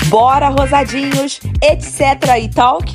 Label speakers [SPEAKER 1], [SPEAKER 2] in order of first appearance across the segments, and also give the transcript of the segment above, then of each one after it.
[SPEAKER 1] Bora, rosadinhos, etc. e talk?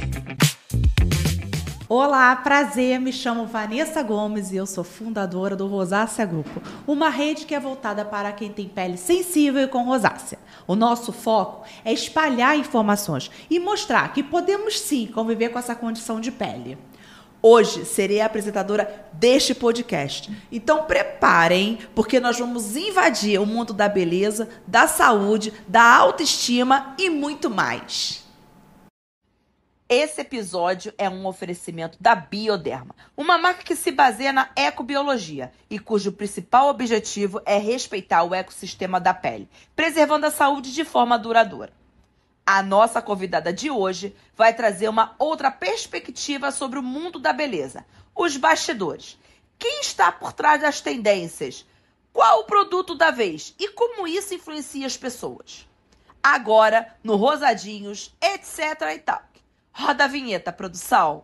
[SPEAKER 2] Olá, prazer, me chamo Vanessa Gomes e eu sou fundadora do Rosácea Grupo, uma rede que é voltada para quem tem pele sensível e com rosácea. O nosso foco é espalhar informações e mostrar que podemos sim conviver com essa condição de pele. Hoje serei a apresentadora deste podcast. Então preparem, porque nós vamos invadir o mundo da beleza, da saúde, da autoestima e muito mais.
[SPEAKER 1] Esse episódio é um oferecimento da Bioderma, uma marca que se baseia na ecobiologia e cujo principal objetivo é respeitar o ecossistema da pele, preservando a saúde de forma duradoura. A nossa convidada de hoje vai trazer uma outra perspectiva sobre o mundo da beleza, os bastidores. Quem está por trás das tendências? Qual o produto da vez? E como isso influencia as pessoas? Agora, no Rosadinhos, etc. e tal. Roda a vinheta, produção.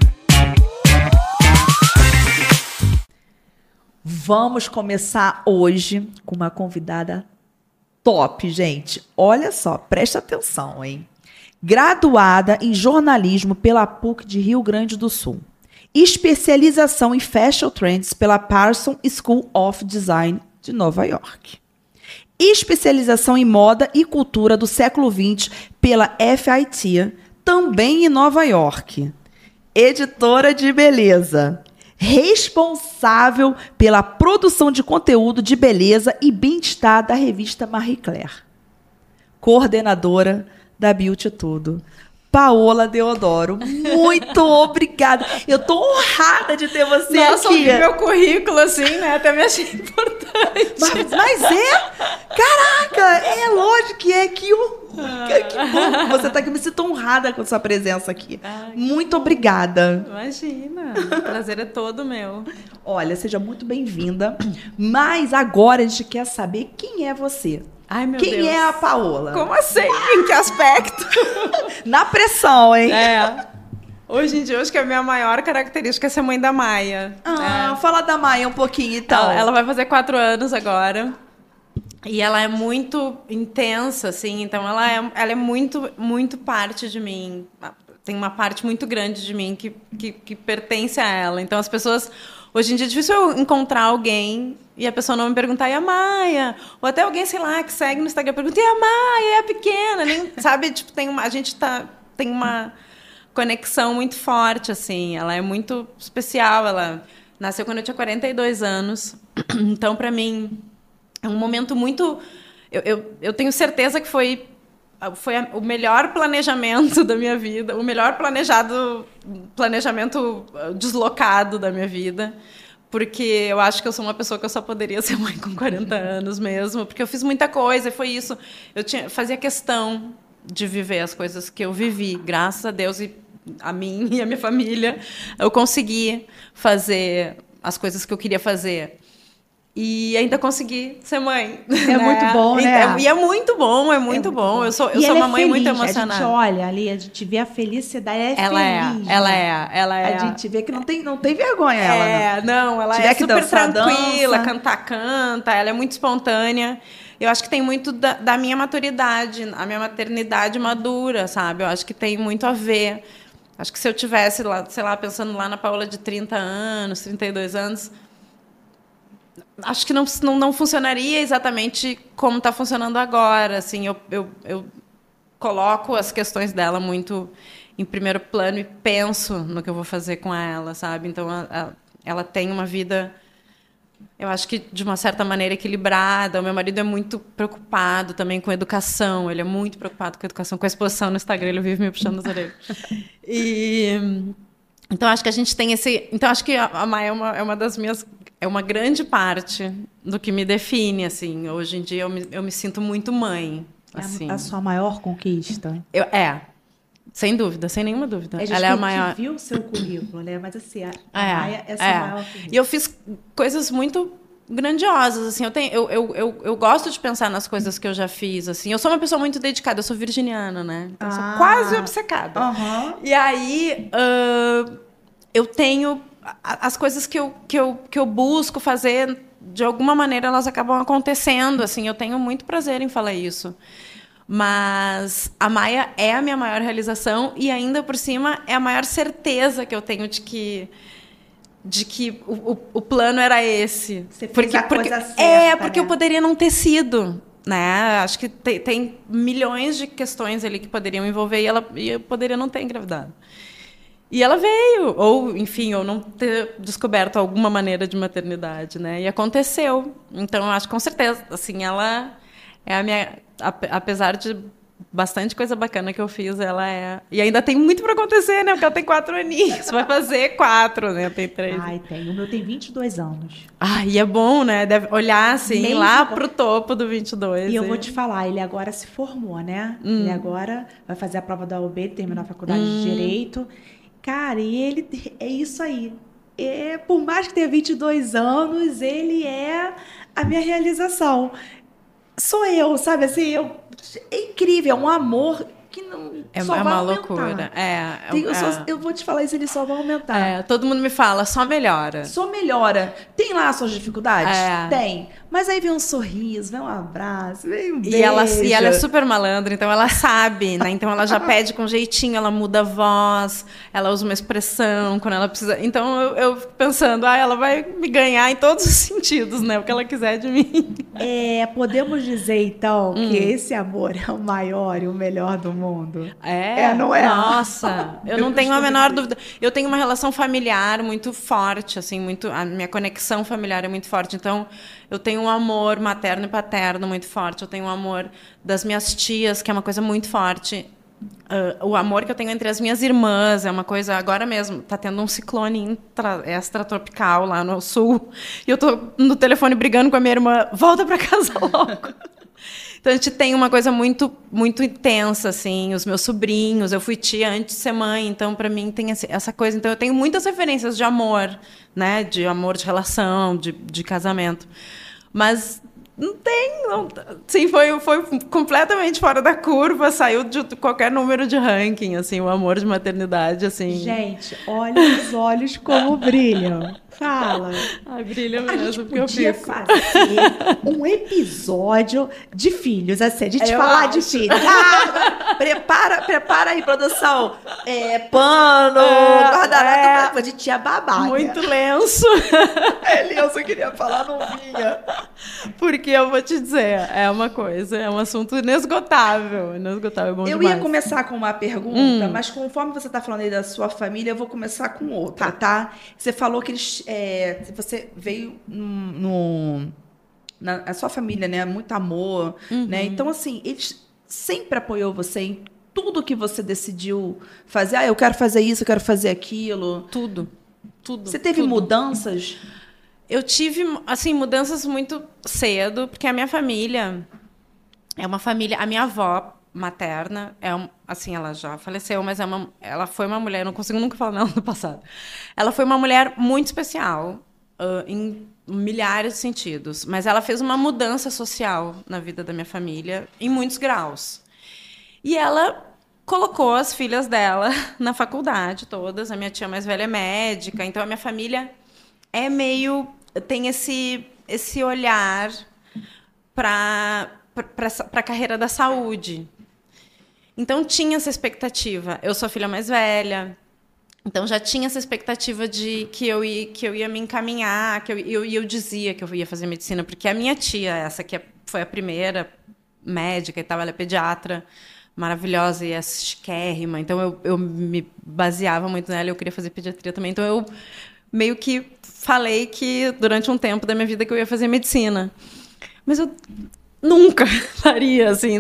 [SPEAKER 2] Vamos começar hoje com uma convidada top, gente. Olha só, presta atenção, hein? Graduada em jornalismo pela PUC de Rio Grande do Sul. Especialização em Fashion Trends pela Parsons School of Design de Nova York. Especialização em moda e cultura do século XX pela FIT, também em Nova York. Editora de beleza. Responsável pela produção de conteúdo de beleza e bem-estar da revista Marie Claire. Coordenadora da Beauty Tudo. Paola Deodoro, muito obrigada. Eu tô honrada de ter você
[SPEAKER 3] Nossa,
[SPEAKER 2] aqui.
[SPEAKER 3] Nossa, meu currículo, assim, né? Até me achei importante.
[SPEAKER 2] Mas caraca, é lógico que é que bom que você tá aqui. Eu me sinto honrada com sua presença aqui.
[SPEAKER 3] Ai,
[SPEAKER 2] muito obrigada.
[SPEAKER 3] Imagina, o prazer é todo meu.
[SPEAKER 2] Olha, seja muito bem-vinda. Mas agora a gente quer saber quem é você.
[SPEAKER 3] Ai, meu
[SPEAKER 2] Deus. Quem é a Paola?
[SPEAKER 3] Como assim? Em que aspecto?
[SPEAKER 2] Na pressão, hein?
[SPEAKER 3] É. Hoje em dia, eu acho que a minha maior característica é ser mãe da Maia.
[SPEAKER 2] Fala da Maia um pouquinho, então.
[SPEAKER 3] Ela vai fazer 4 anos agora. E ela é muito intensa, assim. Então, ela é muito, muito parte de mim. Tem uma parte muito grande de mim que pertence a ela. Então, as pessoas... Hoje em dia é difícil eu encontrar alguém e a pessoa não me perguntar, e a Maia? Ou até alguém, sei lá, que segue no Instagram pergunta, e a Maia? É a pequena? Nem, sabe? Tipo, a gente tem uma conexão muito forte, assim. Ela é muito especial. Ela nasceu quando eu tinha 42 anos. Então, para mim, é um momento muito... Eu tenho certeza que foi o melhor planejamento da minha vida, o melhor planejamento deslocado da minha vida, porque eu acho que eu sou uma pessoa que eu só poderia ser mãe com 40 anos mesmo, porque eu fiz muita coisa, e foi isso. Fazia questão de viver as coisas que eu vivi, graças a Deus, e a mim e a minha família, eu consegui fazer as coisas que eu queria fazer. E ainda consegui ser mãe.
[SPEAKER 2] É muito bom, né?
[SPEAKER 3] E é muito bom, é muito bom. Eu sou uma mãe muito emocionada.
[SPEAKER 2] A gente olha ali, a gente vê a felicidade, ela é
[SPEAKER 3] ela é.
[SPEAKER 2] A gente vê que não tem vergonha ela.
[SPEAKER 3] Ela é super tranquila, canta, ela é muito espontânea. Eu acho que tem muito da minha maturidade, a minha maternidade madura, sabe? Eu acho que tem muito a ver. Acho que se eu tivesse lá, sei lá, pensando lá na Paola de 30 anos, 32 anos... Acho que não funcionaria exatamente como está funcionando agora. Assim, eu coloco as questões dela muito em primeiro plano e penso no que eu vou fazer com ela, sabe? Então, ela tem uma vida, eu acho que de uma certa maneira equilibrada. O meu marido é muito preocupado também com educação. Ele é muito preocupado com educação, com a exposição no Instagram. Ele vive me puxando as orelhas. Então, acho que a gente tem esse... Então, acho que a Maia é uma das minhas... É uma grande parte do que me define, assim. Hoje em dia, eu me sinto muito mãe. Assim.
[SPEAKER 2] É a sua maior conquista?
[SPEAKER 3] Sem dúvida, sem nenhuma dúvida.
[SPEAKER 2] Ela é a maior. A gente viu o seu currículo, né? Mas, assim, a Maia é a sua maior conquista.
[SPEAKER 3] E eu fiz coisas muito grandiosas, assim. Eu gosto de pensar nas coisas que eu já fiz, assim. Eu sou uma pessoa muito dedicada. Eu sou virginiana, né? Então, eu sou quase obcecada.
[SPEAKER 2] Uhum.
[SPEAKER 3] E aí, eu tenho... As coisas que eu busco fazer, de alguma maneira, elas acabam acontecendo. Assim, eu tenho muito prazer em falar isso. Mas a Maia é a minha maior realização e ainda por cima é a maior certeza que eu tenho de que o plano era esse.
[SPEAKER 2] Você fez a coisa certa,
[SPEAKER 3] porque eu poderia não ter sido, né? Acho que tem milhões de questões ali que poderiam envolver e eu poderia não ter engravidado. E ela veio, ou enfim, ou não ter descoberto alguma maneira de maternidade, né? E aconteceu. Então, eu acho com certeza, assim, ela é a minha, apesar de bastante coisa bacana que eu fiz, ela é... E ainda tem muito para acontecer, né? Porque ela tem 4 aninhos. Vai fazer 4, né? Tem 3.
[SPEAKER 2] Ai, tem. O meu tem 22 anos.
[SPEAKER 3] Ai, e é bom, né? Deve olhar, assim,
[SPEAKER 2] Mesmo
[SPEAKER 3] lá pro topo do 22.
[SPEAKER 2] E eu vou te falar, ele agora se formou, né? Ele agora vai fazer a prova da UB, terminar a faculdade de Direito. Cara, e ele... É isso aí. Por mais que tenha 22 anos, ele é a minha realização. Sou eu, sabe? Assim, é incrível, é um amor que não só vai
[SPEAKER 3] uma
[SPEAKER 2] aumentar.
[SPEAKER 3] Loucura.
[SPEAKER 2] Eu vou te falar isso, ele só vai aumentar.
[SPEAKER 3] Todo mundo me fala, só melhora.
[SPEAKER 2] Só melhora. Tem lá as suas dificuldades?
[SPEAKER 3] É.
[SPEAKER 2] Tem. Mas aí vem um sorriso, vem um abraço, vem um beijo.
[SPEAKER 3] E ela é super malandra, então ela sabe, né? Então ela já pede com jeitinho, ela muda a voz, ela usa uma expressão quando ela precisa. Então eu fico pensando, ela vai me ganhar em todos os sentidos, né? O que ela quiser de mim.
[SPEAKER 2] Podemos dizer, então, que esse amor é o maior e o melhor do mundo.
[SPEAKER 3] Não é? Nossa, eu não tenho a menor dúvida. Eu tenho uma relação familiar muito forte, assim, a minha conexão familiar é muito forte. Então, eu tenho um amor materno e paterno muito forte. Eu tenho um amor das minhas tias, que é uma coisa muito forte. O amor que eu tenho entre as minhas irmãs é uma coisa... Agora mesmo, está tendo um ciclone extratropical lá no sul. E eu estou no telefone brigando com a minha irmã. Volta para casa logo. Então, a gente tem uma coisa muito, muito intensa, assim. Os meus sobrinhos, eu fui tia antes de ser mãe, então, para mim, tem essa coisa. Então, eu tenho muitas referências de amor, né? De amor, de relação, de casamento. Mas não tem... Sim, foi completamente fora da curva, saiu de qualquer número de ranking, assim, o amor de maternidade, assim.
[SPEAKER 2] Gente, olha os olhos como brilham. Fala.
[SPEAKER 3] Ai, brilha mesmo,
[SPEAKER 2] a gente
[SPEAKER 3] porque eu
[SPEAKER 2] podia
[SPEAKER 3] fico.
[SPEAKER 2] fazer um episódio de filhos, assim, a gente falar de filhos. Prepara aí, produção. Pano, guardanapo, a gente ia babar.
[SPEAKER 3] Muito lenço.
[SPEAKER 2] Lenço, eu queria falar, não vinha.
[SPEAKER 3] Porque eu vou te dizer, é uma coisa, é um assunto inesgotável. Inesgotável, é bom demais.
[SPEAKER 2] Eu ia começar com uma pergunta, mas conforme você está falando aí da sua família, eu vou começar com outra, tá? Você falou que eles... você veio na sua família, né? Muito amor, né? Então, assim, eles sempre apoiou você em tudo que você decidiu fazer. Eu quero fazer isso, eu quero fazer aquilo.
[SPEAKER 3] Tudo.
[SPEAKER 2] Você teve mudanças?
[SPEAKER 3] Eu tive, assim, mudanças muito cedo, porque a minha família é uma família... A minha avó materna, assim, ela já faleceu, mas ela foi uma mulher... Não consigo nunca falar nela no passado. Ela foi uma mulher muito especial, em milhares de sentidos. Mas ela fez uma mudança social na vida da minha família, em muitos graus. E ela colocou as filhas dela na faculdade, todas. A minha tia mais velha é médica, então a minha família é meio... Tem esse olhar para a carreira da saúde. Então, tinha essa expectativa. Eu sou a filha mais velha, então já tinha essa expectativa de que eu ia me encaminhar, que eu dizia que eu ia fazer medicina, porque a minha tia, essa que foi a primeira médica e tal, ela é pediatra, maravilhosa e é chiquérrima, então eu me baseava muito nela, eu queria fazer pediatria também, então eu meio que falei que durante um tempo da minha vida que eu ia fazer medicina. Mas eu nunca faria, assim,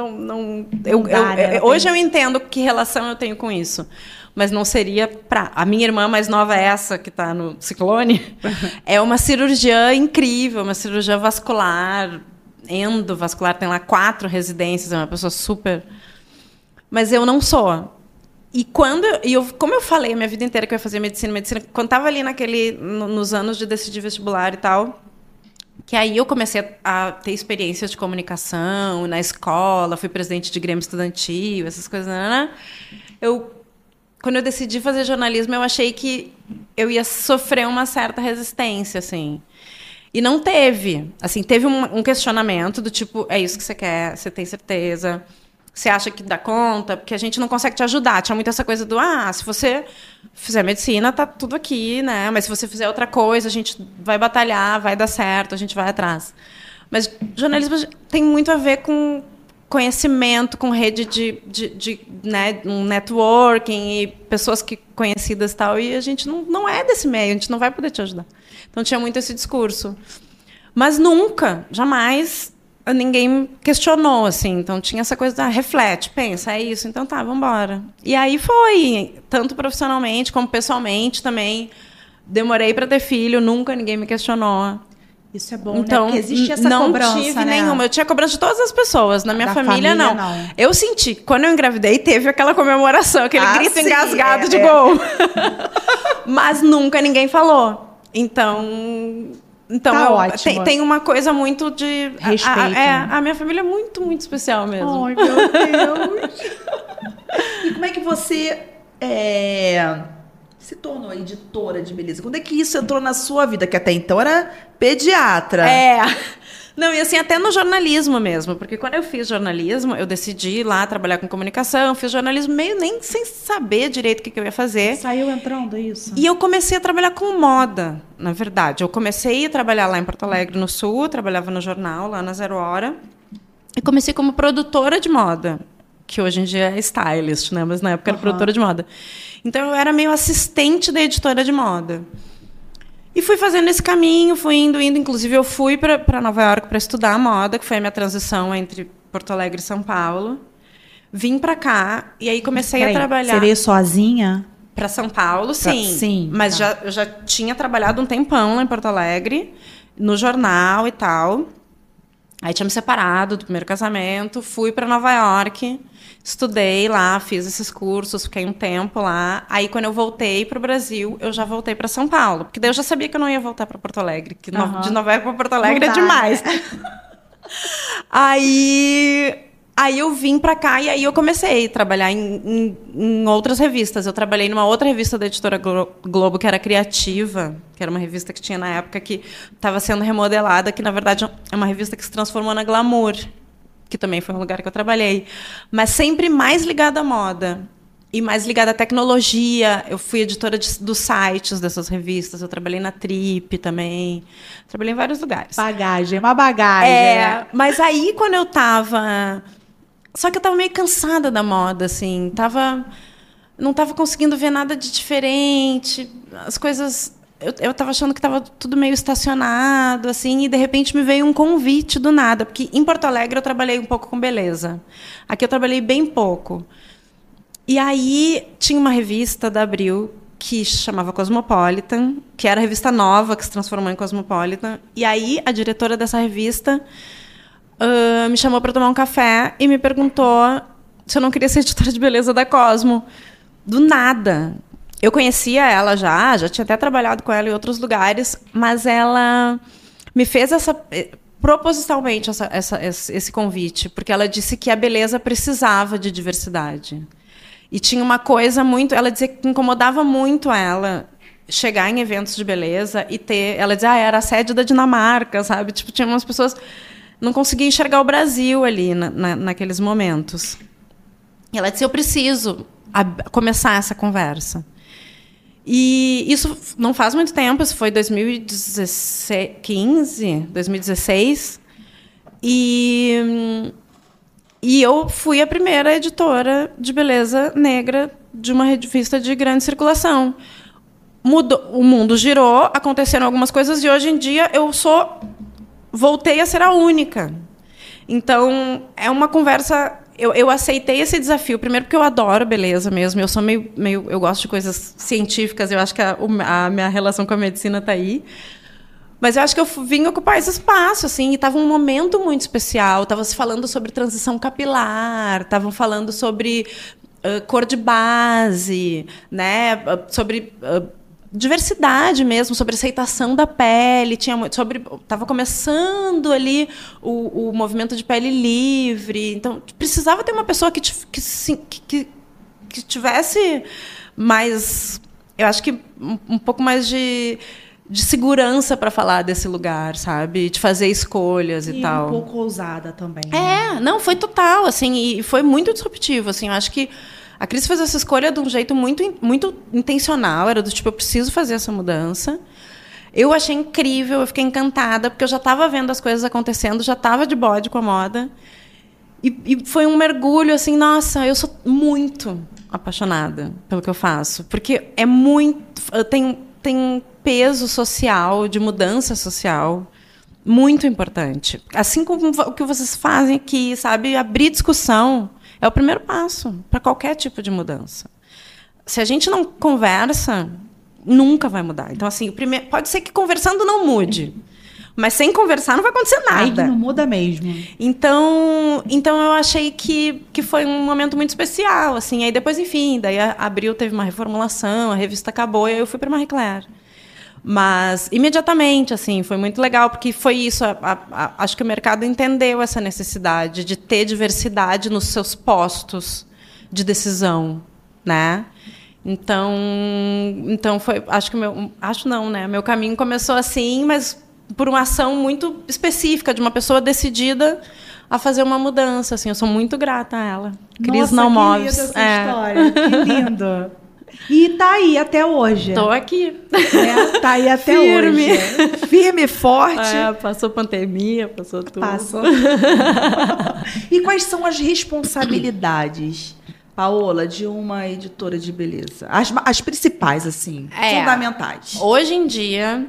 [SPEAKER 3] hoje eu entendo que relação eu tenho com isso, mas não seria para... A minha irmã mais nova, essa que está no ciclone, é uma cirurgiã incrível, uma cirurgiã vascular, endovascular, tem lá 4 residências, é uma pessoa super... Mas eu não sou. E como eu falei a minha vida inteira que eu ia fazer medicina, quando estava ali nos anos de decidir vestibular e tal, que aí eu comecei a ter experiências de comunicação na escola, fui presidente de grêmio estudantil, essas coisas, né? Quando eu decidi fazer jornalismo, eu achei que eu ia sofrer uma certa resistência, assim. E não teve. Assim, teve um questionamento do tipo, é isso que você quer, você tem certeza? Você acha que dá conta? Porque a gente não consegue te ajudar. Tinha muito essa coisa do, se você fizer medicina, tá tudo aqui, né? Mas se você fizer outra coisa, a gente vai batalhar, vai dar certo, a gente vai atrás. Mas jornalismo tem muito a ver com conhecimento, com rede de né, um networking e pessoas conhecidas e tal. E a gente não é desse meio, a gente não vai poder te ajudar. Então tinha muito esse discurso. Mas nunca, jamais... ninguém questionou, assim. Então, tinha essa coisa reflete, pensa, é isso, então tá, vamos embora. E aí foi, tanto profissionalmente como pessoalmente também. Demorei para ter filho, nunca ninguém me questionou.
[SPEAKER 2] Isso é bom,
[SPEAKER 3] então,
[SPEAKER 2] né? Porque existe essa cobrança,
[SPEAKER 3] não tive
[SPEAKER 2] né?
[SPEAKER 3] nenhuma. Eu tinha cobrança de todas as pessoas. Na minha família, não.
[SPEAKER 2] não.
[SPEAKER 3] Eu senti que quando eu engravidei, teve aquela comemoração, aquele grito
[SPEAKER 2] sim,
[SPEAKER 3] engasgado de gol. Mas nunca ninguém falou. Então,
[SPEAKER 2] tá ótimo.
[SPEAKER 3] Tem uma coisa muito de...
[SPEAKER 2] respeito.
[SPEAKER 3] A minha família é muito, muito especial mesmo.
[SPEAKER 2] Ai, meu Deus. E como é que você se tornou editora de beleza? Quando é que isso entrou na sua vida? Que até então era pediatra.
[SPEAKER 3] Não, e assim, até no jornalismo mesmo. Porque quando eu fiz jornalismo, eu decidi ir lá trabalhar com comunicação. Fiz jornalismo meio nem sem saber direito o que eu ia fazer.
[SPEAKER 2] Saiu entrando isso?
[SPEAKER 3] E eu comecei a trabalhar com moda, na verdade. Eu comecei a trabalhar lá em Porto Alegre, no Sul. Trabalhava no jornal, lá na Zero Hora. E comecei como produtora de moda. Que hoje em dia é stylist, né? Mas na época era produtora de moda. Então, eu era meio assistente da editora de moda. E fui fazendo esse caminho, fui indo. Inclusive, eu fui para Nova York para estudar moda, que foi a minha transição entre Porto Alegre e São Paulo. Vim para cá e aí comecei a trabalhar.
[SPEAKER 2] Você veio sozinha?
[SPEAKER 3] Para São Paulo, sim.
[SPEAKER 2] Sim.
[SPEAKER 3] Mas eu já tinha trabalhado um tempão lá em Porto Alegre, no jornal e tal. Aí tinha me separado do primeiro casamento, fui para Nova York, estudei lá, fiz esses cursos, fiquei um tempo lá. Aí, quando eu voltei para o Brasil, eu já voltei para São Paulo. Porque daí eu já sabia que eu não ia voltar para Porto Alegre. Que de Nova York para Porto Alegre é demais. Né? Aí eu vim para cá e aí eu comecei a trabalhar em outras revistas. Eu trabalhei numa outra revista da Editora Globo, que era Criativa, que era uma revista que tinha na época que estava sendo remodelada, que, na verdade, é uma revista que se transformou na Glamour, que também foi um lugar que eu trabalhei. Mas sempre mais ligada à moda e mais ligada à tecnologia. Eu fui editora dos sites dessas revistas. Eu trabalhei na Trip também. Trabalhei em vários lugares.
[SPEAKER 2] Uma bagagem.
[SPEAKER 3] Mas aí, quando eu estava... Só que eu estava meio cansada da moda, assim. Não estava conseguindo ver nada de diferente. As coisas... Eu estava achando que estava tudo meio estacionado, assim, e, de repente, me veio um convite do nada. Porque, em Porto Alegre, eu trabalhei um pouco com beleza. Aqui eu trabalhei bem pouco. E aí, tinha uma revista da Abril que se chamava Cosmopolitan, que era a revista nova que se transformou em Cosmopolitan. E aí, a diretora dessa revista... me chamou para tomar um café e me perguntou se eu não queria ser editora de beleza da Cosmo. Do nada. Eu conhecia ela já tinha até trabalhado com ela em outros lugares, mas ela me fez propositalmente esse convite, porque ela disse que a beleza precisava de diversidade. E tinha uma coisa muito... Ela dizia que incomodava muito ela chegar em eventos de beleza e ter... Ela dizia, era a sede da Dinamarca, sabe? Tipo, tinha umas pessoas... Não conseguia enxergar o Brasil ali naqueles momentos. E ela disse, eu preciso começar essa conversa. E isso não faz muito tempo, isso foi 2016. E eu fui a primeira editora de beleza negra de uma revista de grande circulação. O mundo girou, aconteceram algumas coisas, e hoje em dia voltei a ser a única. Então, é uma conversa... Eu aceitei esse desafio, primeiro porque eu adoro beleza mesmo. Eu sou eu gosto de coisas científicas, eu acho que a minha relação com a medicina está aí. Mas eu acho que eu vim ocupar esse espaço, assim, e estava um momento muito especial. Estava se falando sobre transição capilar, estavam falando sobre cor de base, né? Sobre... diversidade mesmo, sobre aceitação da pele, estava começando ali o movimento de pele livre, então precisava ter uma pessoa que tivesse mais, eu acho que um pouco mais de de segurança para falar desse lugar, sabe? De fazer escolhas e tal.
[SPEAKER 2] Um pouco ousada também. Né?
[SPEAKER 3] Não, foi total, assim, e foi muito disruptivo, assim. Eu acho que a Cris fez essa escolha de um jeito muito intencional, era do tipo, eu preciso fazer essa mudança. Eu achei incrível, eu fiquei encantada, porque eu já estava vendo as coisas acontecendo, já estava de bode com a moda. E foi um mergulho, assim, nossa, eu sou muito apaixonada pelo que eu faço. Porque é muito... Tem um peso social, de mudança social, muito importante. Assim como o que vocês fazem aqui, sabe? Abrir discussão é o primeiro passo para qualquer tipo de mudança. Se a gente não conversa, nunca vai mudar. Então, assim, pode ser que conversando não mude. Mas sem conversar não vai acontecer nada.
[SPEAKER 2] Aí não muda mesmo.
[SPEAKER 3] Então eu achei que foi um momento muito especial, assim. Aí depois, enfim, daí a Abril teve uma reformulação, a revista acabou e aí eu fui para Marie Claire. Mas imediatamente, assim, foi muito legal porque foi isso. Acho que o mercado entendeu essa necessidade de ter diversidade nos seus postos de decisão, né? Então foi, meu caminho começou assim, mas por uma ação muito específica de uma pessoa decidida a fazer uma mudança, assim. Eu sou muito grata a ela. Cris Nalmoves.
[SPEAKER 2] Nossa, que linda essa história. Que lindo. E tá aí até hoje.
[SPEAKER 3] Tô aqui.
[SPEAKER 2] Tá aí até
[SPEAKER 3] firme.
[SPEAKER 2] Hoje. Firme, forte.
[SPEAKER 3] Passou pandemia, passou tudo.
[SPEAKER 2] Passou. E quais são as responsabilidades, Paola, de uma editora de beleza? As principais, assim, fundamentais.
[SPEAKER 3] Hoje em dia,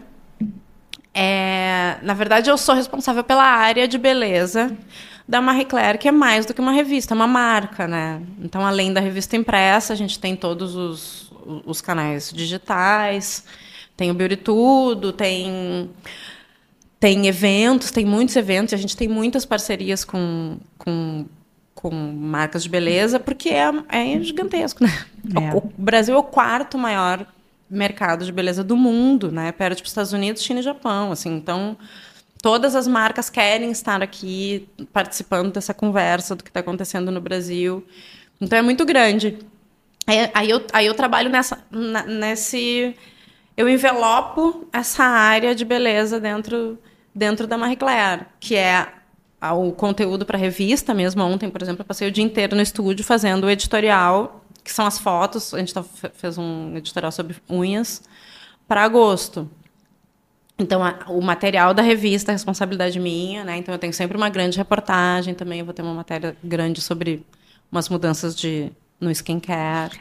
[SPEAKER 3] na verdade, eu sou responsável pela área de beleza da Marie Claire, que é mais do que uma revista, é uma marca, né? Então, além da revista impressa, a gente tem todos os canais digitais, tem o Beauty Tudo, tem eventos, tem muitos eventos, a gente tem muitas parcerias com marcas de beleza, porque é gigantesco, né? O Brasil é o 4º maior mercado de beleza do mundo, né? Perto dos Estados Unidos, China e Japão, assim. Então, todas as marcas querem estar aqui participando dessa conversa do que está acontecendo no Brasil. Então, é muito grande. Aí eu trabalho nesse... Eu envelopo essa área de beleza dentro da Marie Claire, que é o conteúdo para a revista mesmo. Ontem, por exemplo, eu passei o dia inteiro no estúdio fazendo o editorial, que são as fotos. A gente fez um editorial sobre unhas para agosto. Então, o material da revista é responsabilidade minha, né? Então, eu tenho sempre uma grande reportagem também. Eu vou ter uma matéria grande sobre umas mudanças no skincare.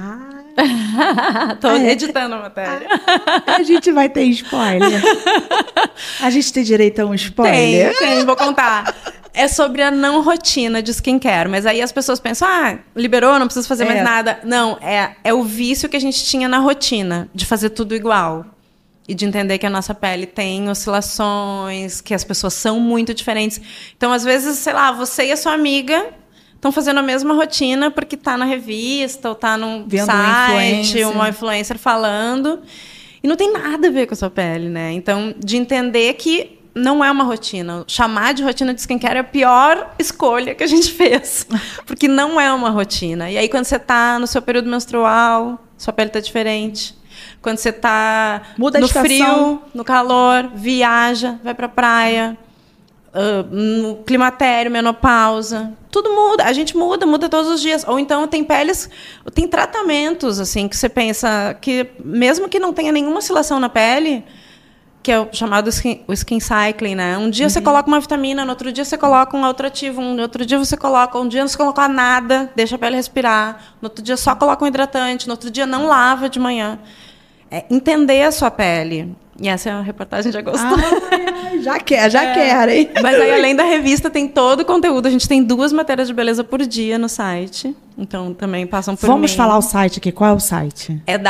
[SPEAKER 3] Estou editando a matéria.
[SPEAKER 2] A gente vai ter spoiler. A gente tem direito a um spoiler?
[SPEAKER 3] Tem, vou contar. É sobre a não rotina de skincare. Mas aí as pessoas pensam, liberou, não preciso fazer mais nada. Não, é o vício que a gente tinha na rotina, de fazer tudo igual. E de entender que a nossa pele tem oscilações, que as pessoas são muito diferentes. Então, às vezes, sei lá, você e a sua amiga estão fazendo a mesma rotina porque está na revista ou está num site, uma influencer falando. E não tem nada a ver com a sua pele, né? Então, de entender que não é uma rotina. Chamar de rotina de skincare é a pior escolha que a gente fez. Porque não é uma rotina. E aí, quando você está no seu período menstrual, sua pele está diferente. Quando você está no frio, no calor, viaja, vai para a praia, no climatério, menopausa, tudo muda. A gente muda todos os dias. Ou então tem tratamentos assim que você pensa que mesmo que não tenha nenhuma oscilação na pele, que é o chamado skin cycling, né? Um dia você coloca uma vitamina, no outro dia você coloca um outro ativo, no outro dia você coloca, um dia não se coloca nada, deixa a pele respirar, no outro dia só coloca um hidratante, no outro dia não lava de manhã. Entender a sua pele. E essa é a reportagem de agosto.
[SPEAKER 2] Já quero, hein?
[SPEAKER 3] Mas aí, além da revista, tem todo o conteúdo. A gente tem 2 matérias de beleza por dia no site. Então, também passam por
[SPEAKER 2] Vamos falar o site aqui. Qual é o site?
[SPEAKER 3] É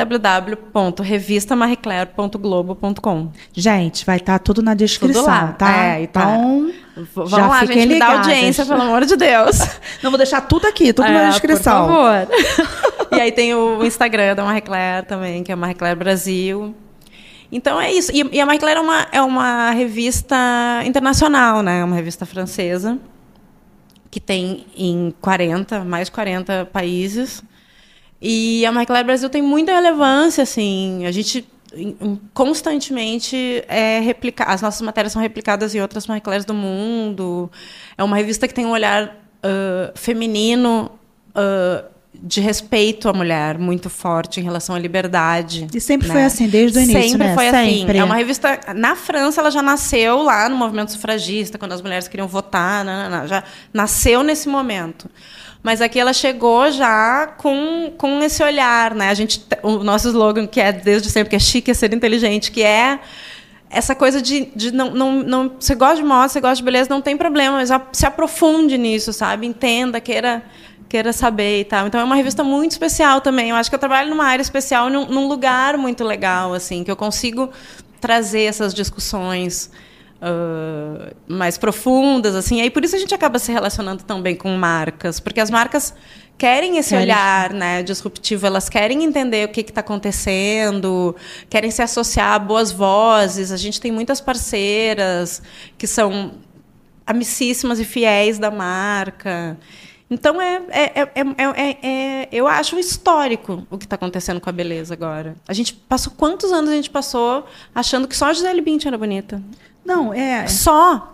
[SPEAKER 3] www.revistamarieclaire.globo.com.
[SPEAKER 2] Gente, vai estar tudo na descrição,
[SPEAKER 3] tudo lá.
[SPEAKER 2] Tá?
[SPEAKER 3] Então, vamos lá, gente. Me dá audiência, pelo amor de Deus.
[SPEAKER 2] Não, vou deixar tudo aqui, tudo na descrição.
[SPEAKER 3] Por favor. E aí tem o Instagram da Marie Claire também, que é Marie Claire Brasil. Então é isso. E a Marie Claire é uma revista internacional, né? Uma revista francesa que tem em mais de 40 países. E a Marie Claire Brasil tem muita relevância, assim. A gente constantemente as nossas matérias são replicadas em outras Marie Claires do mundo. É uma revista que tem um olhar feminino, de respeito à mulher muito forte em relação à liberdade.
[SPEAKER 2] E sempre foi assim, desde o início,
[SPEAKER 3] sempre
[SPEAKER 2] né?
[SPEAKER 3] foi
[SPEAKER 2] Sempre.
[SPEAKER 3] assim. É uma revista... Na França, ela já nasceu lá no movimento sufragista, quando as mulheres queriam votar. Já nasceu nesse momento. Mas aqui ela chegou já com esse olhar, né? O nosso slogan, que é desde sempre, que é chique é ser inteligente, que é essa coisa de não... Você gosta de moda, você gosta de beleza, não tem problema, mas se aprofunde nisso, sabe? Entenda, queira saber e tal. Então, é uma revista muito especial também. Eu acho que eu trabalho numa área especial, num lugar muito legal, assim, que eu consigo trazer essas discussões mais profundas, assim. Aí, por isso, a gente acaba se relacionando também com marcas, porque as marcas querem esse olhar, né, disruptivo, elas querem entender o que está acontecendo, querem se associar a boas vozes. A gente tem muitas parceiras que são amicíssimas e fiéis da marca. Então, eu acho histórico o que está acontecendo com a beleza agora. Quantos anos a gente passou achando que só a Gisele Bündchen era bonita?
[SPEAKER 2] Não,
[SPEAKER 3] Só.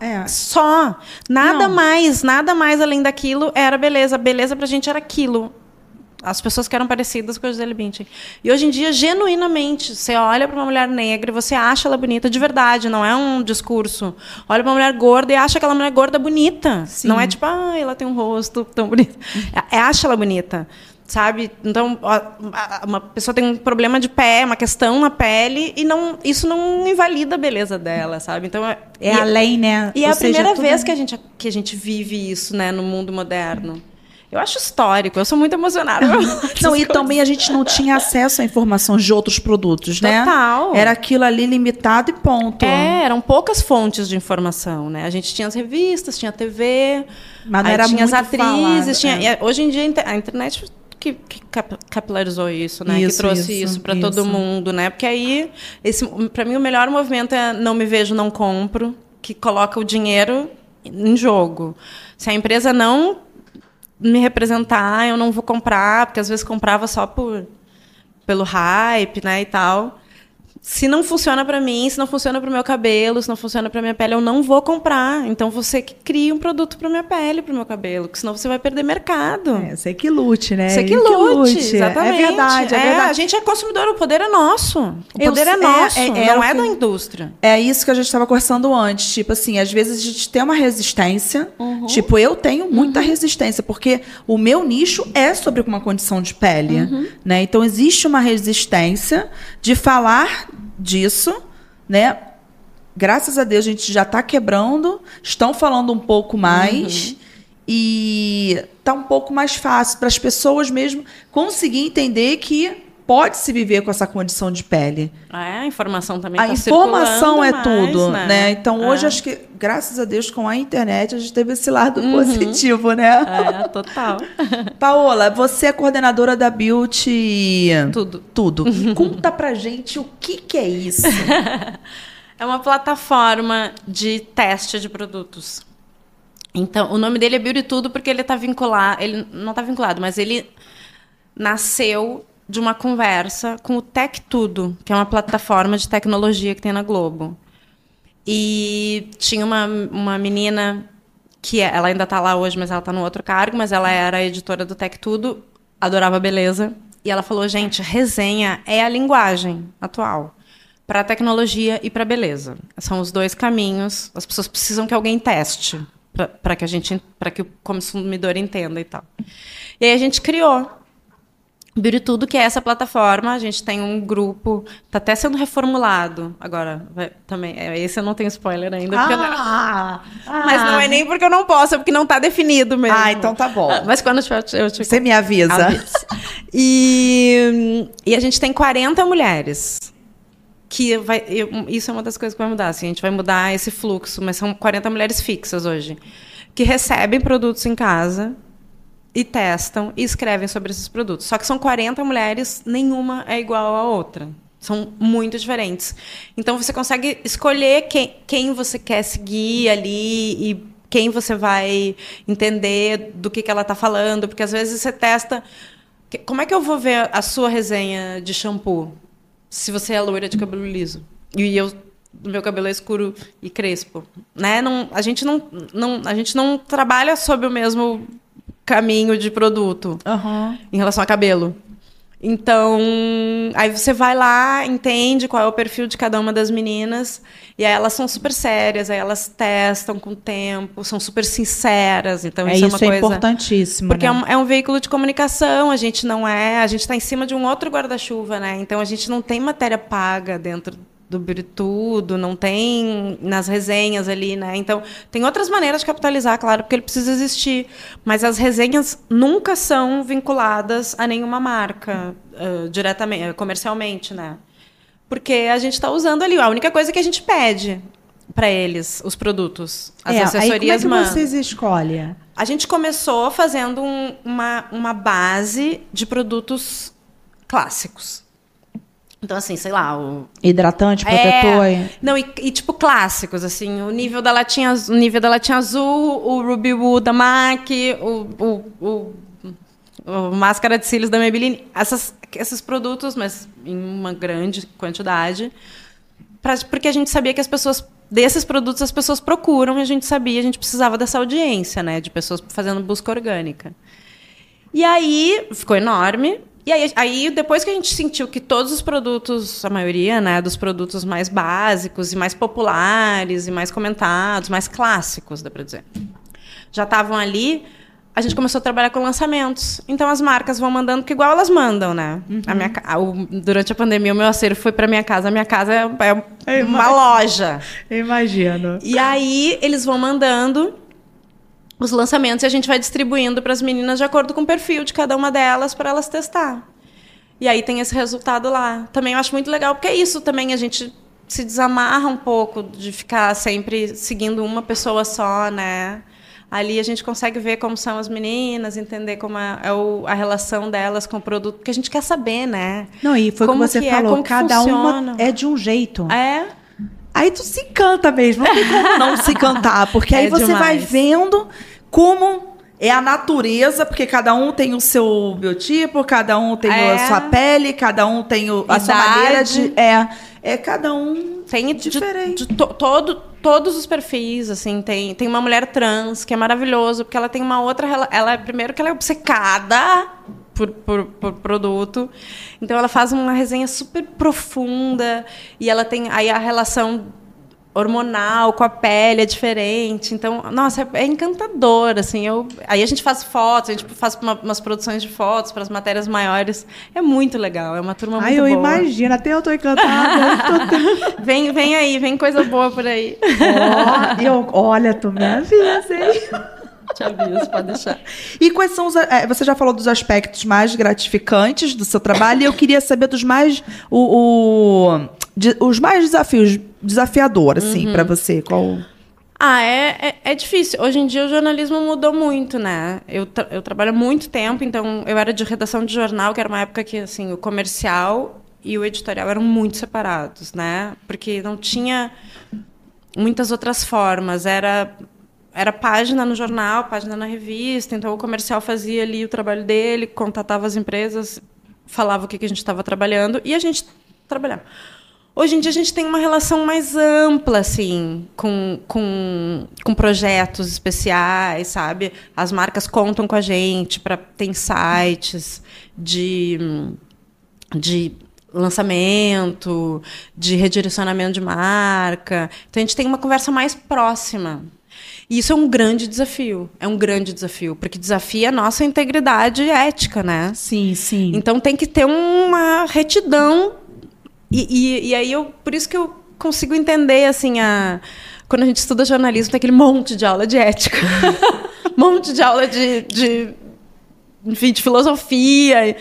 [SPEAKER 3] Nada mais além daquilo era beleza. Beleza pra gente era aquilo. As pessoas que eram parecidas com a Gisele Bündchen. E hoje em dia, genuinamente, você olha para uma mulher negra e você acha ela bonita de verdade, não é um discurso. Olha para uma mulher gorda e acha aquela mulher gorda bonita. Sim. Não é tipo, ela tem um rosto tão bonito. Acha ela bonita, sabe? Então, uma pessoa tem um problema de pé, uma questão na pele, e isso não invalida a beleza dela, sabe? Então,
[SPEAKER 2] além, né?
[SPEAKER 3] E é a primeira vez que a gente vive isso, né, no mundo moderno. Eu acho histórico, eu sou muito emocionada.
[SPEAKER 2] Não, e também a gente não tinha acesso a informações de outros produtos, né?
[SPEAKER 3] Total.
[SPEAKER 2] Era aquilo ali limitado e ponto.
[SPEAKER 3] Eram poucas fontes de informação, né? A gente tinha as revistas, tinha a TV,
[SPEAKER 2] mas não era
[SPEAKER 3] tinha
[SPEAKER 2] muito
[SPEAKER 3] as atrizes,
[SPEAKER 2] falado,
[SPEAKER 3] hoje em dia a internet que capilarizou isso, né? Que trouxe isso para todo mundo, né? Porque aí, para mim, o melhor movimento é não me vejo, não compro, que coloca o dinheiro em jogo. Se a empresa não me representar, eu não vou comprar, porque às vezes comprava só pelo hype, né, e tal. Se não funciona para mim, se não funciona para o meu cabelo, se não funciona para minha pele, eu não vou comprar. Então, você que cria um produto para minha pele, para o meu cabelo, porque senão você vai perder mercado.
[SPEAKER 2] Você que lute, né?
[SPEAKER 3] Você que lute, exatamente.
[SPEAKER 2] É verdade.
[SPEAKER 3] A gente é consumidor, o poder é nosso. O poder é nosso, não é da indústria.
[SPEAKER 2] É isso que a gente estava conversando antes. Tipo assim, às vezes a gente tem uma resistência. Tipo, eu tenho muita resistência, porque o meu nicho é sobre uma condição de pele. Né? Então, existe uma resistência de falar disso, né? Graças a Deus a gente já está quebrando, estão falando um pouco mais e está um pouco mais fácil para as pessoas mesmo conseguir entender que pode se viver com essa condição de pele.
[SPEAKER 3] A informação também
[SPEAKER 2] está circulando. A informação é tudo, né? Então hoje acho que, graças a Deus, com a internet a gente teve esse lado positivo, né?
[SPEAKER 3] Total.
[SPEAKER 2] Paola, você é coordenadora da Beauty... Tudo. Conta pra gente o que é isso.
[SPEAKER 3] É uma plataforma de teste de produtos. Então, o nome dele é Beauty Tudo porque ele está vinculado... Ele não está vinculado, mas ele nasceu de uma conversa com o Tech Tudo, que é uma plataforma de tecnologia que tem na Globo. E tinha uma menina que ela ainda está lá hoje, mas ela está no outro cargo, mas ela era a editora do Tech Tudo, adorava beleza, e ela falou, gente, resenha é a linguagem atual para a tecnologia e para a beleza. São os dois caminhos, as pessoas precisam que alguém teste para que o consumidor entenda e tal. E aí a gente criou Beauty Tudo, que é essa plataforma. A gente tem um grupo, está até sendo reformulado agora. Também, esse eu não tenho spoiler ainda. Mas não é nem porque eu não posso, é porque não está definido mesmo.
[SPEAKER 2] Então tá bom.
[SPEAKER 3] Mas quando eu te
[SPEAKER 2] Você me avisa.
[SPEAKER 3] E a gente tem 40 mulheres. Isso é uma das coisas que vai mudar. Assim, a gente vai mudar esse fluxo, mas são 40 mulheres fixas hoje, que recebem produtos em casa e testam e escrevem sobre esses produtos. Só que são 40 mulheres, nenhuma é igual à outra. São muito diferentes. Então, você consegue escolher quem você quer seguir ali e quem você vai entender do que ela está falando. Porque, às vezes, você testa... Como é que eu vou ver a sua resenha de shampoo? se você é loira de cabelo liso. E o meu cabelo é escuro e crespo, né? A gente não trabalha sob o mesmo caminho de produto em relação a cabelo. Então, aí você vai lá, entende qual é o perfil de cada uma das meninas, e aí elas são super sérias, aí elas testam com o tempo, são super sinceras, então isso é uma coisa
[SPEAKER 2] importantíssimo,
[SPEAKER 3] porque
[SPEAKER 2] né?
[SPEAKER 3] é um veículo de comunicação, a gente está em cima de um outro guarda-chuva, né? Então a gente não tem matéria paga dentro do Biritudo, não tem nas resenhas ali, né? Então, tem outras maneiras de capitalizar, claro, porque ele precisa existir. Mas as resenhas nunca são vinculadas a nenhuma marca, diretamente, comercialmente, né? Porque a gente está usando ali. A única coisa que a gente pede para eles, os produtos, as assessorias.
[SPEAKER 2] Aí como é que vocês escolhem?
[SPEAKER 3] A gente começou fazendo uma base de produtos clássicos. Então, assim, sei lá, o...
[SPEAKER 2] hidratante, protetor.
[SPEAKER 3] Não, e tipo clássicos, assim, o nível da latinha azul, o Ruby Woo da MAC, o máscara de cílios da Maybelline. Esses produtos, mas em uma grande quantidade. Porque a gente sabia que desses produtos as pessoas procuram, e a gente precisava dessa audiência, né? De pessoas fazendo busca orgânica. E aí, ficou enorme. E aí, depois que a gente sentiu que todos os produtos, a maioria, né, dos produtos mais básicos e mais populares e mais comentados, mais clássicos, dá para dizer, já estavam ali, a gente começou a trabalhar com lançamentos. Então, as marcas vão mandando, porque igual elas mandam, né? Durante a pandemia, o meu acervo foi para minha casa. A minha casa é uma loja.
[SPEAKER 2] Eu imagino.
[SPEAKER 3] E aí, eles vão mandando os lançamentos e a gente vai distribuindo para as meninas de acordo com o perfil de cada uma delas para elas testar. E aí tem esse resultado lá. Também eu acho muito legal, porque é isso também, a gente se desamarra um pouco de ficar sempre seguindo uma pessoa só, né? Ali a gente consegue ver como são as meninas, entender como é a relação delas com o produto, porque a gente quer saber, né?
[SPEAKER 2] Não, e foi como você falou, cada uma é de um jeito. Aí tu se encanta mesmo, não tem como não se encantar, porque aí você vai vendo como é a natureza, porque cada um tem o seu biotipo, cada um tem a sua pele, cada um tem a sua maneira de... cada um
[SPEAKER 3] tem
[SPEAKER 2] diferente.
[SPEAKER 3] Todos os perfis, assim, tem uma mulher trans, que é maravilhoso, porque ela tem uma outra... Primeiro que ela é obcecada por produto. Então, ela faz uma resenha super profunda e ela tem aí a relação hormonal com a pele é diferente. Então, nossa, é encantador, assim. Aí a gente faz fotos, a gente faz umas produções de fotos para as matérias maiores. É muito legal, é uma turma muito boa.
[SPEAKER 2] Eu imagino, até eu tô encantada.
[SPEAKER 3] Vem aí, vem coisa boa por aí.
[SPEAKER 2] Olha, tu me avisa, hein?
[SPEAKER 3] Te aviso, pode deixar.
[SPEAKER 2] E quais são você já falou dos aspectos mais gratificantes do seu trabalho, e eu queria saber dos mais os mais desafiadores, assim, para você. Qual?
[SPEAKER 3] É difícil. Hoje em dia o jornalismo mudou muito, né? Eu trabalho há muito tempo, então eu era de redação de jornal, que era uma época que, assim, o comercial e o editorial eram muito separados, né? Porque não tinha muitas outras formas. Era página no jornal, página na revista, então o comercial fazia ali o trabalho dele, contatava as empresas, falava o que a gente estava trabalhando e a gente trabalhava. Hoje em dia a gente tem uma relação mais ampla, assim, com projetos especiais, sabe? As marcas contam com a gente para ter sites de lançamento, de redirecionamento de marca. Então a gente tem uma conversa mais próxima. E isso é um grande desafio. É um grande desafio, porque desafia a nossa integridade ética, né?
[SPEAKER 2] Sim, sim.
[SPEAKER 3] Então tem que ter uma retidão. E aí por isso que eu consigo entender, assim, quando a gente estuda jornalismo, tem aquele monte de aula de ética. Monte de aula enfim, de filosofia.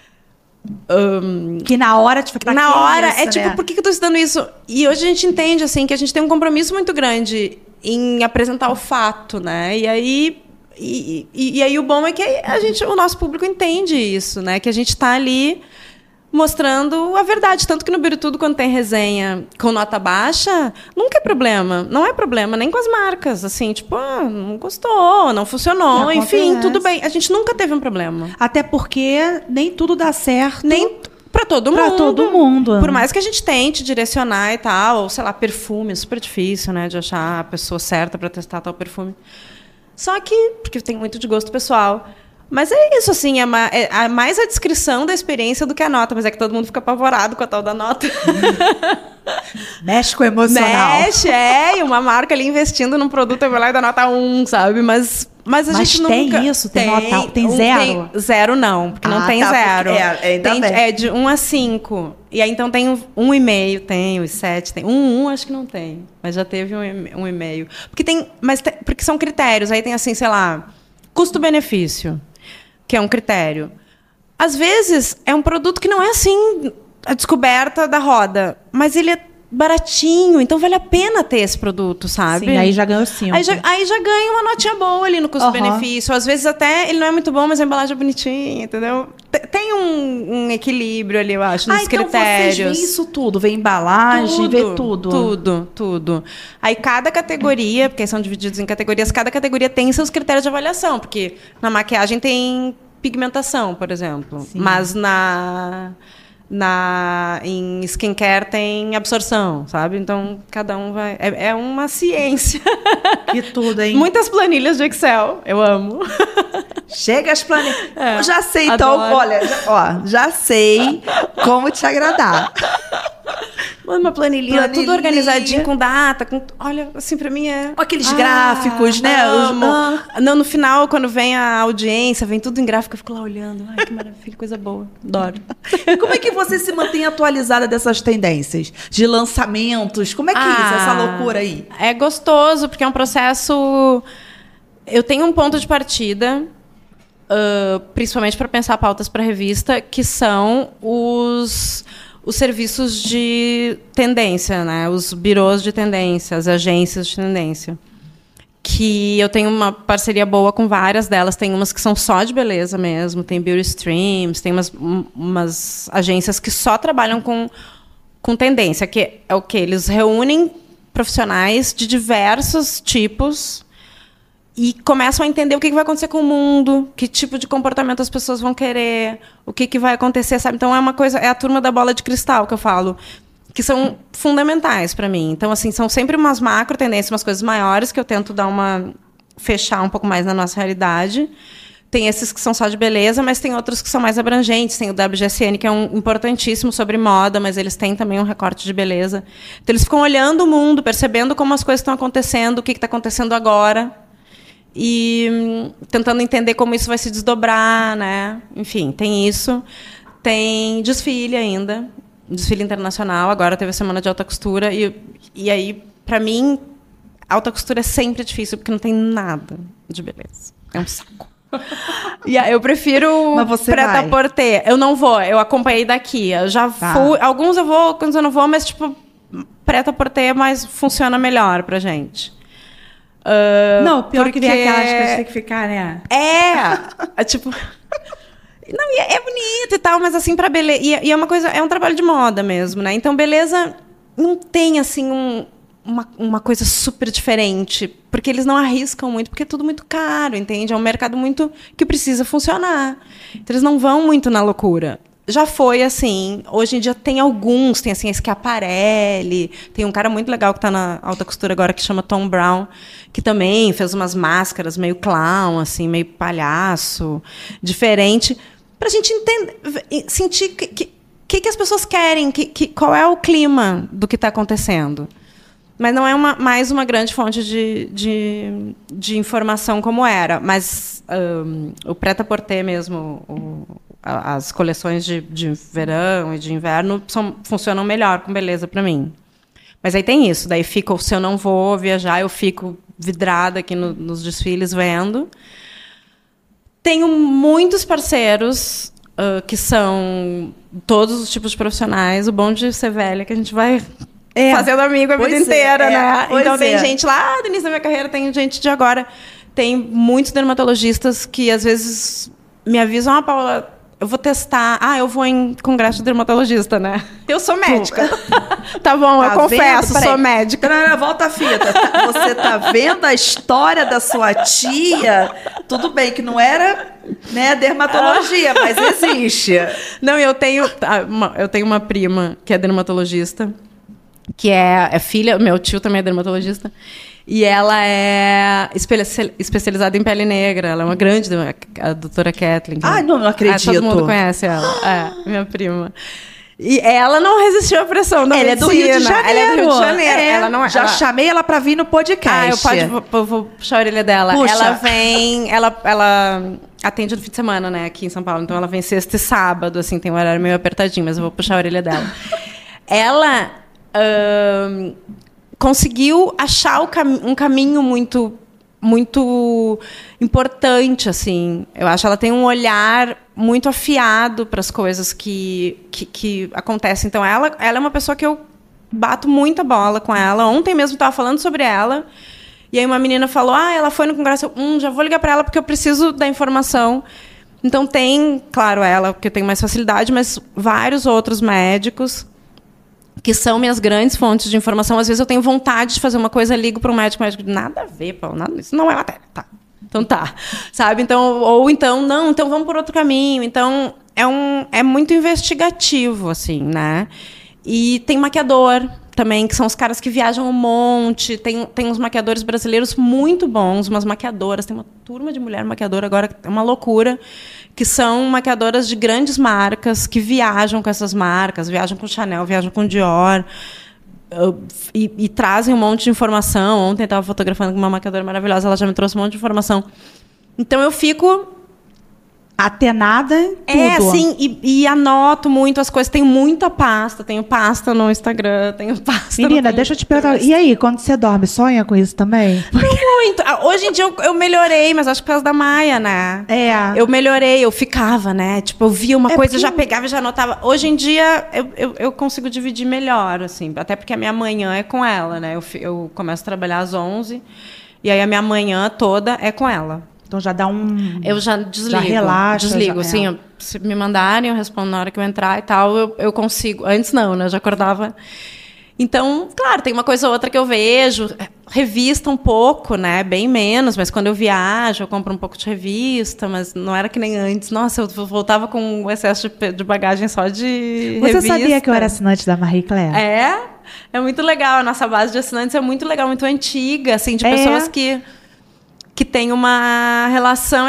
[SPEAKER 2] Que na hora, tipo,
[SPEAKER 3] por que eu estou estudando isso? E hoje a gente entende, assim, que a gente tem um compromisso muito grande em apresentar o fato, né? E aí o bom é que o nosso público entende isso, né? Que a gente está ali mostrando a verdade. Tanto que no Biritudo, quando tem resenha com nota baixa, nunca é problema. Não é problema nem com as marcas. Assim, tipo, não gostou, não funcionou, enfim, tudo bem. A gente nunca teve um problema.
[SPEAKER 2] Até porque nem tudo dá certo.
[SPEAKER 3] Nem pra todo mundo.
[SPEAKER 2] Pra todo mundo.
[SPEAKER 3] Por mais que a gente tente direcionar e tal, ou sei lá, perfume, é super difícil, né, de achar a pessoa certa pra testar tal perfume. Só que, porque tem muito de gosto pessoal. Mas é isso, assim, é mais a descrição da experiência do que a nota. Mas é que todo mundo fica apavorado com a tal da nota.
[SPEAKER 2] Mexe com o emocional.
[SPEAKER 3] Mexe, e uma marca ali investindo num produto, vai lá e dá nota 1, sabe? Mas a gente
[SPEAKER 2] tem
[SPEAKER 3] nunca...
[SPEAKER 2] isso? Tem nota? Tem zero?
[SPEAKER 3] Tem zero não, porque não tem zero. É de 1 a 5. E aí, então, tem 1,5, tem os 7, tem 1 acho que não tem. Mas já teve 1,5. Porque são critérios. Aí tem assim, sei lá, custo-benefício, que é um critério. Às vezes, é um produto que não é assim a descoberta da roda, mas ele é baratinho, então vale a pena ter esse produto, sabe?
[SPEAKER 2] Sim, aí já ganhou 5.
[SPEAKER 3] Aí já ganha uma notinha boa ali no custo-benefício. Às vezes até ele não é muito bom, mas a embalagem é bonitinha, entendeu? Tem um equilíbrio ali, eu acho, nos critérios. Vocês veem
[SPEAKER 2] isso tudo, vê embalagem, vê tudo.
[SPEAKER 3] Tudo. Aí cada categoria, porque são divididos em categorias, cada categoria tem seus critérios de avaliação, porque na maquiagem tem pigmentação, por exemplo. Sim. Mas em skincare tem absorção, sabe? Então, cada um vai... É uma ciência.
[SPEAKER 2] Que tudo, hein?
[SPEAKER 3] Muitas planilhas de Excel. Eu amo.
[SPEAKER 2] Chega as planilhas. Eu já sei, então, olha, já sei como te agradar.
[SPEAKER 3] Uma planilhinha, tudo organizadinho, com data. Olha, assim, pra mim é...
[SPEAKER 2] Aqueles gráficos, né?
[SPEAKER 3] Não, no final, quando vem a audiência, vem tudo em gráfico, eu fico lá olhando. Ai, que maravilha, coisa boa. Adoro.
[SPEAKER 2] Como é que você se mantém atualizada dessas tendências? De lançamentos? Como é que é isso, essa loucura aí?
[SPEAKER 3] É gostoso, porque é um processo... Eu tenho um ponto de partida, principalmente para pensar pautas para revista, que são os serviços de tendência, né? Os birôs de tendência, as agências de tendência. Que eu tenho uma parceria boa com várias delas. Tem umas que são só de beleza mesmo, tem Beauty Streams, tem umas agências que só trabalham com tendência, que é o quê? Eles reúnem profissionais de diversos tipos e começam a entender o que vai acontecer com o mundo, que tipo de comportamento as pessoas vão querer, o que vai acontecer, sabe? Então é a turma da bola de cristal que eu falo, que são fundamentais para mim. Então, assim, são sempre umas macro tendências, umas coisas maiores que eu tento fechar um pouco mais na nossa realidade. Tem esses que são só de beleza, mas tem outros que são mais abrangentes. Tem o WGSN, que é importantíssimo sobre moda, mas eles têm também um recorte de beleza. Então, eles ficam olhando o mundo, percebendo como as coisas estão acontecendo, o que está acontecendo agora, e tentando entender como isso vai se desdobrar, né? Enfim, tem isso. Tem desfile ainda, desfile internacional. Agora teve a semana de alta costura. E aí, para mim, alta costura é sempre difícil, porque não tem nada de beleza. É um saco. E aí, eu prefiro prêt-à-porter. Eu não vou, eu acompanhei daqui. Eu já fui. Alguns eu vou, alguns eu não vou, mas tipo, prêt-à-porter funciona melhor pra gente.
[SPEAKER 2] Não, pior porque... que vem aquelas que a gente tem que ficar, né?
[SPEAKER 3] É tipo... Não, é bonito e tal, mas assim, pra beleza... E é uma coisa... É um trabalho de moda mesmo, né? Então, beleza não tem, assim, uma coisa super diferente. Porque eles não arriscam muito, porque é tudo muito caro, entende? É um mercado muito... que precisa funcionar. Então, eles não vão muito na loucura. Já foi assim. Hoje em dia tem alguns, tem assim, Schiaparelli, tem um cara muito legal que está na alta costura agora que chama Tom Brown, que também fez umas máscaras meio clown, assim, meio palhaço, diferente, para a gente entender, sentir que as pessoas querem, qual é o clima do que está acontecendo. Mas não é mais uma grande fonte de informação como era. Mas o prêt-à-porter mesmo, as coleções de verão e de inverno funcionam melhor com beleza para mim. Mas aí tem isso. Daí se eu não vou viajar, eu fico vidrada aqui nos desfiles vendo. Tenho muitos parceiros que são todos os tipos de profissionais. O bom de ser velha é que a gente vai... fazendo amigo a vida inteira, né? Então tem gente lá do início da minha carreira, tem gente de agora. Tem muitos dermatologistas que às vezes me avisam, Paula, eu vou testar. Eu vou em congresso de dermatologista, né? Eu sou médica. Tá bom, eu confesso, sou médica.
[SPEAKER 2] Volta a fita. Você tá vendo a história da sua tia Tudo bem que não era, né, dermatologia, mas existe.
[SPEAKER 3] Não, eu tenho uma prima que é dermatologista, que é filha, meu tio também é dermatologista, e ela é especializada em pele negra. Ela é uma grande, a doutora Kathleen.
[SPEAKER 2] Não acredito.
[SPEAKER 3] Todo mundo conhece ela. Minha prima. E ela não resistiu à pressão da medicina.
[SPEAKER 2] É do Rio de Janeiro.
[SPEAKER 3] Ela é do Rio de Janeiro. Ela não,
[SPEAKER 2] já chamei ela para vir no podcast.
[SPEAKER 3] Eu vou puxar a orelha dela.
[SPEAKER 2] Puxa.
[SPEAKER 3] Ela vem... Ela atende no fim de semana, né? Aqui em São Paulo. Então, ela vem sexta e sábado, assim. Tem um horário meio apertadinho, mas eu vou puxar a orelha dela. Ela conseguiu achar um caminho muito importante, assim. Eu acho que ela tem um olhar muito afiado para as coisas que acontecem. Então, ela é uma pessoa que eu bato muita bola com ela. Ontem mesmo estava falando sobre ela. E aí uma menina falou, ela foi no congresso. Já vou ligar para ela porque eu preciso da informação. Então, tem, claro, ela, porque eu tenho mais facilidade, mas vários outros médicos que são minhas grandes fontes de informação. Às vezes eu tenho vontade de fazer uma coisa, ligo para o médico, nada a ver, Paulo, nada, isso não é matéria. Tá. Então tá, sabe? Então, então vamos por outro caminho. Então, é muito investigativo, assim, né? E tem maquiador também, que são os caras que viajam um monte. Tem uns maquiadores brasileiros muito bons, umas maquiadoras. Tem uma turma de mulher maquiadora agora, é uma loucura, que são maquiadoras de grandes marcas, que viajam com essas marcas, viajam com Chanel, viajam com Dior, e trazem um monte de informação. Ontem eu estava fotografando com uma maquiadora maravilhosa, ela já me trouxe um monte de informação. Então, eu fico
[SPEAKER 2] atenada em tudo.
[SPEAKER 3] Sim, e anoto muito as coisas. Tenho muita pasta. Tenho pasta no Instagram, tenho pasta
[SPEAKER 4] Menina, deixa eu te perguntar. E aí, quando você dorme, sonha com isso também?
[SPEAKER 3] Não muito. Hoje em dia eu melhorei, mas acho que por causa da Maia, né? Eu melhorei, eu ficava, né? Tipo, eu via uma coisa, já pegava e já anotava. Hoje em dia eu consigo dividir melhor, assim. Até porque a minha manhã é com ela, né? Eu começo a trabalhar às 11, e aí a minha manhã toda é com ela.
[SPEAKER 4] Então já dá um...
[SPEAKER 3] Eu já desligo.
[SPEAKER 4] Já relaxa.
[SPEAKER 3] Desligo, assim. Se me mandarem, eu respondo na hora que eu entrar e tal, eu consigo. Antes não, né? Eu já acordava. Então, claro, tem uma coisa ou outra que eu vejo. Revista um pouco, né? Bem menos, mas quando eu viajo, eu compro um pouco de revista, mas não era que nem antes. Nossa, eu voltava com um excesso de bagagem só de revista.
[SPEAKER 4] Você sabia que eu era assinante da Marie Claire?
[SPEAKER 3] É muito legal. A nossa base de assinantes é muito legal, muito antiga, assim, de pessoas que tem uma relação.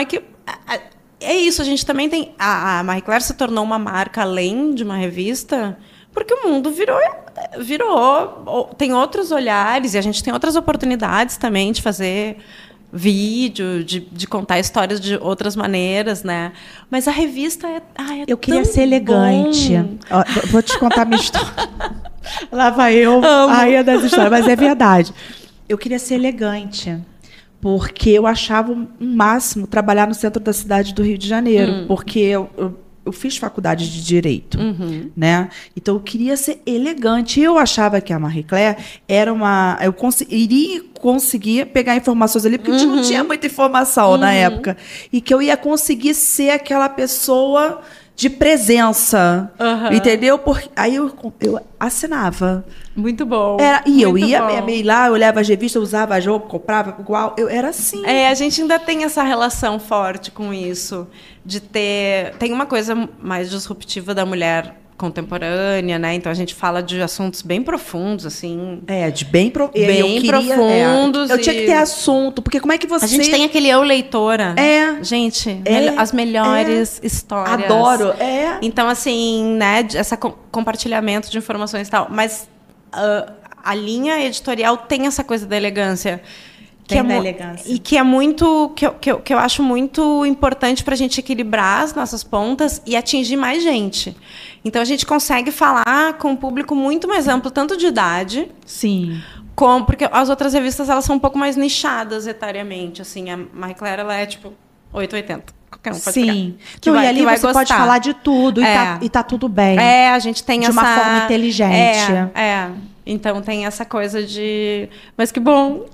[SPEAKER 3] É isso, a gente também tem... A Marie Claire se tornou uma marca além de uma revista, porque o mundo virou... Tem outros olhares, e a gente tem outras oportunidades também de fazer vídeo, de contar histórias de outras maneiras, né? Mas a revista
[SPEAKER 4] eu queria ser elegante. Ó, vou te contar a minha história. Lá vai eu, rainha das histórias, mas é verdade. Eu queria ser elegante. Porque eu achava um máximo trabalhar no centro da cidade do Rio de Janeiro. Porque eu fiz faculdade de Direito. Né? Então, eu queria ser elegante. Eu achava que a Marie Claire era uma... iria conseguir pegar informações ali, porque a gente não tinha muita informação na época. E que eu ia conseguir ser aquela pessoa de presença. Entendeu? Aí eu assinava.
[SPEAKER 3] Muito bom.
[SPEAKER 2] Eu ia lá, eu olhava as revistas, usava as roupas, comprava igual. Eu era assim.
[SPEAKER 3] A gente ainda tem essa relação forte com isso. De ter... Tem uma coisa mais disruptiva da mulher contemporânea, né? Então a gente fala de assuntos bem profundos, assim.
[SPEAKER 2] De bem
[SPEAKER 3] profundos.
[SPEAKER 2] Eu tinha que ter assunto, porque como é que você...
[SPEAKER 3] A gente tem aquele Eu Leitora. Gente, as melhores histórias.
[SPEAKER 2] Adoro.
[SPEAKER 3] Então, assim, né? Esse compartilhamento de informações e tal. Mas a linha editorial tem essa coisa da elegância.
[SPEAKER 2] Elegância.
[SPEAKER 3] E que é muito... Que eu acho muito importante para a gente equilibrar as nossas pontas e atingir mais gente. Então, a gente consegue falar com um público muito mais amplo, tanto de idade...
[SPEAKER 4] Sim.
[SPEAKER 3] Porque as outras revistas, elas são um pouco mais nichadas etariamente. Assim, a Marie Claire, ela é, tipo, 880. Qualquer um pode pegar.
[SPEAKER 4] E ali você pode falar de tudo e tá tudo bem.
[SPEAKER 3] A gente tem
[SPEAKER 4] de uma forma inteligente.
[SPEAKER 3] Então, tem essa coisa de... Mas que bom!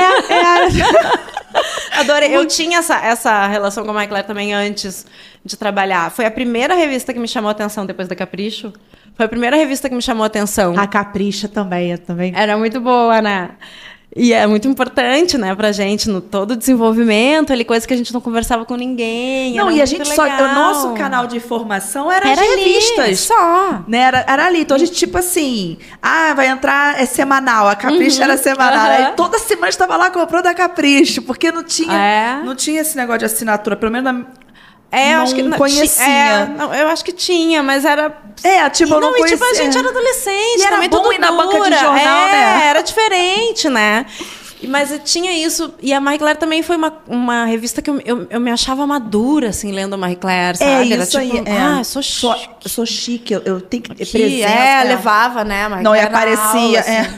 [SPEAKER 3] Adorei. Eu tinha essa relação com a Marie Claire também antes de trabalhar. Foi a primeira revista que me chamou a atenção depois da Capricho. Foi a primeira revista que me chamou a atenção.
[SPEAKER 4] A Capricha também,
[SPEAKER 3] Era muito boa, né? E é muito importante, né, pra gente, no todo o desenvolvimento, ali, coisa que a gente não conversava com ninguém.
[SPEAKER 2] Não, e a gente só. O nosso canal de informação era as revistas.
[SPEAKER 3] Ali, só.
[SPEAKER 2] Né? Era ali. Então a gente, tipo assim, vai entrar, é semanal. A Capricho era semanal. Aí toda semana estava lá comprando a Capricho, porque não tinha esse negócio de assinatura, pelo menos
[SPEAKER 3] eu acho que
[SPEAKER 2] não conhecia.
[SPEAKER 3] Eu acho que tinha, mas era.
[SPEAKER 2] Tipo, eu não conhecia.
[SPEAKER 3] Tipo, a gente era adolescente,
[SPEAKER 2] e era
[SPEAKER 3] também
[SPEAKER 2] bom
[SPEAKER 3] tudo
[SPEAKER 2] ir na banca de jornal, né?
[SPEAKER 3] Era diferente, né? Mas tinha isso. E a Marie Claire também foi uma revista que eu me achava madura, assim, lendo a Marie Claire, sabe?
[SPEAKER 2] Isso
[SPEAKER 3] era tipo,
[SPEAKER 2] aí.
[SPEAKER 3] Sou chique.
[SPEAKER 2] Sou chique, eu tenho que ter presença.
[SPEAKER 3] Levava, né? A Marie
[SPEAKER 2] não,
[SPEAKER 3] Claire
[SPEAKER 2] e aparecia,
[SPEAKER 3] aula, assim.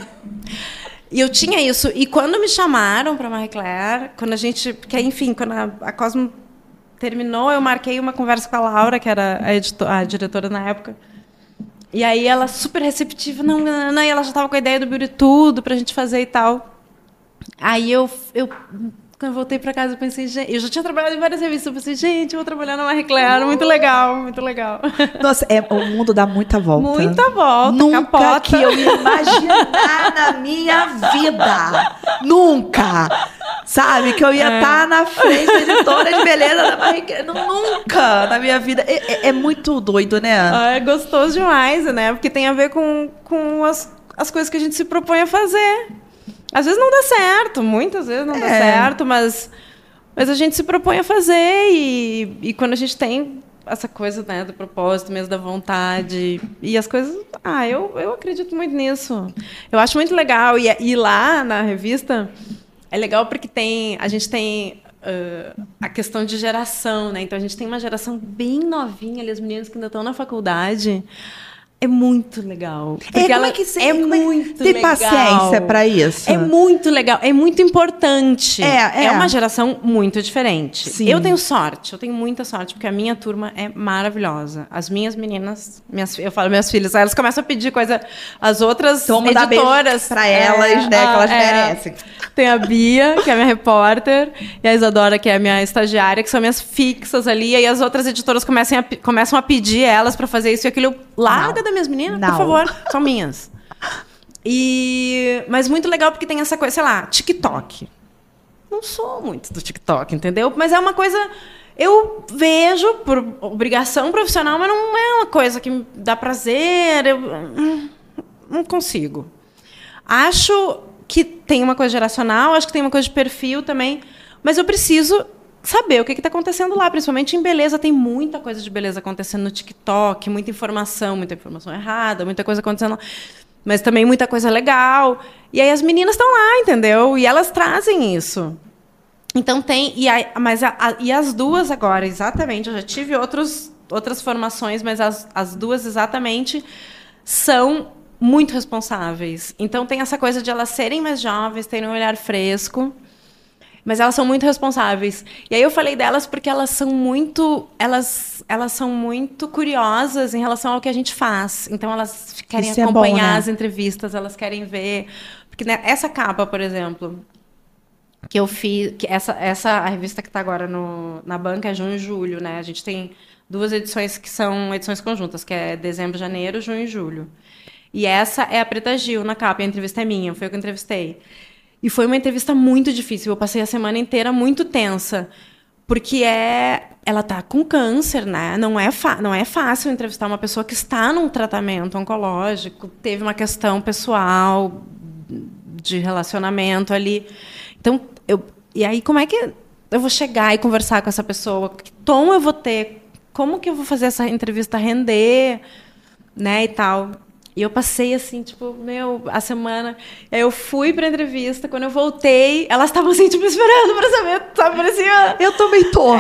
[SPEAKER 3] E eu tinha isso. E quando me chamaram para Marie Claire, quando a gente... Porque, enfim, quando a Cosmo terminou, eu marquei uma conversa com a Laura, que era a diretora na época. E aí ela super receptiva, e ela já estava com a ideia do Beauty Tudo pra gente fazer e tal. Aí quando eu voltei para casa, eu pensei, gente, eu já tinha trabalhado em várias revistas, eu pensei, gente, eu vou trabalhar na Marie Claire, muito legal, muito legal.
[SPEAKER 2] Nossa, o mundo dá muita volta.
[SPEAKER 3] Muita volta,
[SPEAKER 2] nunca
[SPEAKER 3] capota.
[SPEAKER 2] Que eu ia imaginar na minha vida. Nunca. Sabe, que eu ia estar na frente da editora de beleza da Marie Claire. Nunca na minha vida. É muito doido, né?
[SPEAKER 3] É gostoso demais, né? Porque tem a ver com as coisas que a gente se propõe a fazer. Às vezes não dá certo, muitas vezes não dá certo, mas a gente se propõe a fazer e quando a gente tem essa coisa, né, do propósito mesmo, da vontade e as coisas... eu acredito muito nisso. Eu acho muito legal. E lá na revista é legal porque a gente tem a questão de geração, né? Então a gente tem uma geração bem novinha, ali, as meninas que ainda estão na faculdade... É muito legal. Porque ela é muito
[SPEAKER 2] tem
[SPEAKER 3] legal.
[SPEAKER 2] Paciência para isso.
[SPEAKER 3] É muito legal, é muito importante.
[SPEAKER 2] É
[SPEAKER 3] uma geração muito diferente.
[SPEAKER 2] Sim.
[SPEAKER 3] Eu tenho sorte, eu tenho muita sorte, porque a minha turma é maravilhosa. As minhas meninas, eu falo minhas filhas, elas começam a pedir coisa, as outras editoras
[SPEAKER 2] para elas, né, que elas merecem.
[SPEAKER 3] Tem a Bia, que é a minha repórter, e a Isadora, que é a minha estagiária, que são minhas fixas ali, e aí as outras editoras começam a pedir elas para fazer isso e aquilo. Larga das minhas meninas, por favor, são minhas. Mas muito legal porque tem essa coisa, sei lá, TikTok. Não sou muito do TikTok, entendeu? Mas é uma coisa... Eu vejo por obrigação profissional, mas não é uma coisa que me dá prazer. Eu não consigo. Acho que tem uma coisa geracional, acho que tem uma coisa de perfil também, mas eu preciso saber o que está acontecendo lá, principalmente em beleza. Tem muita coisa de beleza acontecendo no TikTok, muita informação errada, muita coisa acontecendo lá, mas também muita coisa legal. E aí as meninas estão lá, entendeu? E elas trazem isso. Então tem... E as duas agora, exatamente, eu já tive outras formações, mas as duas exatamente são muito responsáveis. Então tem essa coisa de elas serem mais jovens, terem um olhar fresco, mas elas são muito responsáveis. E aí eu falei delas porque elas são muito curiosas em relação ao que a gente faz. Então elas querem acompanhar as entrevistas, elas querem ver. Porque, né, essa capa, por exemplo, que eu fiz, que a revista que está agora na banca é junho e julho, né? A gente tem 2 edições que são edições conjuntas, que é dezembro, janeiro, junho e julho. E essa é a Preta Gil na capa, e a entrevista é minha, foi eu que entrevistei. E foi uma entrevista muito difícil, eu passei a semana inteira muito tensa, porque ela está com câncer, né? Não é fácil entrevistar uma pessoa que está num tratamento oncológico, teve uma questão pessoal, de relacionamento ali. Então, e aí, como é que eu vou chegar e conversar com essa pessoa? Que tom eu vou ter? Como que eu vou fazer essa entrevista render? Né, e tal. E eu passei, assim, tipo, a semana... Aí eu fui pra entrevista, quando eu voltei, elas estavam, assim, tipo, esperando pra saber, sabe? Parecia...
[SPEAKER 2] Eu também tô.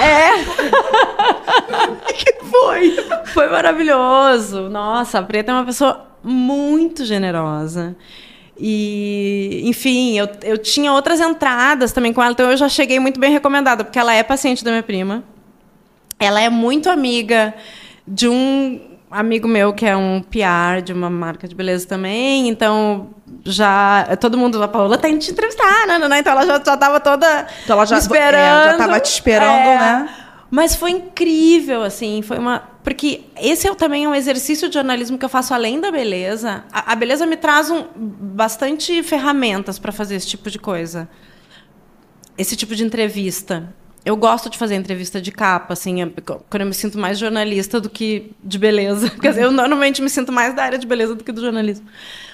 [SPEAKER 3] Que foi? Foi maravilhoso. Nossa, a Preta é uma pessoa muito generosa. E, enfim, eu tinha outras entradas também com ela, então eu já cheguei muito bem recomendada, porque ela é paciente da minha prima. Ela é muito amiga de um amigo meu que é um PR de uma marca de beleza também, então todo mundo, a Paola tem que te entrevistar, né? Então ela já estava toda me esperando.
[SPEAKER 2] Já estava te esperando, né?
[SPEAKER 3] Mas foi incrível, assim, foi uma Porque esse também é um exercício de jornalismo que eu faço além da beleza. A beleza me traz bastante ferramentas para fazer esse tipo de coisa. Esse tipo de entrevista. Eu gosto de fazer entrevista de capa, assim, quando eu me sinto mais jornalista do que de beleza. Quer dizer, eu normalmente me sinto mais da área de beleza do que do jornalismo.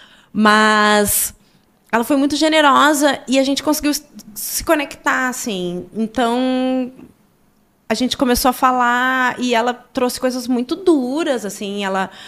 [SPEAKER 3] Mas ela foi muito generosa e a gente conseguiu se conectar, assim. Então, a gente começou a falar e ela trouxe coisas muito duras, assim.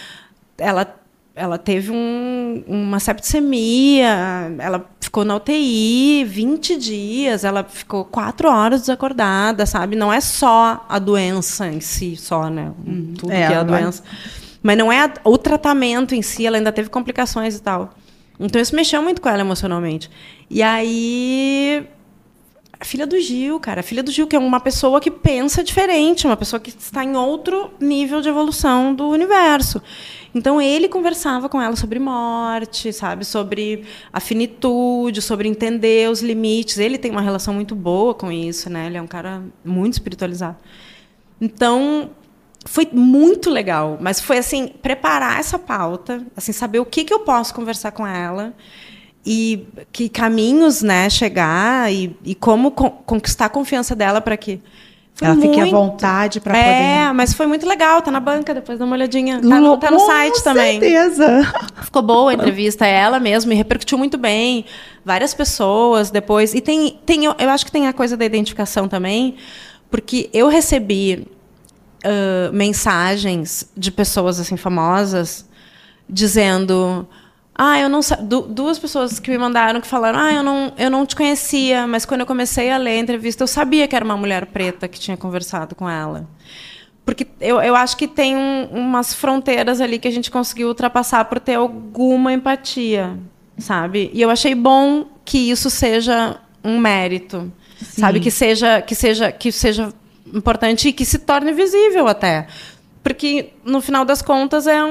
[SPEAKER 3] Ela teve uma septicemia, ela ficou na UTI 20 dias, ela ficou 4 horas desacordada, sabe? Não é só a doença em si, só, né? Tudo que é a doença. Mas não é o tratamento em si, ela ainda teve complicações e tal. Então, isso mexeu muito com ela emocionalmente. E aí... A filha do Gil, cara. A filha do Gil, que é uma pessoa que pensa diferente, uma pessoa que está em outro nível de evolução do universo. Então, ele conversava com ela sobre morte, sabe? Sobre a finitude, sobre entender os limites. Ele tem uma relação muito boa com isso, né? Ele é um cara muito espiritualizado. Então, foi muito legal. Mas foi, assim, preparar essa pauta, assim, saber o que eu posso conversar com ela e que caminhos, né, chegar e como conquistar a confiança dela para que
[SPEAKER 4] ela fique à vontade para poder...
[SPEAKER 3] mas foi muito legal, tá na banca, depois dá uma olhadinha. Tá no site também.
[SPEAKER 4] Com certeza.
[SPEAKER 3] Ficou boa a entrevista, ela mesma, e repercutiu muito bem. Várias pessoas depois. E eu acho que tem a coisa da identificação também, porque eu recebi mensagens de pessoas assim famosas dizendo... eu não duas pessoas que me mandaram que falaram, eu não te conhecia, mas quando eu comecei a ler a entrevista, eu sabia que era uma mulher preta que tinha conversado com ela. Porque eu acho que tem umas fronteiras ali que a gente conseguiu ultrapassar por ter alguma empatia, sabe? E eu achei bom que isso seja um mérito, sim, sabe? Que seja importante e que se torne visível até. Porque, no final das contas, é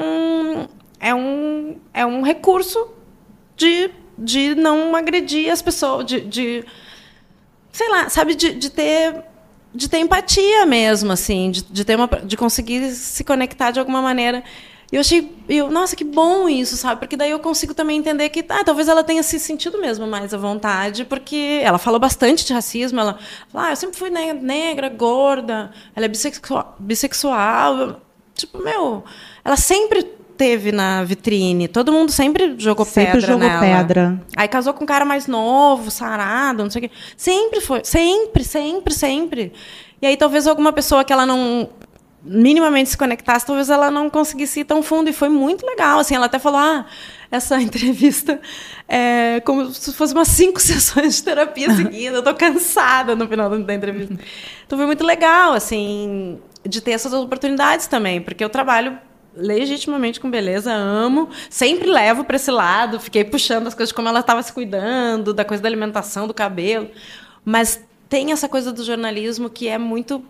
[SPEAKER 3] um recurso de não agredir as pessoas, sei lá, sabe, de ter empatia mesmo, assim, de conseguir se conectar de alguma maneira. E eu achei, nossa, que bom isso, sabe? Porque daí eu consigo também entender que talvez ela tenha se sentido mesmo mais à vontade, porque ela falou bastante de racismo, ela falou, eu sempre fui negra, gorda, ela é bissexual. Tipo, ela sempre teve na vitrine. Todo mundo sempre jogou pedra nela. Aí casou com um cara mais novo, sarado, não sei o quê. Sempre foi. Sempre. E aí talvez alguma pessoa que ela não minimamente se conectasse, talvez ela não conseguisse ir tão fundo. E foi muito legal. Assim, ela até falou, essa entrevista é como se fosse umas 5 sessões de terapia seguida. Eu estou cansada no final da entrevista. Então foi muito legal, assim, de ter essas oportunidades também. Porque eu trabalho legitimamente com beleza, amo, sempre levo para esse lado, fiquei puxando as coisas de como ela estava se cuidando, da coisa da alimentação, do cabelo, mas tem essa coisa do jornalismo que é muito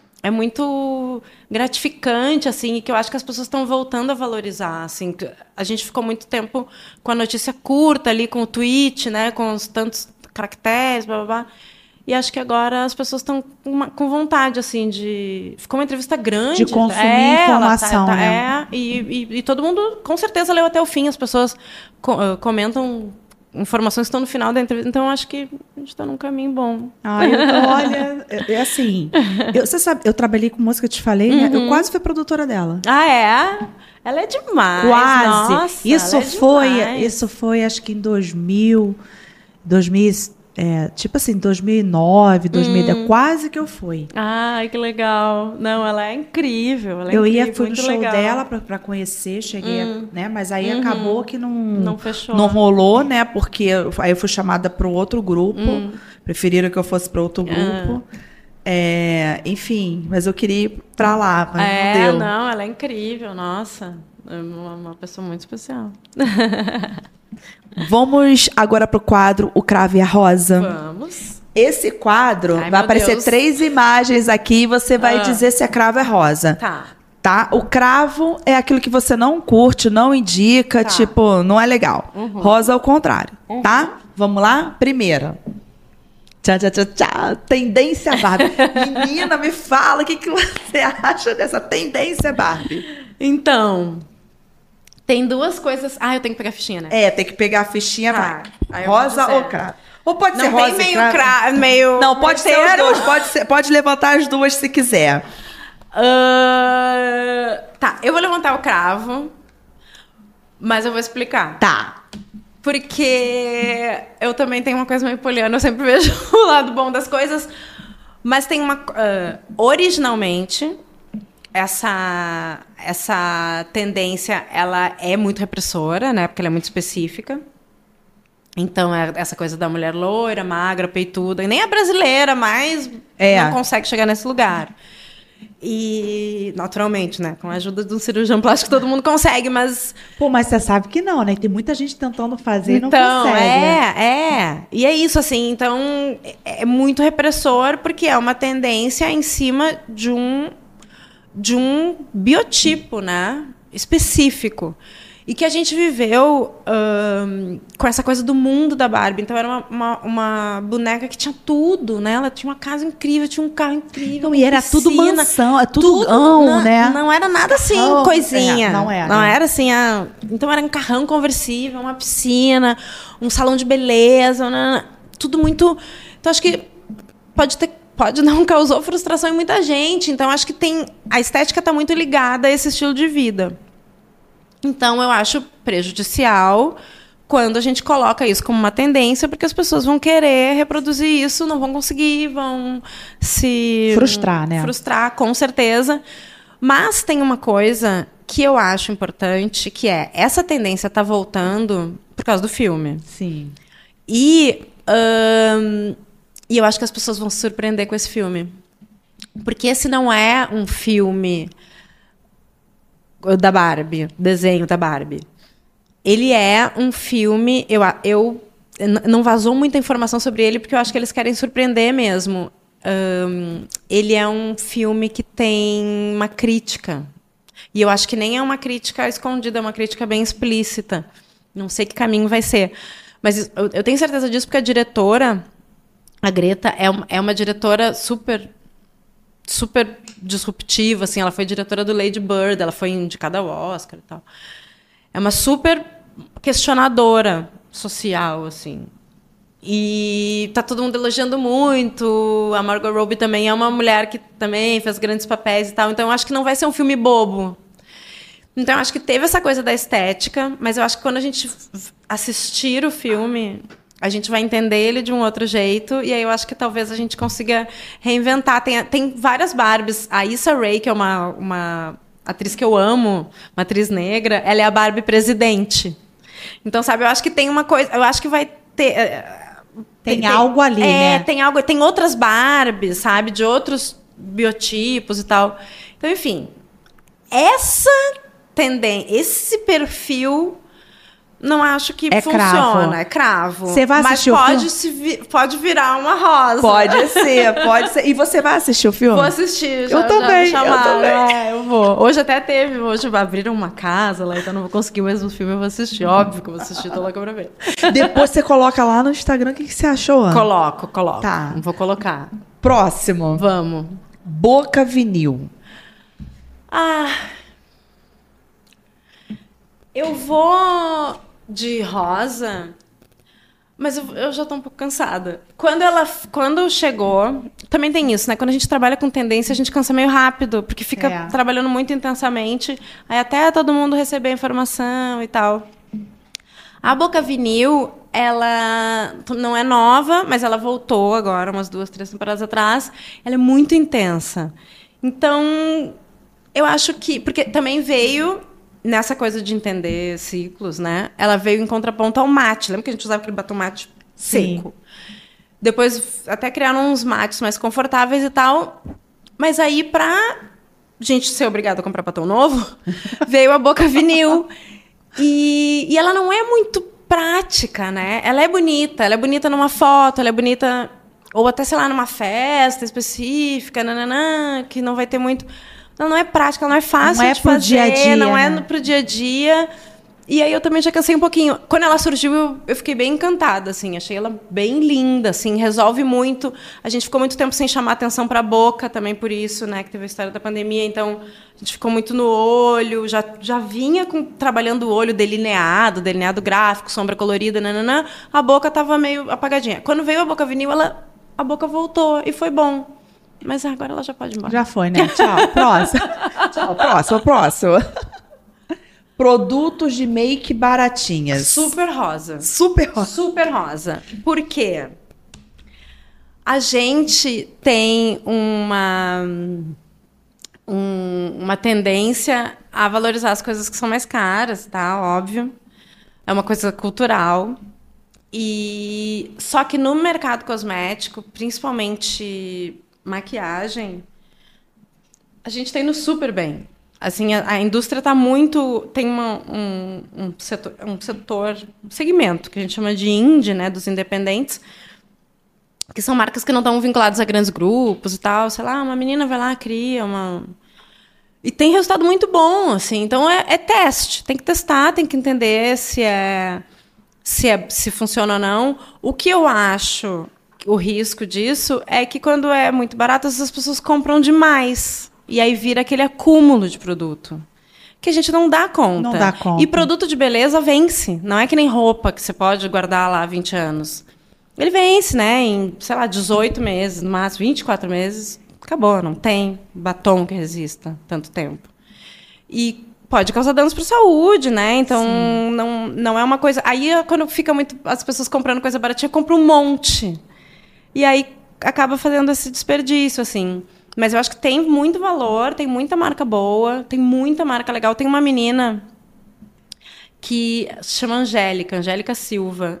[SPEAKER 3] gratificante, assim, e que eu acho que as pessoas estão voltando a valorizar, assim. A gente ficou muito tempo com a notícia curta ali, com o tweet, né, com os tantos caracteres, blá, blá, blá. E acho que agora as pessoas estão com vontade, assim, ficou uma entrevista grande.
[SPEAKER 4] De consumir informação, né?
[SPEAKER 3] E todo mundo, com certeza, leu até o fim. As pessoas comentam informações que estão no final da entrevista. Então, acho que a gente está num caminho bom.
[SPEAKER 4] Olha, é assim... Você sabe, eu trabalhei com música, eu te falei, né? Eu quase fui produtora dela.
[SPEAKER 3] É? Ela é demais.
[SPEAKER 4] Quase.
[SPEAKER 3] Nossa,
[SPEAKER 4] Isso foi, acho que em 2000... tipo assim, 2009, 2010, quase que eu fui.
[SPEAKER 3] Ai, que legal. Não, ela é incrível.
[SPEAKER 4] Fui no show dela para conhecer, cheguei, né? Mas aí acabou que não
[SPEAKER 3] fechou.
[SPEAKER 4] Não rolou, né? Porque aí eu fui chamada para outro grupo. Preferiram que eu fosse para outro grupo. Enfim, mas eu queria ir para lá, mas não deu.
[SPEAKER 3] Não, ela é incrível, nossa. É uma pessoa muito especial.
[SPEAKER 2] Vamos agora para o quadro O Cravo e a Rosa.
[SPEAKER 3] Vamos.
[SPEAKER 2] Esse quadro vai aparecer 3 imagens aqui e você vai dizer se é cravo ou é rosa. Tá? O cravo é aquilo que você não curte, não indica, tipo, não é legal. Rosa ao contrário, tá? Vamos lá? Primeira. Tchau, tchau, tchau, tchau. Tendência Barbie. Menina, me fala, o que você acha dessa tendência Barbie?
[SPEAKER 3] Então, tem duas coisas... eu tenho que pegar a fichinha, né?
[SPEAKER 2] Tem que pegar a fichinha,
[SPEAKER 3] Tá.
[SPEAKER 2] vai.
[SPEAKER 3] Aí eu
[SPEAKER 2] Rosa
[SPEAKER 3] vou dizer.
[SPEAKER 2] ou cravo? Ou pode ser
[SPEAKER 3] Não
[SPEAKER 2] rosa
[SPEAKER 3] tem
[SPEAKER 2] e
[SPEAKER 3] meio
[SPEAKER 2] cravo?
[SPEAKER 3] meio...
[SPEAKER 2] Não, pode ser os
[SPEAKER 3] inteiro.
[SPEAKER 2] dois. Pode levantar as duas se quiser.
[SPEAKER 3] Tá, eu vou levantar o cravo, mas eu vou explicar.
[SPEAKER 2] Tá.
[SPEAKER 3] Porque eu também tenho uma coisa meio poliana, eu sempre vejo o lado bom das coisas. Mas tem uma... originalmente, essa tendência, ela é muito repressora, né? Porque ela é muito específica. Então, é essa coisa da mulher loira, magra, peituda. E nem a brasileira, mas não consegue chegar nesse lugar. E, naturalmente, né? Com a ajuda de um cirurgião plástico, todo mundo consegue, mas...
[SPEAKER 4] Pô, mas você sabe que não, né? Tem muita gente tentando fazer e não
[SPEAKER 3] então,
[SPEAKER 4] consegue.
[SPEAKER 3] E é isso, assim. Então, é muito repressor, porque é uma tendência em cima de um biotipo, né? Específico. E que a gente viveu com essa coisa do mundo da Barbie. Então, era uma boneca que tinha tudo, né? Ela tinha uma casa incrível, tinha um carro incrível.
[SPEAKER 4] Não, e era
[SPEAKER 3] piscina,
[SPEAKER 4] tudo mansão, é tudo gão, né?
[SPEAKER 3] Não era nada assim,
[SPEAKER 4] Carrão,
[SPEAKER 3] coisinha.
[SPEAKER 4] não era.
[SPEAKER 3] Não era assim. Então, era um carrão conversível, uma piscina, um salão de beleza, tudo muito... Então, acho que não causou frustração em muita gente. Então, acho que a estética está muito ligada a esse estilo de vida. Então, eu acho prejudicial quando a gente coloca isso como uma tendência, porque as pessoas vão querer reproduzir isso, não vão conseguir, vão se...
[SPEAKER 4] Frustrar, né?
[SPEAKER 3] Frustrar, com certeza. Mas tem uma coisa que eu acho importante, que é essa tendência está voltando por causa do filme.
[SPEAKER 4] Sim.
[SPEAKER 3] E eu acho que as pessoas vão se surpreender com esse filme. Porque esse não é um filme... da Barbie, desenho da Barbie. Ele é um filme... não vazou muita informação sobre ele, porque eu acho que eles querem surpreender mesmo. Ele é um filme que tem uma crítica. E eu acho que nem é uma crítica escondida, é uma crítica bem explícita. Não sei que caminho vai ser. Mas eu tenho certeza disso, porque a diretora, a Greta, é uma diretora super disruptiva, assim. Ela foi diretora do Lady Bird, ela foi indicada ao Oscar e tal. É uma super questionadora social, assim. E tá todo mundo elogiando muito. A Margot Robbie também é uma mulher que também fez grandes papéis e tal. Então, eu acho que não vai ser um filme bobo. Então, eu acho que teve essa coisa da estética, mas eu acho que quando a gente assistir o filme... a gente vai entender ele de um outro jeito, e aí eu acho que talvez a gente consiga reinventar. Tem várias Barbies. A Issa Rae, que é uma atriz que eu amo, uma atriz negra, ela é a Barbie presidente. Então, sabe, eu acho que tem uma coisa... Eu acho que vai ter...
[SPEAKER 4] Tem algo ali, né?
[SPEAKER 3] Tem outras Barbies, sabe? De outros biotipos e tal. Então, enfim, esse perfil... não acho que funciona.
[SPEAKER 4] Cravo.
[SPEAKER 3] É cravo.
[SPEAKER 4] Você vai assistir
[SPEAKER 3] mas pode virar uma rosa.
[SPEAKER 2] Pode ser. E você vai assistir o filme?
[SPEAKER 3] Vou assistir.
[SPEAKER 2] Eu também.
[SPEAKER 3] Eu vou. Hoje até teve. Hoje abriram uma casa lá, então não vou conseguir mais o filme. Eu vou assistir. Óbvio que eu vou assistir. Tô louca pra ver.
[SPEAKER 2] Depois você coloca lá no Instagram o que você achou, Ana.
[SPEAKER 3] Coloco.
[SPEAKER 2] Tá.
[SPEAKER 3] Vou colocar.
[SPEAKER 2] Próximo.
[SPEAKER 3] Vamos.
[SPEAKER 2] Boca Vinil.
[SPEAKER 3] Eu vou de rosa, mas eu já tô um pouco cansada. Quando chegou... Também tem isso, né? Quando a gente trabalha com tendência, a gente cansa meio rápido, porque fica trabalhando muito intensamente, aí até todo mundo receber a informação e tal. A Boca Vinil, ela não é nova, mas ela voltou agora, umas 2, 3 temporadas atrás. Ela é muito intensa. Então, eu acho que... Porque também veio... nessa coisa de entender ciclos, né? Ela veio em contraponto ao mate. Lembra que a gente usava aquele batom mate seco? Sim. Depois até criaram uns mates mais confortáveis e tal. Mas aí, pra gente ser obrigada a comprar batom novo, veio a Boca Vinil. E ela não é muito prática, né? Ela é bonita numa foto, ela é bonita... Ou até, sei lá, numa festa específica, que não vai ter muito... Ela não é prática, ela não é fácil de fazer,
[SPEAKER 4] dia a dia,
[SPEAKER 3] não é
[SPEAKER 4] né?
[SPEAKER 3] pro dia a dia. E aí eu também já cansei um pouquinho. Quando ela surgiu, eu fiquei bem encantada, assim. Achei ela bem linda, assim. Resolve muito. A gente ficou muito tempo sem chamar atenção para a boca, também por isso, né? Que teve a história da pandemia. Então, a gente ficou muito no olho. Já vinha trabalhando o olho delineado gráfico, sombra colorida, nananã. A boca estava meio apagadinha. Quando veio a boca vinil, a boca voltou e foi bom. Mas agora ela já pode ir embora.
[SPEAKER 4] Já foi, né? Tchau. Próximo. Tchau, próximo. Produtos de make baratinhas.
[SPEAKER 3] Super rosa.
[SPEAKER 4] Super rosa.
[SPEAKER 3] Super rosa. Por quê? A gente tem uma tendência a valorizar as coisas que são mais caras, tá? Óbvio. É uma coisa cultural. Só que no mercado cosmético, principalmente maquiagem, a gente tem no super bem. Assim, a indústria está muito... Tem um segmento, que a gente chama de indie, né, dos independentes, que são marcas que não estão vinculadas a grandes grupos e tal. Sei lá, uma menina vai lá, cria uma... E tem resultado muito bom, assim. Então, é teste. Tem que testar, tem que entender se funciona ou não. O que eu acho, o risco disso, é que quando é muito barato, as pessoas compram demais. E aí vira aquele acúmulo de produto. Que a gente não dá conta.
[SPEAKER 4] Não dá conta.
[SPEAKER 3] E produto de beleza vence. Não é que nem roupa que você pode guardar lá 20 anos. Ele vence, né? Em, sei lá, 18 meses, no máximo 24 meses. Acabou, não tem batom que resista tanto tempo. E pode causar danos para a saúde, né? Então, não é uma coisa... Aí, quando fica muito... As pessoas comprando coisa baratinha, compram um monte. E aí, acaba fazendo esse desperdício, assim. Mas eu acho que tem muito valor, tem muita marca boa, tem muita marca legal. Tem uma menina que se chama Angélica Silva.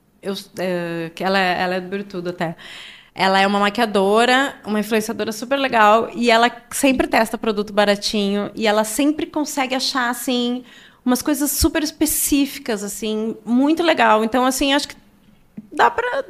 [SPEAKER 3] Que ela é do Bertudo até. Ela é uma maquiadora, uma influenciadora super legal, e ela sempre testa produto baratinho, e ela sempre consegue achar, assim, umas coisas super específicas, assim, muito legal. Então, assim, acho que dá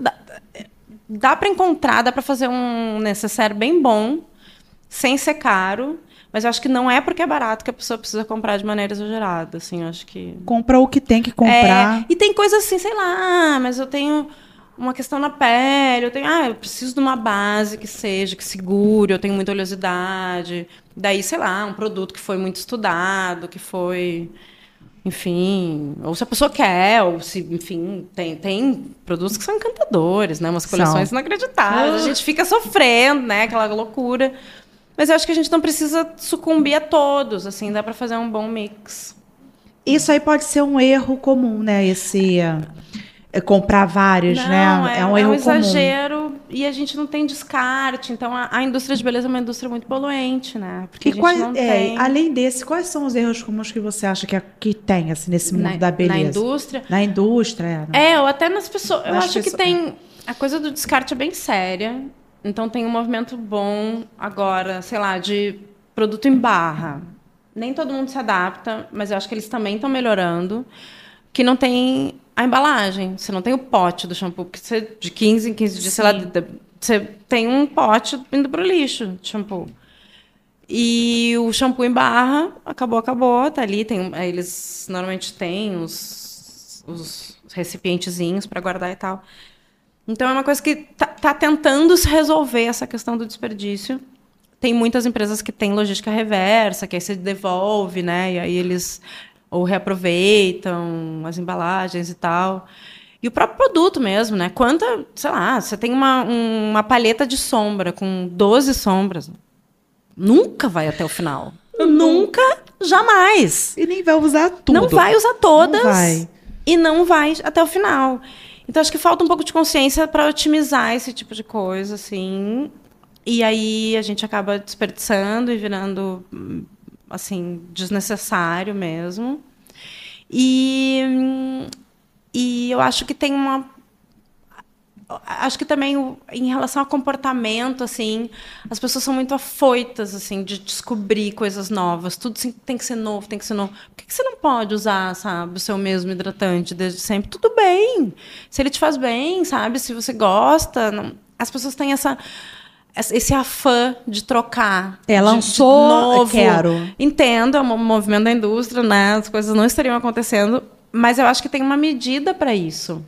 [SPEAKER 3] para encontrar, dá para fazer um necessaire bem bom, sem ser caro, mas eu acho que não é porque é barato que a pessoa precisa comprar de maneira exagerada, assim, eu acho que...
[SPEAKER 4] Compra o que tem que comprar.
[SPEAKER 3] E tem coisas assim, sei lá, mas eu tenho uma questão na pele, eu preciso de uma base que segure, eu tenho muita oleosidade, daí, sei lá, um produto que foi muito estudado, que foi... Enfim, ou se a pessoa quer, ou se, enfim, tem produtos que são encantadores, né? Umas coleções inacreditáveis. A gente fica sofrendo, né? Aquela loucura. Mas eu acho que a gente não precisa sucumbir a todos, assim, dá para fazer um bom mix.
[SPEAKER 4] Isso aí pode ser um erro comum, né? Esse comprar vários, né? É um erro comum.
[SPEAKER 3] Exagero e a gente não tem descarte. Então, a indústria de beleza é uma indústria muito poluente, né? Porque a gente não tem...
[SPEAKER 4] Além desse, quais são os erros comuns que você acha que tem, assim, nesse mundo da beleza?
[SPEAKER 3] Na indústria?
[SPEAKER 4] Na indústria,
[SPEAKER 3] ou até nas pessoas. Eu acho que tem... A coisa do descarte é bem séria. Então, tem um movimento bom agora, sei lá, de produto em barra. Nem todo mundo se adapta, mas eu acho que eles também estão melhorando. Que não tem a embalagem. Você não tem o pote do shampoo, porque você, de 15 em 15 dias, sei lá, você tem um pote indo para o lixo de shampoo. E o shampoo em barra, acabou, tá ali. Eles normalmente têm os recipientezinhos para guardar e tal. Então, é uma coisa que tá tentando se resolver essa questão do desperdício. Tem muitas empresas que têm logística reversa, que aí você devolve, né? E aí eles ou reaproveitam as embalagens e tal. E o próprio produto mesmo, né? Sei lá, você tem uma paleta de sombra com 12 sombras. Nunca vai até o final. Nunca, jamais.
[SPEAKER 4] E nem vai usar tudo.
[SPEAKER 3] Não vai usar todas.
[SPEAKER 4] Não vai.
[SPEAKER 3] E não vai até o final. Então, acho que falta um pouco de consciência para otimizar esse tipo de coisa, assim. E aí a gente acaba desperdiçando e virando, assim, desnecessário mesmo. E eu acho que tem acho que também, em relação ao comportamento, assim, as pessoas são muito afoitas, assim, de descobrir coisas novas. Tudo tem que ser novo, tem que ser novo. Por que você não pode usar, sabe, o seu mesmo hidratante desde sempre? Tudo bem. Se ele te faz bem, sabe? Se você gosta. As pessoas têm esse afã de trocar.
[SPEAKER 2] Lançou,
[SPEAKER 3] novo.
[SPEAKER 2] quero.
[SPEAKER 3] Entendo, é um movimento da indústria, né? As coisas não estariam acontecendo, mas eu acho que tem uma medida para isso.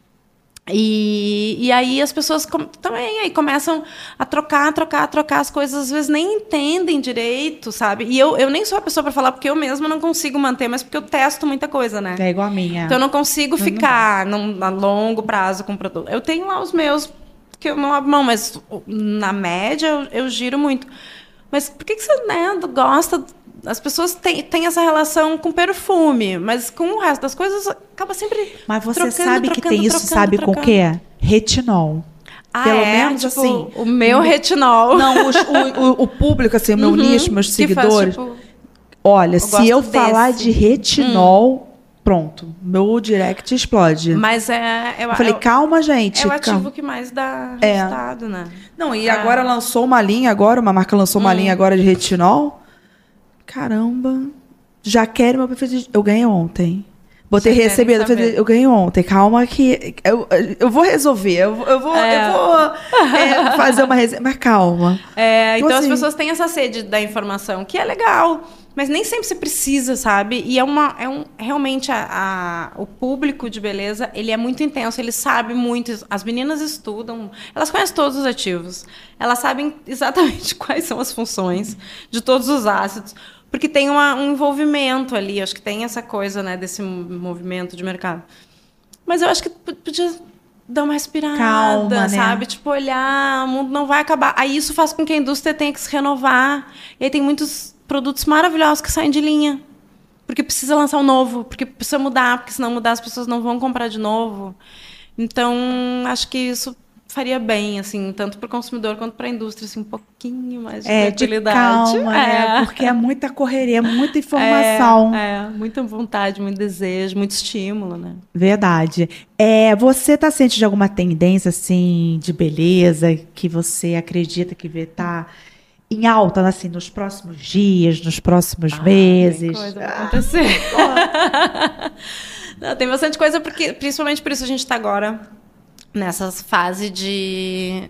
[SPEAKER 3] E aí as pessoas também aí começam a trocar as coisas, às vezes nem entendem direito, sabe? E eu nem sou a pessoa para falar, porque eu mesma não consigo manter, mas porque eu testo muita coisa, né?
[SPEAKER 2] É igual a minha.
[SPEAKER 3] Então eu não consigo ficar a longo prazo com o produto. Eu tenho lá os meus que eu não abro mão, mas na média eu giro muito. Mas por que você, né, gosta? As pessoas têm essa relação com perfume, mas com o resto das coisas acaba sempre.
[SPEAKER 2] Mas você sabe que tem isso, sabe com o quê? Retinol. Pelo menos
[SPEAKER 3] tipo,
[SPEAKER 2] assim.
[SPEAKER 3] O meu retinol.
[SPEAKER 2] Não, o público, assim, o meu nicho, meus seguidores.
[SPEAKER 3] Faz, tipo,
[SPEAKER 2] olha, se eu falar de retinol, pronto, meu direct explode.
[SPEAKER 3] Mas
[SPEAKER 2] eu falei, calma, gente.
[SPEAKER 3] É o ativo que mais dá resultado, né?
[SPEAKER 2] Não, e agora lançou uma linha, uma marca lançou uma linha agora de retinol. Caramba, já quero meu perfil. Eu ganhei ontem. Botei recebido, eu ganhei ontem. Calma que eu vou resolver. Eu vou fazer uma reserva. Mas calma.
[SPEAKER 3] Então as pessoas têm essa sede da informação, que é legal. Mas nem sempre você precisa, sabe? E realmente o público de beleza, ele é muito intenso, ele sabe muito. As meninas estudam, elas conhecem todos os ativos. Elas sabem exatamente quais são as funções de todos os ácidos. Porque tem um envolvimento ali. Acho que tem essa coisa, né, desse movimento de mercado. Mas eu acho que podia dar uma respirada,
[SPEAKER 2] calma,
[SPEAKER 3] sabe?
[SPEAKER 2] Né?
[SPEAKER 3] Tipo, olhar, o mundo não vai acabar. Aí isso faz com que a indústria tenha que se renovar. E aí tem muitos produtos maravilhosos que saem de linha. Porque precisa lançar um novo, porque precisa mudar, porque se não mudar as pessoas não vão comprar de novo. Então, acho que isso faria bem, assim, tanto para o consumidor quanto para a indústria, assim, um pouquinho mais de tranquilidade.
[SPEAKER 2] De calma, né? Porque é muita correria, é muita informação.
[SPEAKER 3] Muita vontade, muito desejo, muito estímulo, né?
[SPEAKER 2] Verdade. Você está ciente de alguma tendência, assim, de beleza que você acredita que vai estar em alta, assim, nos próximos dias, nos próximos meses?
[SPEAKER 3] Tem coisa pra acontecer. Não, tem bastante coisa, porque, principalmente por isso a gente está agora nessa fase de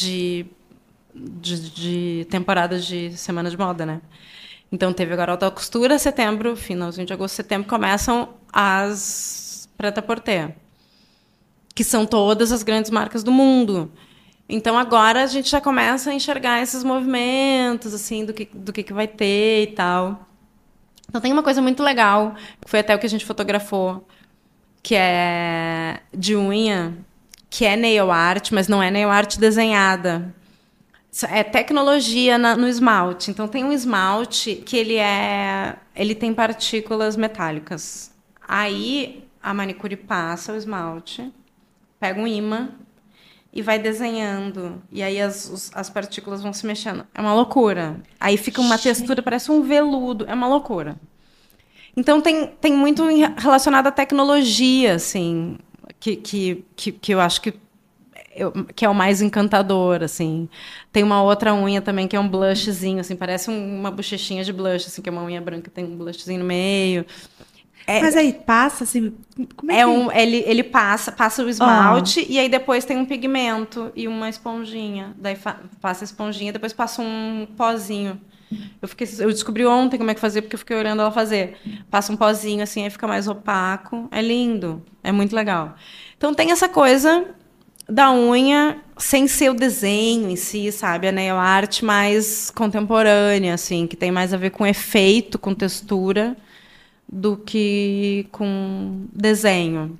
[SPEAKER 3] temporada de semana de moda, né? Então, teve agora alta costura, setembro, finalzinho de agosto, setembro, começam as prêt-à-porter, que são todas as grandes marcas do mundo. Então, agora a gente já começa a enxergar esses movimentos, assim, do que vai ter e tal. Então, tem uma coisa muito legal, que foi até o que a gente fotografou, que é de unha, que é nail art, mas não é nail art desenhada. É tecnologia no esmalte. Então, tem um esmalte que ele tem partículas metálicas. Aí, a manicure passa o esmalte, pega um imã e vai desenhando. E aí, as partículas vão se mexendo. É uma loucura. Aí fica uma textura, parece um veludo. É uma loucura. Então, tem muito relacionado à tecnologia, assim, que eu acho que é o mais encantador, assim. Tem uma outra unha também, que é um blushzinho, assim, parece uma bochechinha de blush, assim, que é uma unha branca, tem um blushzinho no meio.
[SPEAKER 2] Mas aí passa, assim, como é que...
[SPEAKER 3] Ele passa o esmalte, e aí depois tem um pigmento e uma esponjinha. Daí passa a esponjinha, depois passa um pozinho. Eu descobri ontem como é que fazia, porque eu fiquei olhando ela fazer. Passa um pozinho, assim, aí fica mais opaco. É lindo, é muito legal. Então, tem essa coisa da unha sem ser o desenho em si, sabe? A nail art mais contemporânea, assim, que tem mais a ver com efeito, com textura, do que com desenho.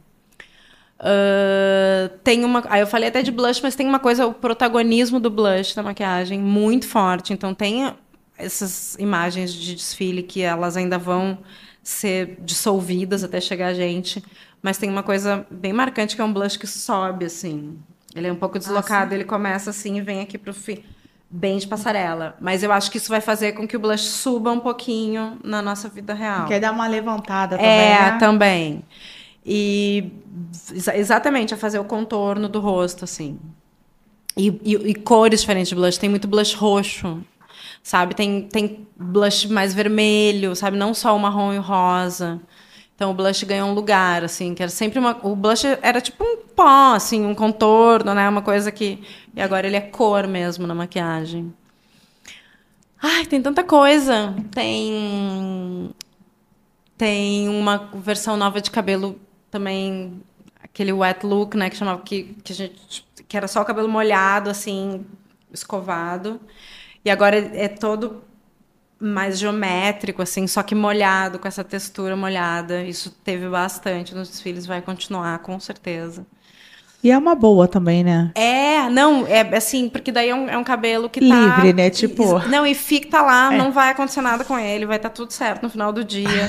[SPEAKER 3] Aí eu falei até de blush, mas tem uma coisa, o protagonismo do blush da maquiagem muito forte. Então, tem essas imagens de desfile que elas ainda vão ser dissolvidas até chegar a gente, mas tem uma coisa bem marcante, que é um blush que sobe, assim. Ele é um pouco deslocado, ele começa assim e vem aqui para o fim, bem de passarela. Mas eu acho que isso vai fazer com que o blush suba um pouquinho na nossa vida real.
[SPEAKER 2] Quer dar uma levantada também, né?
[SPEAKER 3] Também. E exatamente, a fazer o contorno do rosto, assim. E cores diferentes de blush. Tem muito blush roxo, sabe? Tem blush mais vermelho, sabe? Não só o marrom e o rosa. Então o blush ganhou um lugar, assim, que era sempre o blush era tipo um pó, assim, um contorno, né? Uma coisa que... E agora ele é cor mesmo na maquiagem. Ai, tem tanta coisa. Tem uma versão nova de cabelo também, aquele wet look, né? Que chamava que era só o cabelo molhado, assim, escovado. E agora é todo mais geométrico, assim, só que molhado, com essa textura molhada. Isso teve bastante nos desfiles, vai continuar, com certeza.
[SPEAKER 4] E é uma boa também, né?
[SPEAKER 3] Não, é assim, porque daí é um cabelo que tá...
[SPEAKER 4] livre, né? Tipo...
[SPEAKER 3] Não, e fica lá, não vai acontecer nada com ele, vai estar tudo certo no final do dia.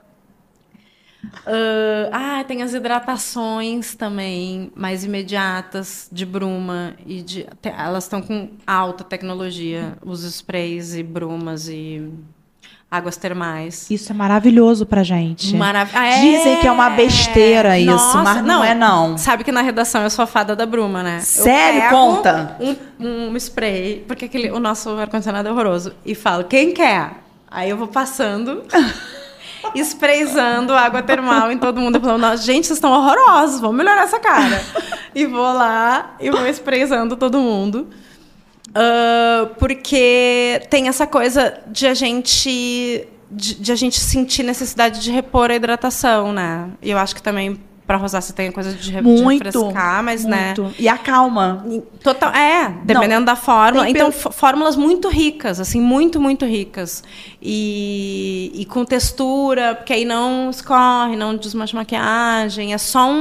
[SPEAKER 3] Tem as hidratações também, mais imediatas, de bruma. Elas estão com alta tecnologia, os sprays e brumas e águas termais.
[SPEAKER 4] Isso é maravilhoso pra gente.
[SPEAKER 2] Dizem que é uma besteira isso,
[SPEAKER 3] nossa,
[SPEAKER 2] mas não é não.
[SPEAKER 3] Sabe que na redação eu sou a fada da bruma, né?
[SPEAKER 2] Sério? Conta!
[SPEAKER 3] Um spray, porque o nosso ar-condicionado é horroroso, e falo, quem quer? Aí eu vou passando... sprayzando água termal em todo mundo. Eu falo, gente, vocês estão horrorosos, vamos melhorar essa cara. E vou lá e vou sprayzando todo mundo. Porque tem essa coisa de a gente sentir necessidade de repor a hidratação, né? E eu acho que também para rosácea tem a coisa de refrescar, mas
[SPEAKER 2] muito.
[SPEAKER 3] Né?
[SPEAKER 2] E acalma.
[SPEAKER 3] Total, dependendo da fórmula. Então, fórmulas muito ricas, assim, muito, muito ricas. E com textura, porque aí não escorre, não desmancha maquiagem. É só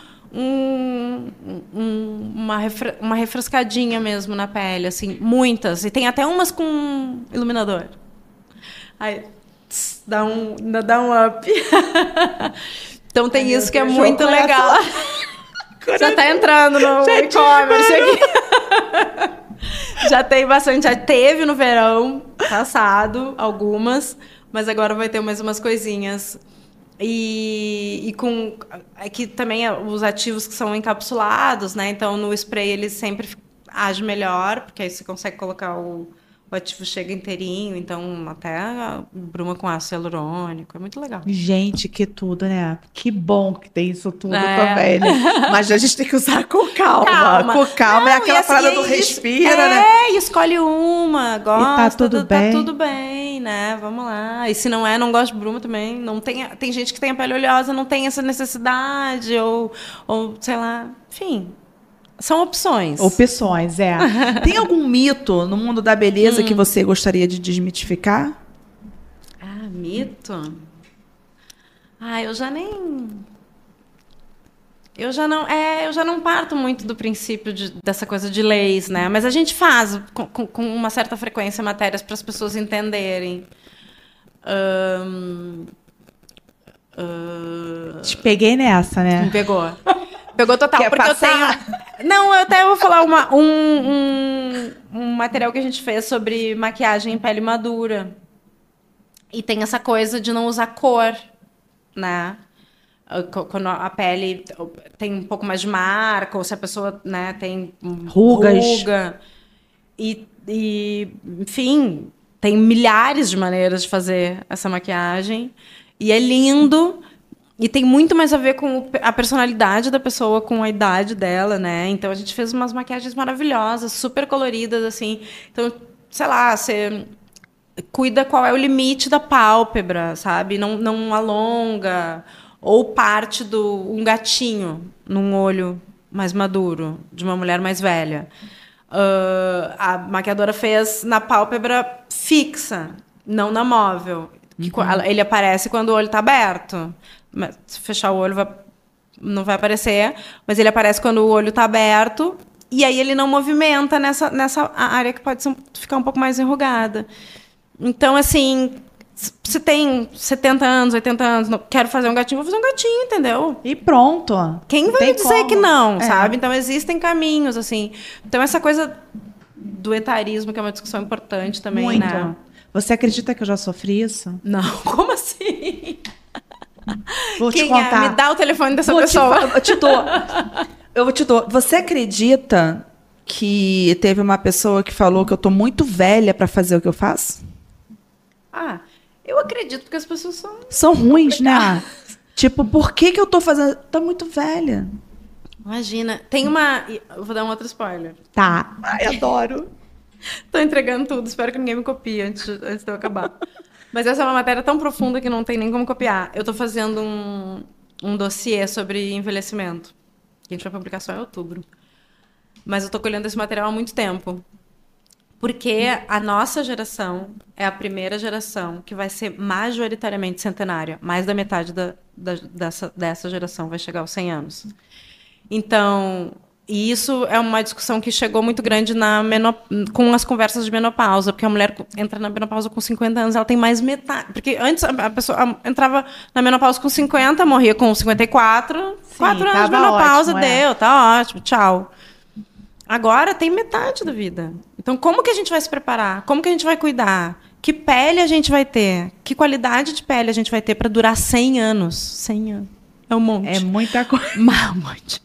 [SPEAKER 3] uma refrescadinha mesmo na pele, assim, muitas. E tem até umas com iluminador. Aí dá um up. Então tem isso que é muito legal. Já tá entrando no e-commerce aqui. Já tem bastante. Já teve no verão passado algumas, mas agora vai ter mais umas coisinhas. E com aqui também os ativos que são encapsulados, né? Então no spray ele sempre age melhor, porque aí você consegue colocar o ativo chega inteirinho, então até a bruma com ácido hialurônico, é muito legal.
[SPEAKER 4] Gente, que tudo, né? Que bom que tem isso tudo também, né? Mas a gente tem que usar com calma.
[SPEAKER 2] Com calma, é aquela parada do respira, né?
[SPEAKER 3] E escolhe uma, gosta,
[SPEAKER 4] e tá tudo bem.
[SPEAKER 3] Tá tudo bem, né? Vamos lá. E se não gosta de bruma também, não tem gente que tem a pele oleosa, não tem essa necessidade, ou sei lá, enfim... São opções.
[SPEAKER 4] Opções,
[SPEAKER 2] Tem algum mito no mundo da beleza que você gostaria de desmitificar?
[SPEAKER 3] Mito? Eu já não parto muito do princípio dessa coisa de leis, né? Mas a gente faz com uma certa frequência matérias para as pessoas entenderem.
[SPEAKER 4] Te peguei nessa, né?
[SPEAKER 3] Me pegou. Pegou total.
[SPEAKER 2] Quer
[SPEAKER 3] porque
[SPEAKER 2] passar?
[SPEAKER 3] eu tenho... Não, eu até vou falar um material que a gente fez sobre maquiagem em pele madura. E tem essa coisa de não usar cor, né? Quando a pele tem um pouco mais de marca, ou se a pessoa, né, tem ruga. E, enfim, tem milhares de maneiras de fazer essa maquiagem. E é lindo... E tem muito mais a ver com a personalidade da pessoa, com a idade dela, né? Então, a gente fez umas maquiagens maravilhosas, super coloridas, assim. Então, sei lá, você cuida qual é o limite da pálpebra, sabe? Não alonga. Ou parte um gatinho num olho mais maduro, de uma mulher mais velha. A maquiadora fez na pálpebra fixa, não na móvel. Ele aparece quando o olho está aberto. Mas, se fechar o olho, não vai aparecer. Mas ele aparece quando o olho está aberto. E aí ele não movimenta nessa área que pode ficar um pouco mais enrugada. Então, assim, se tem 70 anos, 80 anos, quero fazer um gatinho, vou fazer um gatinho, entendeu?
[SPEAKER 4] E pronto.
[SPEAKER 3] Quem vai dizer que não, sabe? Então, existem caminhos, assim. Então, essa coisa do etarismo, que é uma discussão importante também,
[SPEAKER 4] muito.
[SPEAKER 3] Né?
[SPEAKER 4] Você acredita que eu já sofri isso?
[SPEAKER 3] Não, como assim?
[SPEAKER 4] Vou
[SPEAKER 3] Quem
[SPEAKER 4] te contar.
[SPEAKER 3] Me dá o telefone dessa pessoa.
[SPEAKER 2] Eu te dou. Você acredita que teve uma pessoa que falou que eu tô muito velha para fazer o que eu faço?
[SPEAKER 3] Eu acredito porque as pessoas são
[SPEAKER 2] ruins, né? Tipo, por que eu tô fazendo... Tá muito velha.
[SPEAKER 3] Imagina. Tem uma... Eu vou dar um outro spoiler.
[SPEAKER 4] Tá.
[SPEAKER 2] Ai, adoro.
[SPEAKER 3] Tô entregando tudo. Espero que ninguém me copie antes de eu acabar. Mas essa é uma matéria tão profunda que não tem nem como copiar. Eu tô fazendo um dossiê sobre envelhecimento. Que a gente vai publicar só em outubro. Mas eu tô colhendo esse material há muito tempo. Porque a nossa geração é a primeira geração que vai ser majoritariamente centenária. Mais da metade dessa geração vai chegar aos 100 anos. Então, e isso é uma discussão que chegou muito grande com as conversas de menopausa. Porque a mulher entra na menopausa com 50 anos, ela tem mais metade. Porque antes a pessoa entrava na menopausa com 50, morria com 54.
[SPEAKER 4] Sim,
[SPEAKER 3] 4 anos de menopausa,
[SPEAKER 4] ótimo,
[SPEAKER 3] deu, tá ótimo, tchau. Agora tem metade da vida. Então, como que a gente vai se preparar? Como que a gente vai cuidar? Que pele a gente vai ter? Que qualidade de pele a gente vai ter para durar 100 anos? 100 anos. É um monte.
[SPEAKER 4] É muita coisa.
[SPEAKER 3] Um monte.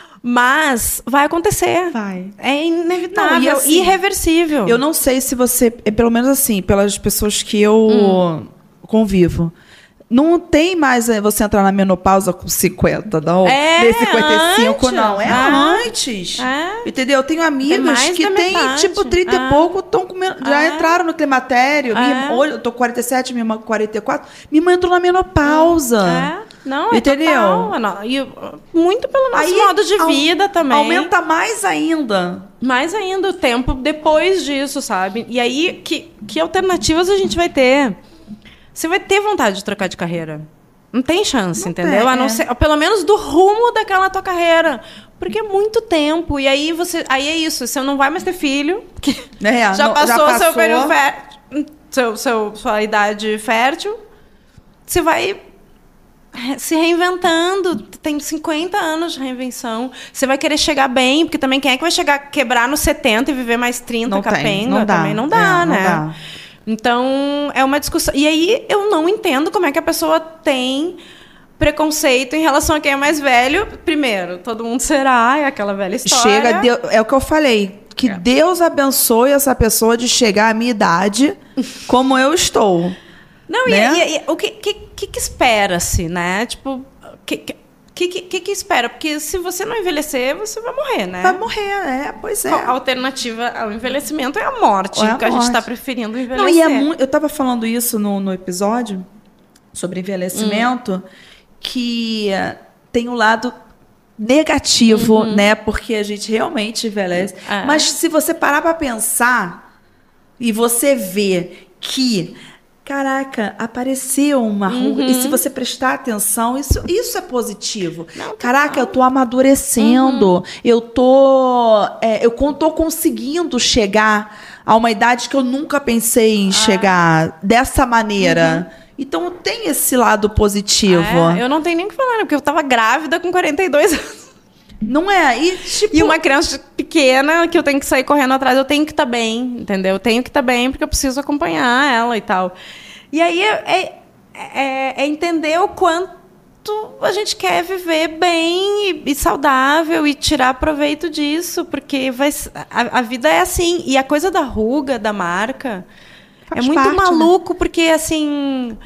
[SPEAKER 3] Mas vai acontecer.
[SPEAKER 4] Vai.
[SPEAKER 3] É inevitável,
[SPEAKER 2] Não, e assim,
[SPEAKER 3] irreversível.
[SPEAKER 2] Eu não sei se você... Pelo menos assim, pelas pessoas que eu convivo... Não tem mais você entrar na menopausa com 50, não.
[SPEAKER 3] É
[SPEAKER 2] 55,
[SPEAKER 3] antes.
[SPEAKER 2] não. É antes.
[SPEAKER 3] É.
[SPEAKER 2] Entendeu? Eu tenho amigas
[SPEAKER 3] mais
[SPEAKER 2] que
[SPEAKER 3] da
[SPEAKER 2] têm,
[SPEAKER 3] metade.
[SPEAKER 2] tipo, 30 e pouco, já entraram no climatério. Hoje eu tô com 47, minha irmã com 44. Minha irmã entrou na menopausa.
[SPEAKER 3] Não,
[SPEAKER 2] entendeu?
[SPEAKER 3] Total. E muito pelo nosso modo de vida também.
[SPEAKER 2] Aumenta mais ainda.
[SPEAKER 3] Mais ainda o tempo depois disso, sabe? E aí, que alternativas a gente vai ter? Você vai ter vontade de trocar de carreira. Não tem chance, não entendeu?
[SPEAKER 2] Tem,
[SPEAKER 3] a não ser, pelo menos do rumo daquela tua carreira. Porque é muito tempo. E aí é isso. Você não vai mais ter filho. Que já passou seu período fértil, sua idade fértil. Você vai se reinventando. Tem 50 anos de reinvenção. Você vai querer chegar bem, porque também quem é que vai quebrar nos 70 e viver mais 30
[SPEAKER 2] não
[SPEAKER 3] capenga?
[SPEAKER 2] Tem, não dá.
[SPEAKER 3] Também não dá, né?
[SPEAKER 2] Não dá.
[SPEAKER 3] Então, é uma discussão. E aí, eu não entendo como é que a pessoa tem preconceito em relação a quem é mais velho. Primeiro, todo mundo será, é aquela velha história.
[SPEAKER 2] É o que eu falei. Que Deus abençoe essa pessoa de chegar à minha idade como eu estou.
[SPEAKER 3] Não,
[SPEAKER 2] né?
[SPEAKER 3] e o que espera-se, né? Tipo, que espera? Porque se você não envelhecer, você vai morrer, né?
[SPEAKER 2] Vai morrer, pois é.
[SPEAKER 3] A alternativa ao envelhecimento é a morte.
[SPEAKER 2] É a
[SPEAKER 3] que a gente
[SPEAKER 2] morte.
[SPEAKER 3] está preferindo envelhecer.
[SPEAKER 2] Não, e eu estava falando isso no episódio sobre envelhecimento, que tem um lado negativo, né? Porque a gente realmente envelhece. Mas se você parar para pensar e você vê que... Caraca, apareceu uma ruga. E se você prestar atenção, isso é positivo. Não, caraca, eu tô amadurecendo. Eu tô conseguindo chegar a uma idade que eu nunca pensei em chegar dessa maneira. Então tem esse lado positivo.
[SPEAKER 3] Eu não tenho nem o que falar, né? Porque eu tava grávida com 42 anos.
[SPEAKER 2] Não é?
[SPEAKER 3] E uma criança pequena que eu tenho que sair correndo atrás, eu tenho que estar bem, entendeu? Eu tenho que estar bem porque eu preciso acompanhar ela e tal. E aí é entender o quanto a gente quer viver bem e saudável e tirar proveito disso, porque a vida é assim. E a coisa da ruga, da marca,
[SPEAKER 4] faz
[SPEAKER 3] muito
[SPEAKER 4] parte,
[SPEAKER 3] maluco, né? Porque assim...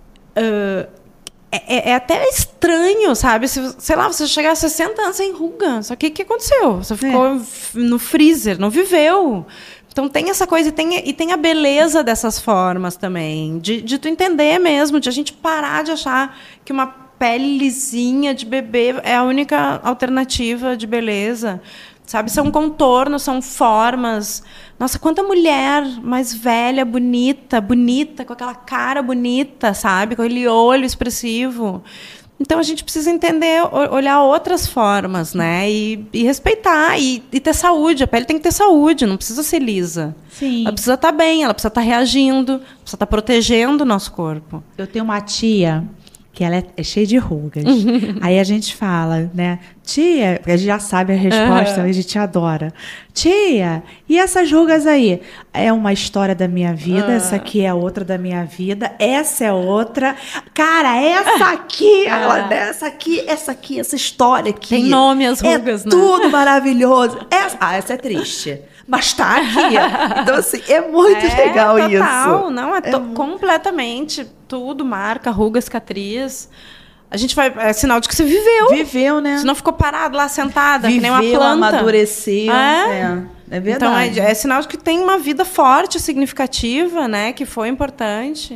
[SPEAKER 3] É até estranho, sabe? Sei lá, você chegar a 60 anos sem ruga. Só que o que aconteceu? Você ficou no freezer, não viveu. Então tem essa coisa e tem a beleza dessas formas também. De tu entender mesmo, de a gente parar de achar que uma pele lisinha de bebê é a única alternativa de beleza. Sabe? São contornos, são formas. Nossa, quanta mulher mais velha, bonita, com aquela cara bonita, sabe? Com aquele olho expressivo. Então, a gente precisa entender, olhar outras formas, né? E respeitar, e ter saúde. A pele tem que ter saúde, não precisa ser lisa.
[SPEAKER 4] Sim.
[SPEAKER 3] Ela precisa estar bem, ela precisa estar reagindo, precisa estar protegendo o nosso corpo.
[SPEAKER 4] Eu tenho uma tia que ela é cheia de rugas. Aí a gente fala, né? Tia, a gente já sabe a resposta, a gente adora. Tia, e essas rugas aí? É uma história da minha vida, essa aqui é outra da minha vida, essa é outra. Cara, essa aqui, essa história aqui.
[SPEAKER 3] Tem nome as rugas,
[SPEAKER 2] né? Tudo maravilhoso. Essa é triste. Mas tá aqui. Então, assim, é muito legal
[SPEAKER 3] total,
[SPEAKER 2] isso.
[SPEAKER 3] Não, completamente. Tudo, marca, ruga, cicatriz. A gente vai... É sinal de que você viveu.
[SPEAKER 2] Viveu, né?
[SPEAKER 3] Você não ficou parado lá sentada,
[SPEAKER 2] Viveu,
[SPEAKER 3] que nem uma planta.
[SPEAKER 2] amadureceu. É verdade.
[SPEAKER 3] Então, é sinal de que tem uma vida forte, significativa, né? Que foi importante.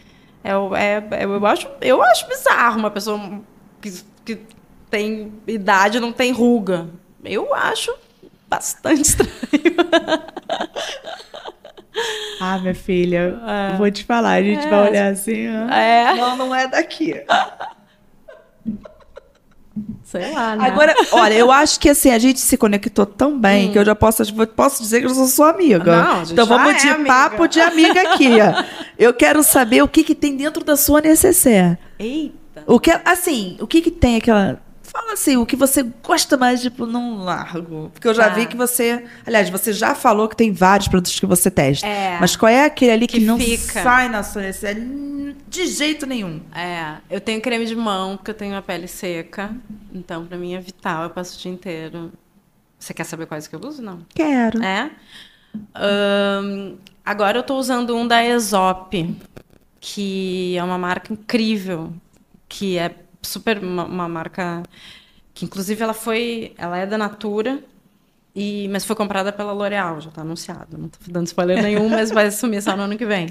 [SPEAKER 3] Eu acho bizarro uma pessoa que tem idade e não tem ruga. Eu acho bastante estranho.
[SPEAKER 4] Ah, minha filha, vou te falar, a gente vai olhar assim.
[SPEAKER 2] Não é daqui.
[SPEAKER 3] Sei lá, né?
[SPEAKER 2] Agora, olha, eu acho que assim, a gente se conectou tão bem que eu já posso dizer que eu sou sua amiga.
[SPEAKER 3] Não, a gente
[SPEAKER 2] então vamos de
[SPEAKER 3] amiga.
[SPEAKER 2] papo de amiga aqui. Ó. Eu quero saber o que tem dentro da sua necessaire.
[SPEAKER 3] Eita.
[SPEAKER 2] O que tem aquela... Fala assim, o que você gosta mais, tipo, não largo. Porque eu já vi que você... Aliás, você já falou que tem vários produtos que você testa. Mas qual é aquele ali que não sai na sua necessaire de jeito nenhum?
[SPEAKER 3] Eu tenho creme de mão, porque eu tenho a pele seca. Então, pra mim é vital. Eu passo o dia inteiro. Você quer saber quais que eu uso? Não?
[SPEAKER 2] Quero.
[SPEAKER 3] Agora eu tô usando um da Aesop, que é uma marca incrível, que é super uma marca que, inclusive, ela é da Natura, mas foi comprada pela L'Oréal, já está anunciado. Não estou dando spoiler nenhum, mas vai sumir só no ano que vem.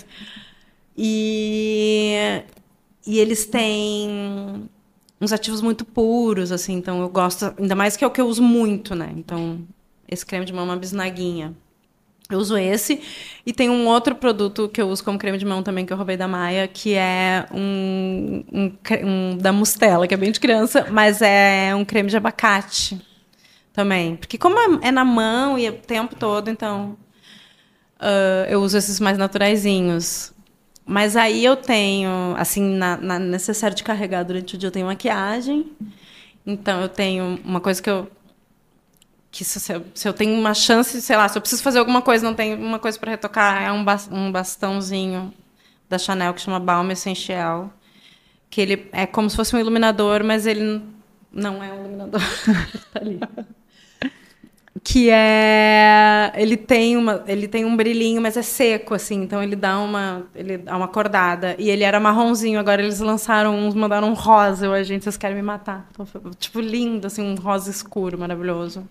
[SPEAKER 3] E eles têm uns ativos muito puros, assim, então eu gosto, ainda mais que é o que eu uso muito, né? Então, esse creme de mão é uma bisnaguinha. Eu uso esse. E tem um outro produto que eu uso como creme de mão também, que eu roubei da Maia, que é um da Mustela, que é bem de criança, mas é um creme de abacate também. Porque como é na mão e é o tempo todo, então eu uso esses mais naturaizinhos. Mas aí eu tenho, assim, na necessário de carregar durante o dia, eu tenho maquiagem. Então eu tenho uma coisa que se eu tenho uma chance, sei lá, se eu preciso fazer alguma coisa, não tenho uma coisa para retocar, é um bastãozinho da Chanel que chama Balm Essential, que ele é como se fosse um iluminador, mas ele não é um iluminador. Tá ali. Que ele tem um brilhinho, mas é seco, assim, então ele dá uma acordada. E ele era marronzinho, agora eles lançaram uns, mandaram um rosa, gente, vocês querem me matar. Então, tipo, lindo, assim, um rosa escuro, maravilhoso.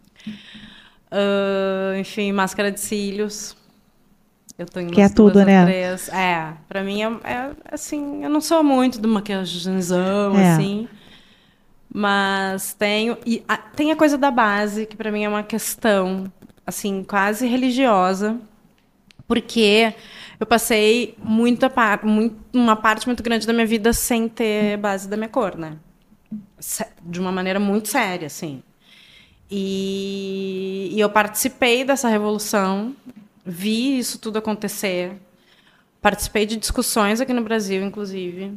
[SPEAKER 3] Enfim, máscara de cílios. Eu tenho
[SPEAKER 4] que é tudo, né?
[SPEAKER 3] 3. Pra mim assim, eu não sou muito do maquiagemzão, assim. Mas tenho. E tem a coisa da base, que pra mim é uma questão, assim, quase religiosa. Porque eu passei uma parte muito grande da minha vida sem ter base da minha cor, né? De uma maneira muito séria, assim. E eu participei dessa revolução, vi isso tudo acontecer, participei de discussões aqui no Brasil, inclusive,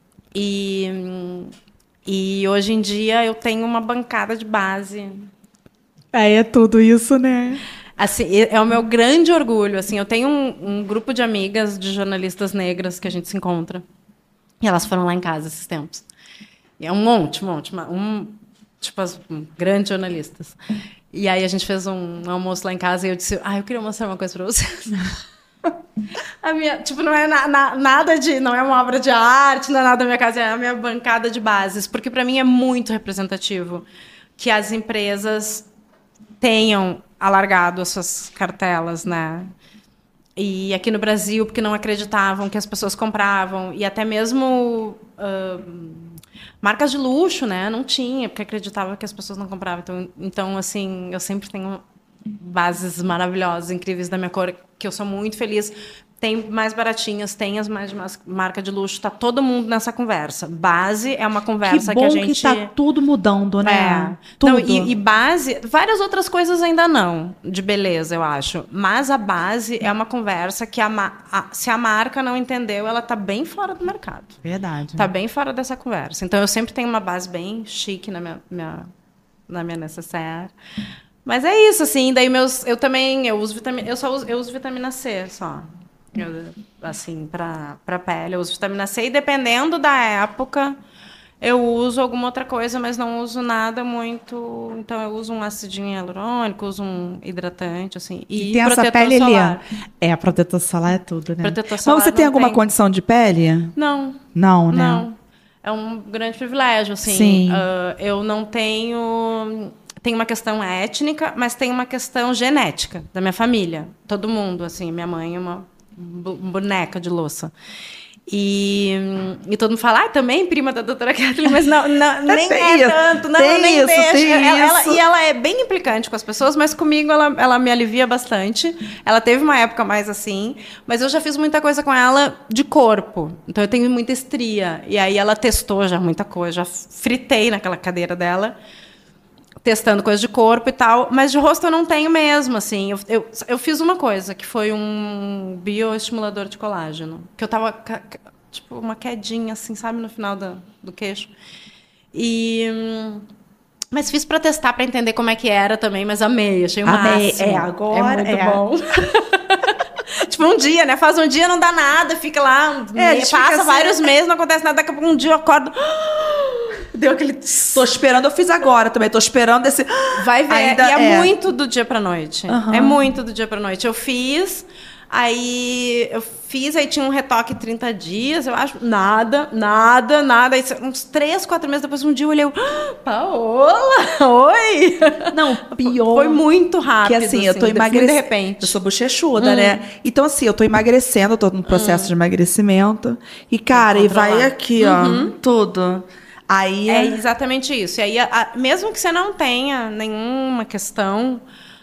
[SPEAKER 3] e hoje em dia eu tenho uma bancada de base.
[SPEAKER 4] É tudo isso, né?
[SPEAKER 3] Assim, é o meu grande orgulho. Assim, eu tenho um grupo de amigas de jornalistas negras que a gente se encontra, e elas foram lá em casa esses tempos. E é um monte. Tipo, as grandes jornalistas. E aí a gente fez um almoço lá em casa e eu disse, eu queria mostrar uma coisa para vocês. A minha, tipo, não é nada não é uma obra de arte, não é nada da minha casa, é a minha bancada de bases, porque para mim é muito representativo que as empresas tenham alargado as suas cartelas, né? E aqui no Brasil, porque não acreditavam que as pessoas compravam, e até mesmo marcas de luxo, né? Não tinha, porque acreditava que as pessoas não compravam. Então, assim, eu sempre tenho bases maravilhosas, incríveis da minha cor, que eu sou muito feliz. Tem mais baratinhas, tem as mais de marca de luxo, está todo mundo nessa conversa. Base é uma conversa que a gente...
[SPEAKER 4] Que bom que está tudo mudando, né?
[SPEAKER 3] Tudo. Não, e base, várias outras coisas ainda não, de beleza, eu acho. Mas a base é uma conversa que se a marca não entendeu, ela está bem fora do mercado.
[SPEAKER 4] Verdade.
[SPEAKER 3] Está bem fora dessa conversa. Então, eu sempre tenho uma base bem chique na minha necessaire. Mas é isso, assim, daí eu uso vitamina C só. Assim, pra pele, eu uso vitamina C e dependendo da época, eu uso alguma outra coisa, mas não uso nada muito. Então, eu uso um acidinho hialurônico, uso um hidratante, assim. E
[SPEAKER 4] tem essa pele solar. A protetor solar é tudo, né?
[SPEAKER 3] Protetor solar
[SPEAKER 2] mas você tem alguma condição de pele?
[SPEAKER 3] Não.
[SPEAKER 2] Não, né?
[SPEAKER 3] Não. é um grande privilégio, assim.
[SPEAKER 2] Sim.
[SPEAKER 3] Eu não tenho... Tem uma questão étnica, mas tem uma questão genética da minha família. Todo mundo, assim. Minha mãe é uma boneca de louça. E todo mundo fala, também prima da doutora Kathleen, mas não nem é tanto, não, nem deixa. E ela é bem implicante com as pessoas, mas comigo ela me alivia bastante. Ela teve uma época mais assim, mas eu já fiz muita coisa com ela de corpo. Então eu tenho muita estria. E aí ela testou já muita coisa, já fritei naquela cadeira dela, testando coisas de corpo e tal, mas de rosto eu não tenho mesmo, assim. Eu fiz uma coisa, que foi um bioestimulador de colágeno, que eu tava, tipo, uma quedinha, assim, sabe, no final do queixo. Mas fiz para testar, para entender como é que era também, mas amei, achei o máximo.
[SPEAKER 4] Agora
[SPEAKER 3] é muito bom. Tipo, um dia, né? Faz um dia, não dá nada, fica lá, passa vários meses, não acontece nada, daqui a pouco um dia eu acordo... Deu aquele...
[SPEAKER 2] Tô esperando, eu fiz agora também. Tô esperando esse...
[SPEAKER 3] Vai ver. E é muito do dia pra noite. É muito do dia pra noite. Eu fiz, aí tinha um retoque 30 dias, eu acho. Nada. Aí, uns 3, 4 meses depois, um dia eu olhei, Paola, oi!
[SPEAKER 2] Não, pior...
[SPEAKER 3] Foi muito rápido,
[SPEAKER 2] que assim, eu tô emagrecendo.
[SPEAKER 3] De repente.
[SPEAKER 2] Eu sou bochechuda, né? Então, assim, eu tô emagrecendo, eu tô no processo de emagrecimento. E, cara, e vai aqui, ó, tudo... Aí
[SPEAKER 3] é exatamente isso. E aí, mesmo que você não tenha nenhuma questão,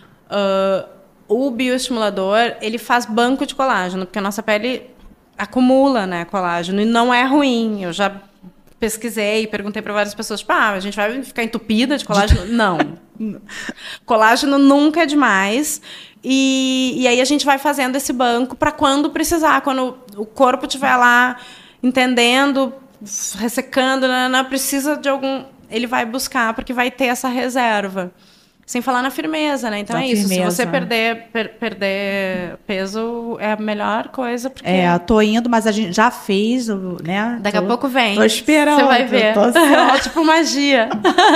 [SPEAKER 3] o bioestimulador, ele faz banco de colágeno, porque a nossa pele acumula, né, colágeno, e não é ruim. Eu já pesquisei, perguntei para várias pessoas, tipo, a gente vai ficar entupida de colágeno? Não. Colágeno nunca é demais. E aí a gente vai fazendo esse banco para quando precisar, quando o corpo estiver lá entendendo, ressecando, não precisa de algum... Ele vai buscar, porque vai ter essa reserva. Sem falar na firmeza, né? Então é isso. Se você perder peso, é a melhor coisa. Porque...
[SPEAKER 4] tô indo, mas a gente já fez, né?
[SPEAKER 3] Daqui a pouco vem.
[SPEAKER 4] Tô esperando.
[SPEAKER 3] Você vai ver. É tipo magia.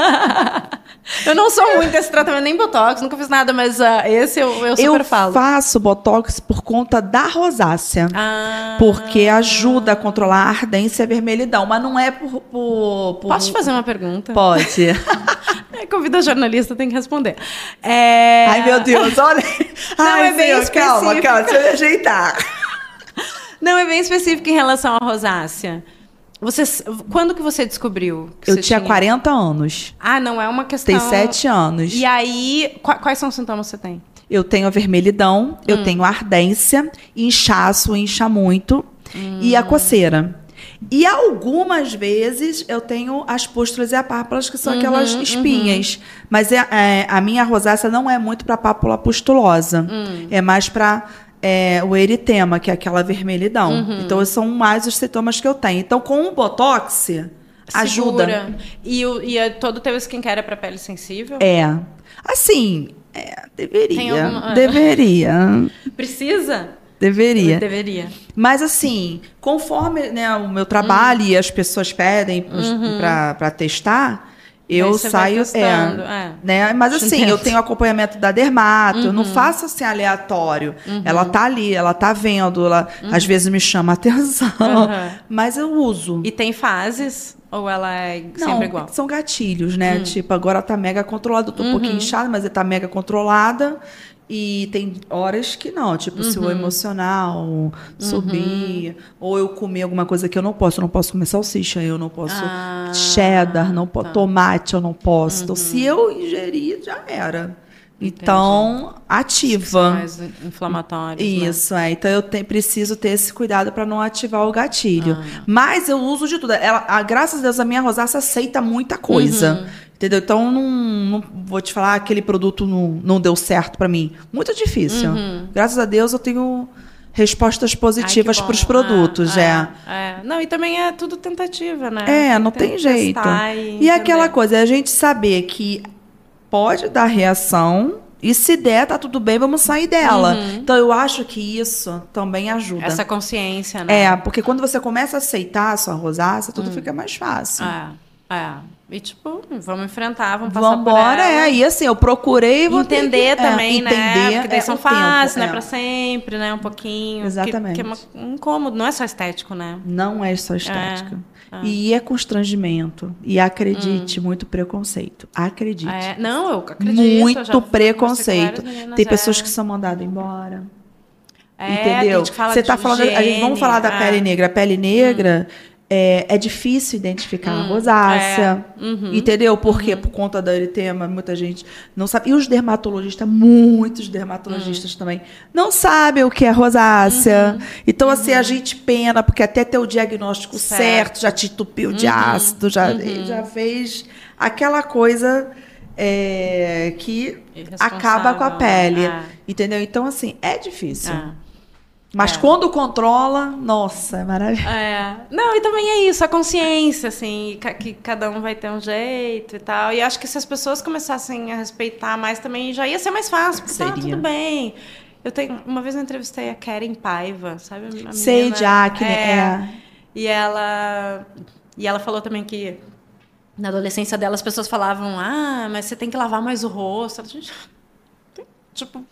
[SPEAKER 3] Eu não sou muito desse tratamento, nem botox, nunca fiz nada, mas esse eu super falo.
[SPEAKER 2] Eu faço botox por conta da rosácea. Porque ajuda a controlar a ardência e a vermelhidão, mas não é por...
[SPEAKER 3] Posso te fazer uma pergunta?
[SPEAKER 2] Pode.
[SPEAKER 3] Convida a jornalista, tem que responder.
[SPEAKER 2] Ai, meu Deus, olha.
[SPEAKER 3] Não, é bem específico.
[SPEAKER 2] Calma, deixa eu ajeitar.
[SPEAKER 3] Não, é bem específico em relação à rosácea. Quando que você descobriu que
[SPEAKER 2] eu
[SPEAKER 3] você
[SPEAKER 2] tinha 40 anos.
[SPEAKER 3] Não é uma questão...
[SPEAKER 2] Tem 7 anos.
[SPEAKER 3] E aí, quais são os sintomas que você tem?
[SPEAKER 2] Eu tenho a vermelhidão, eu tenho ardência, inchaço, incha muito, e a coceira. E algumas vezes eu tenho as pústulas e a párpulas, que são aquelas espinhas. Mas a minha rosácea não é muito para pápula pustulosa. É mais para... o eritema, que é aquela vermelhidão. Então, são mais os sintomas que eu tenho. Então, com o botox, ajuda.
[SPEAKER 3] E todo o teu skincare é para pele sensível?
[SPEAKER 2] Assim, deveria. Deveria.
[SPEAKER 3] Precisa?
[SPEAKER 2] Deveria. Mas, assim, conforme, né, o meu trabalho e as pessoas pedem para testar... Eu saio, né? Mas assim, eu tenho acompanhamento da dermato, eu não faço assim aleatório. Ela tá ali, ela tá vendo, ela às vezes me chama a atenção, mas eu uso.
[SPEAKER 3] E tem fases? Ou ela é sempre igual?
[SPEAKER 2] São gatilhos, né? Tipo, agora tá mega controlada, eu tô um pouquinho inchada, mas tá mega controlada. E tem horas que não, tipo, se o emocional subir, ou eu comer alguma coisa que eu não posso comer salsicha, eu não posso cheddar, não posso tomate, eu não posso. Então, se eu ingerir, já era. Então, ativa.
[SPEAKER 3] São mais inflamatórios.
[SPEAKER 2] Isso, então eu preciso ter esse cuidado para não ativar o gatilho. Mas eu uso de tudo. Graças a Deus, a minha rosácea aceita muita coisa. Entendeu? Então, não vou te falar que aquele produto não deu certo para mim. Muito difícil. Graças a Deus, eu tenho respostas positivas para os produtos.
[SPEAKER 3] Não, e também é tudo tentativa, né?
[SPEAKER 2] Não tem jeito. E aquela coisa, a gente saber que pode dar reação e se der, tá tudo bem, vamos sair dela. Então, eu acho que isso também ajuda.
[SPEAKER 3] Essa consciência, né?
[SPEAKER 2] Porque quando você começa a aceitar a sua rosácea, tudo fica mais fácil.
[SPEAKER 3] E tipo, vamos enfrentar, vamos passar
[SPEAKER 2] Vamos
[SPEAKER 3] por
[SPEAKER 2] embora,
[SPEAKER 3] ela.
[SPEAKER 2] E assim, eu procurei... vou ter
[SPEAKER 3] Entender
[SPEAKER 2] que,
[SPEAKER 3] também, né?
[SPEAKER 2] entender,
[SPEAKER 3] Porque daí são
[SPEAKER 2] o tempo,
[SPEAKER 3] fases, né? Pra sempre, né? Um pouquinho.
[SPEAKER 2] Exatamente.
[SPEAKER 3] Que é um incômodo, não é só estético, né?
[SPEAKER 2] Não é só estética. E é constrangimento. E acredite, muito preconceito. Acredite.
[SPEAKER 3] Não, eu acredito.
[SPEAKER 2] Muito preconceito. Tem pessoas
[SPEAKER 3] que
[SPEAKER 2] que são mandadas embora.
[SPEAKER 3] tem
[SPEAKER 2] Entendeu?
[SPEAKER 3] gente que fala
[SPEAKER 2] Você tá
[SPEAKER 3] de
[SPEAKER 2] falando. A gente, vamos falar da pele negra. A pele negra é difícil identificar a rosácea. Entendeu? Por quê? Por conta da eritema, muita gente não sabe. E os dermatologistas, muitos dermatologistas também, não sabem o que é rosácea. Então, assim, a gente pena, porque até ter o diagnóstico certo, já te entupiu de ácido, já fez aquela coisa que acaba com a pele. Entendeu? Então, assim, é difícil. Mas quando controla, nossa, é maravilhoso.
[SPEAKER 3] Não, e também é isso, a consciência, assim, que cada um vai ter um jeito e tal. E acho que se as pessoas começassem a respeitar mais também, já ia ser mais fácil, porque tudo bem. Uma vez eu entrevistei a Karen Paiva, sabe? A
[SPEAKER 2] Sei,
[SPEAKER 3] menina,
[SPEAKER 2] de acne.
[SPEAKER 3] E ela falou também que na adolescência dela as pessoas falavam, mas você tem que lavar mais o rosto. Gente, tipo,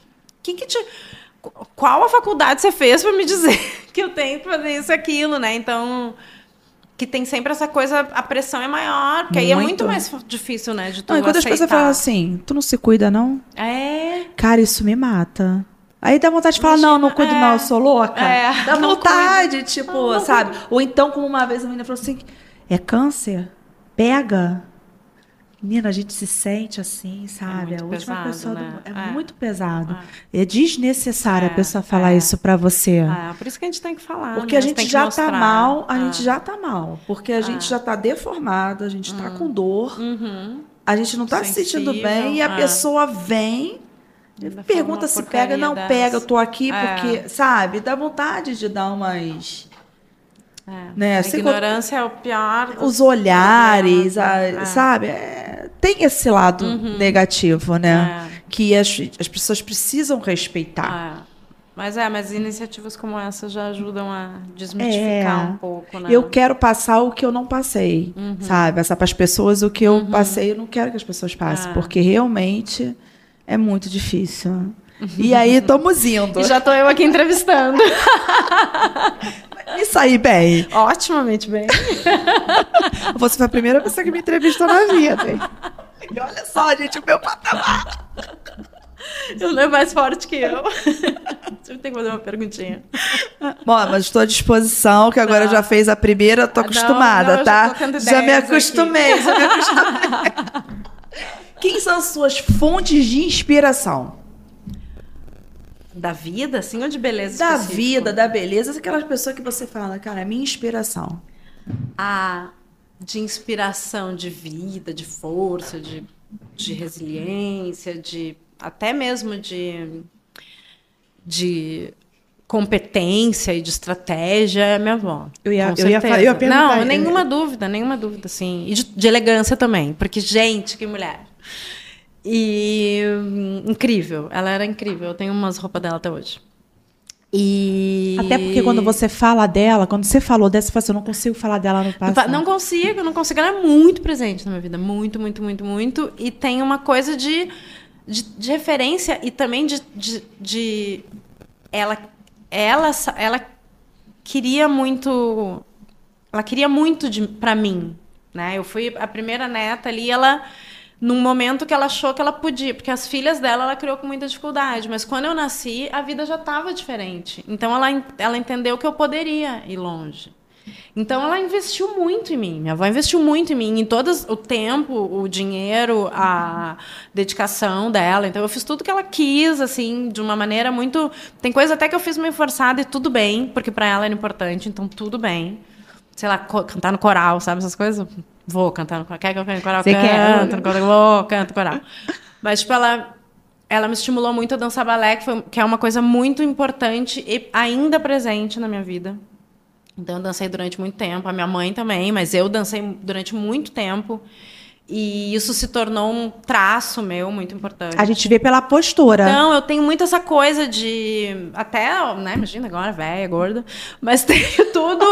[SPEAKER 3] qual a faculdade você fez para me dizer que eu tenho que fazer isso e aquilo, né? Então, que tem sempre essa coisa, a pressão é maior, porque aí é muito mais difícil, né, de tu
[SPEAKER 2] quando as pessoas falam assim, tu não se cuida, não? Cara, isso me mata. Aí dá vontade de falar, não cuido não, eu sou louca. Dá vontade, tipo, sabe? Ou então, como uma vez a menina falou assim, é câncer? Pega. Menina, a gente se sente assim, sabe? A última
[SPEAKER 3] pesado,
[SPEAKER 2] pessoa
[SPEAKER 3] né?
[SPEAKER 2] É muito pesado. É desnecessário a pessoa falar isso pra você.
[SPEAKER 3] Por isso que a gente tem que falar.
[SPEAKER 2] Porque
[SPEAKER 3] né?
[SPEAKER 2] a gente já
[SPEAKER 3] mostrar.
[SPEAKER 2] tá mal, a gente já tá mal. Porque a gente já tá deformado, a gente tá com dor. A gente não tá se sentindo bem e a pessoa vem, pergunta se pega, não pega, eu tô aqui porque, sabe? Dá vontade de dar umas... Né?
[SPEAKER 3] A ignorância é o pior.
[SPEAKER 2] Os olhares, sabe? Tem esse lado negativo, né? Que as pessoas precisam respeitar.
[SPEAKER 3] Mas iniciativas como essa já ajudam a desmistificar um pouco, né?
[SPEAKER 2] Eu quero passar o que eu não passei, sabe? Passar para as pessoas o que eu passei, eu não quero que as pessoas passem, porque realmente é muito difícil. E aí, estamos indo.
[SPEAKER 3] E já estou eu aqui entrevistando.
[SPEAKER 2] Me saí bem.
[SPEAKER 3] Otimamente bem.
[SPEAKER 2] Você foi a primeira pessoa que me entrevistou na vida. Hein? E olha só, gente, o meu patamar.
[SPEAKER 3] Eu não é mais forte que eu. Você tem que fazer uma perguntinha.
[SPEAKER 2] Bom, mas estou à disposição, que agora já fez a primeira, estou acostumada,
[SPEAKER 3] não,
[SPEAKER 2] tá? Já me acostumei. Quem são as suas fontes de inspiração?
[SPEAKER 3] Da vida, assim, ou de beleza
[SPEAKER 2] Da
[SPEAKER 3] específico?
[SPEAKER 2] vida, da beleza, aquelas pessoas que você fala, cara, é minha inspiração.
[SPEAKER 3] De inspiração de vida, de força, de resiliência, até mesmo de competência e de estratégia, é minha avó.
[SPEAKER 2] Eu ia perguntar.
[SPEAKER 3] Não, nenhuma dúvida, assim. E de elegância também, porque, gente, que mulher. E incrível, ela era incrível. Eu tenho umas roupas dela até hoje.
[SPEAKER 4] Até porque quando você fala dela, quando você falou dessa, você fala assim, eu não consigo falar dela no passado.
[SPEAKER 3] Não consigo. Ela é muito presente na minha vida. Muito, muito, muito, muito. E tem uma coisa de referência e também de ela queria muito. Ela queria muito para mim, né? Eu fui a primeira neta ali, num momento que ela achou que ela podia, porque as filhas dela ela criou com muita dificuldade, mas quando eu nasci, a vida já estava diferente. Então ela entendeu que eu poderia ir longe. Então ela investiu muito em mim. Minha avó investiu muito em mim, em todo o tempo, o dinheiro, a dedicação dela. Então eu fiz tudo que ela quis, assim, de uma maneira muito. Tem coisa até que eu fiz meio forçada e tudo bem, porque para ela era importante, então tudo bem. Sei lá, cantar no coral, sabe essas coisas? Vou cantar no coral. Quer que eu cante no coral? Canto no coral. Vou, canto no coral. Mas, tipo, ela me estimulou muito a dançar balé, que é uma coisa muito importante e ainda presente na minha vida. Então, eu dancei durante muito tempo. A minha mãe também, mas eu dancei durante muito tempo. E isso se tornou um traço meu muito importante.
[SPEAKER 4] A gente vê pela postura.
[SPEAKER 3] Então, eu tenho muito essa coisa de... Até, né? Imagina agora, velha, gorda. Mas tenho tudo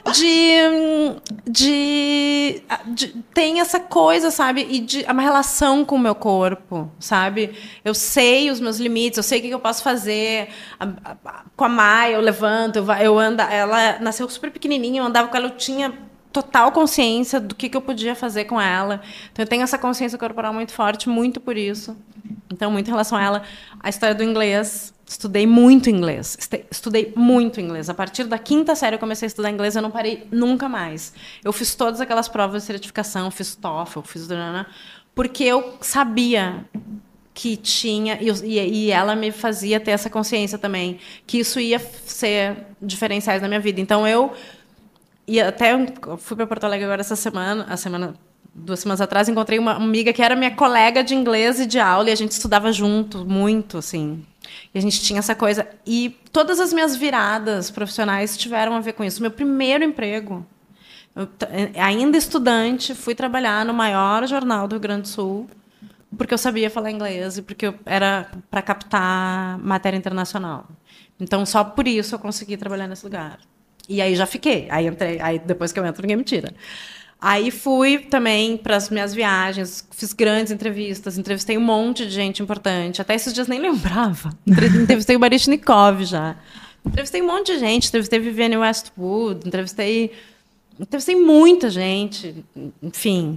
[SPEAKER 3] tem essa coisa, sabe? E uma relação com o meu corpo, sabe? Eu sei os meus limites, eu sei o que eu posso fazer. Com a Maia, eu levanto, eu ando... Ela nasceu super pequenininha, eu andava com ela, eu tinha... total consciência do que eu podia fazer com ela. Então, eu tenho essa consciência corporal muito forte, muito por isso. Então, muito em relação a ela. A história do inglês. Estudei muito inglês. Estudei muito inglês. A partir da 5ª série, eu comecei a estudar inglês, eu não parei nunca mais. Eu fiz todas aquelas provas de certificação, fiz TOEFL, fiz... Porque eu sabia que tinha... E ela me fazia ter essa consciência também, que isso ia ser diferenciais na minha vida. Então, E até eu fui para Porto Alegre agora essa 2 semanas atrás, encontrei uma amiga que era minha colega de inglês e de aula, e a gente estudava junto, muito, assim. E a gente tinha essa coisa. E todas as minhas viradas profissionais tiveram a ver com isso. Meu primeiro emprego, ainda estudante, fui trabalhar no maior jornal do Rio Grande do Sul, porque eu sabia falar inglês e porque era para captar matéria internacional. Então, só por isso eu consegui trabalhar nesse lugar. E aí já fiquei. Aí entrei. Aí depois que eu entro, ninguém me tira. Aí fui também para as minhas viagens, fiz grandes entrevistas, entrevistei um monte de gente importante. Até esses dias nem lembrava. Entrevistei o Baryshnikov já. Entrevistei um monte de gente. Entrevistei Vivienne Westwood. Entrevistei muita gente. Enfim.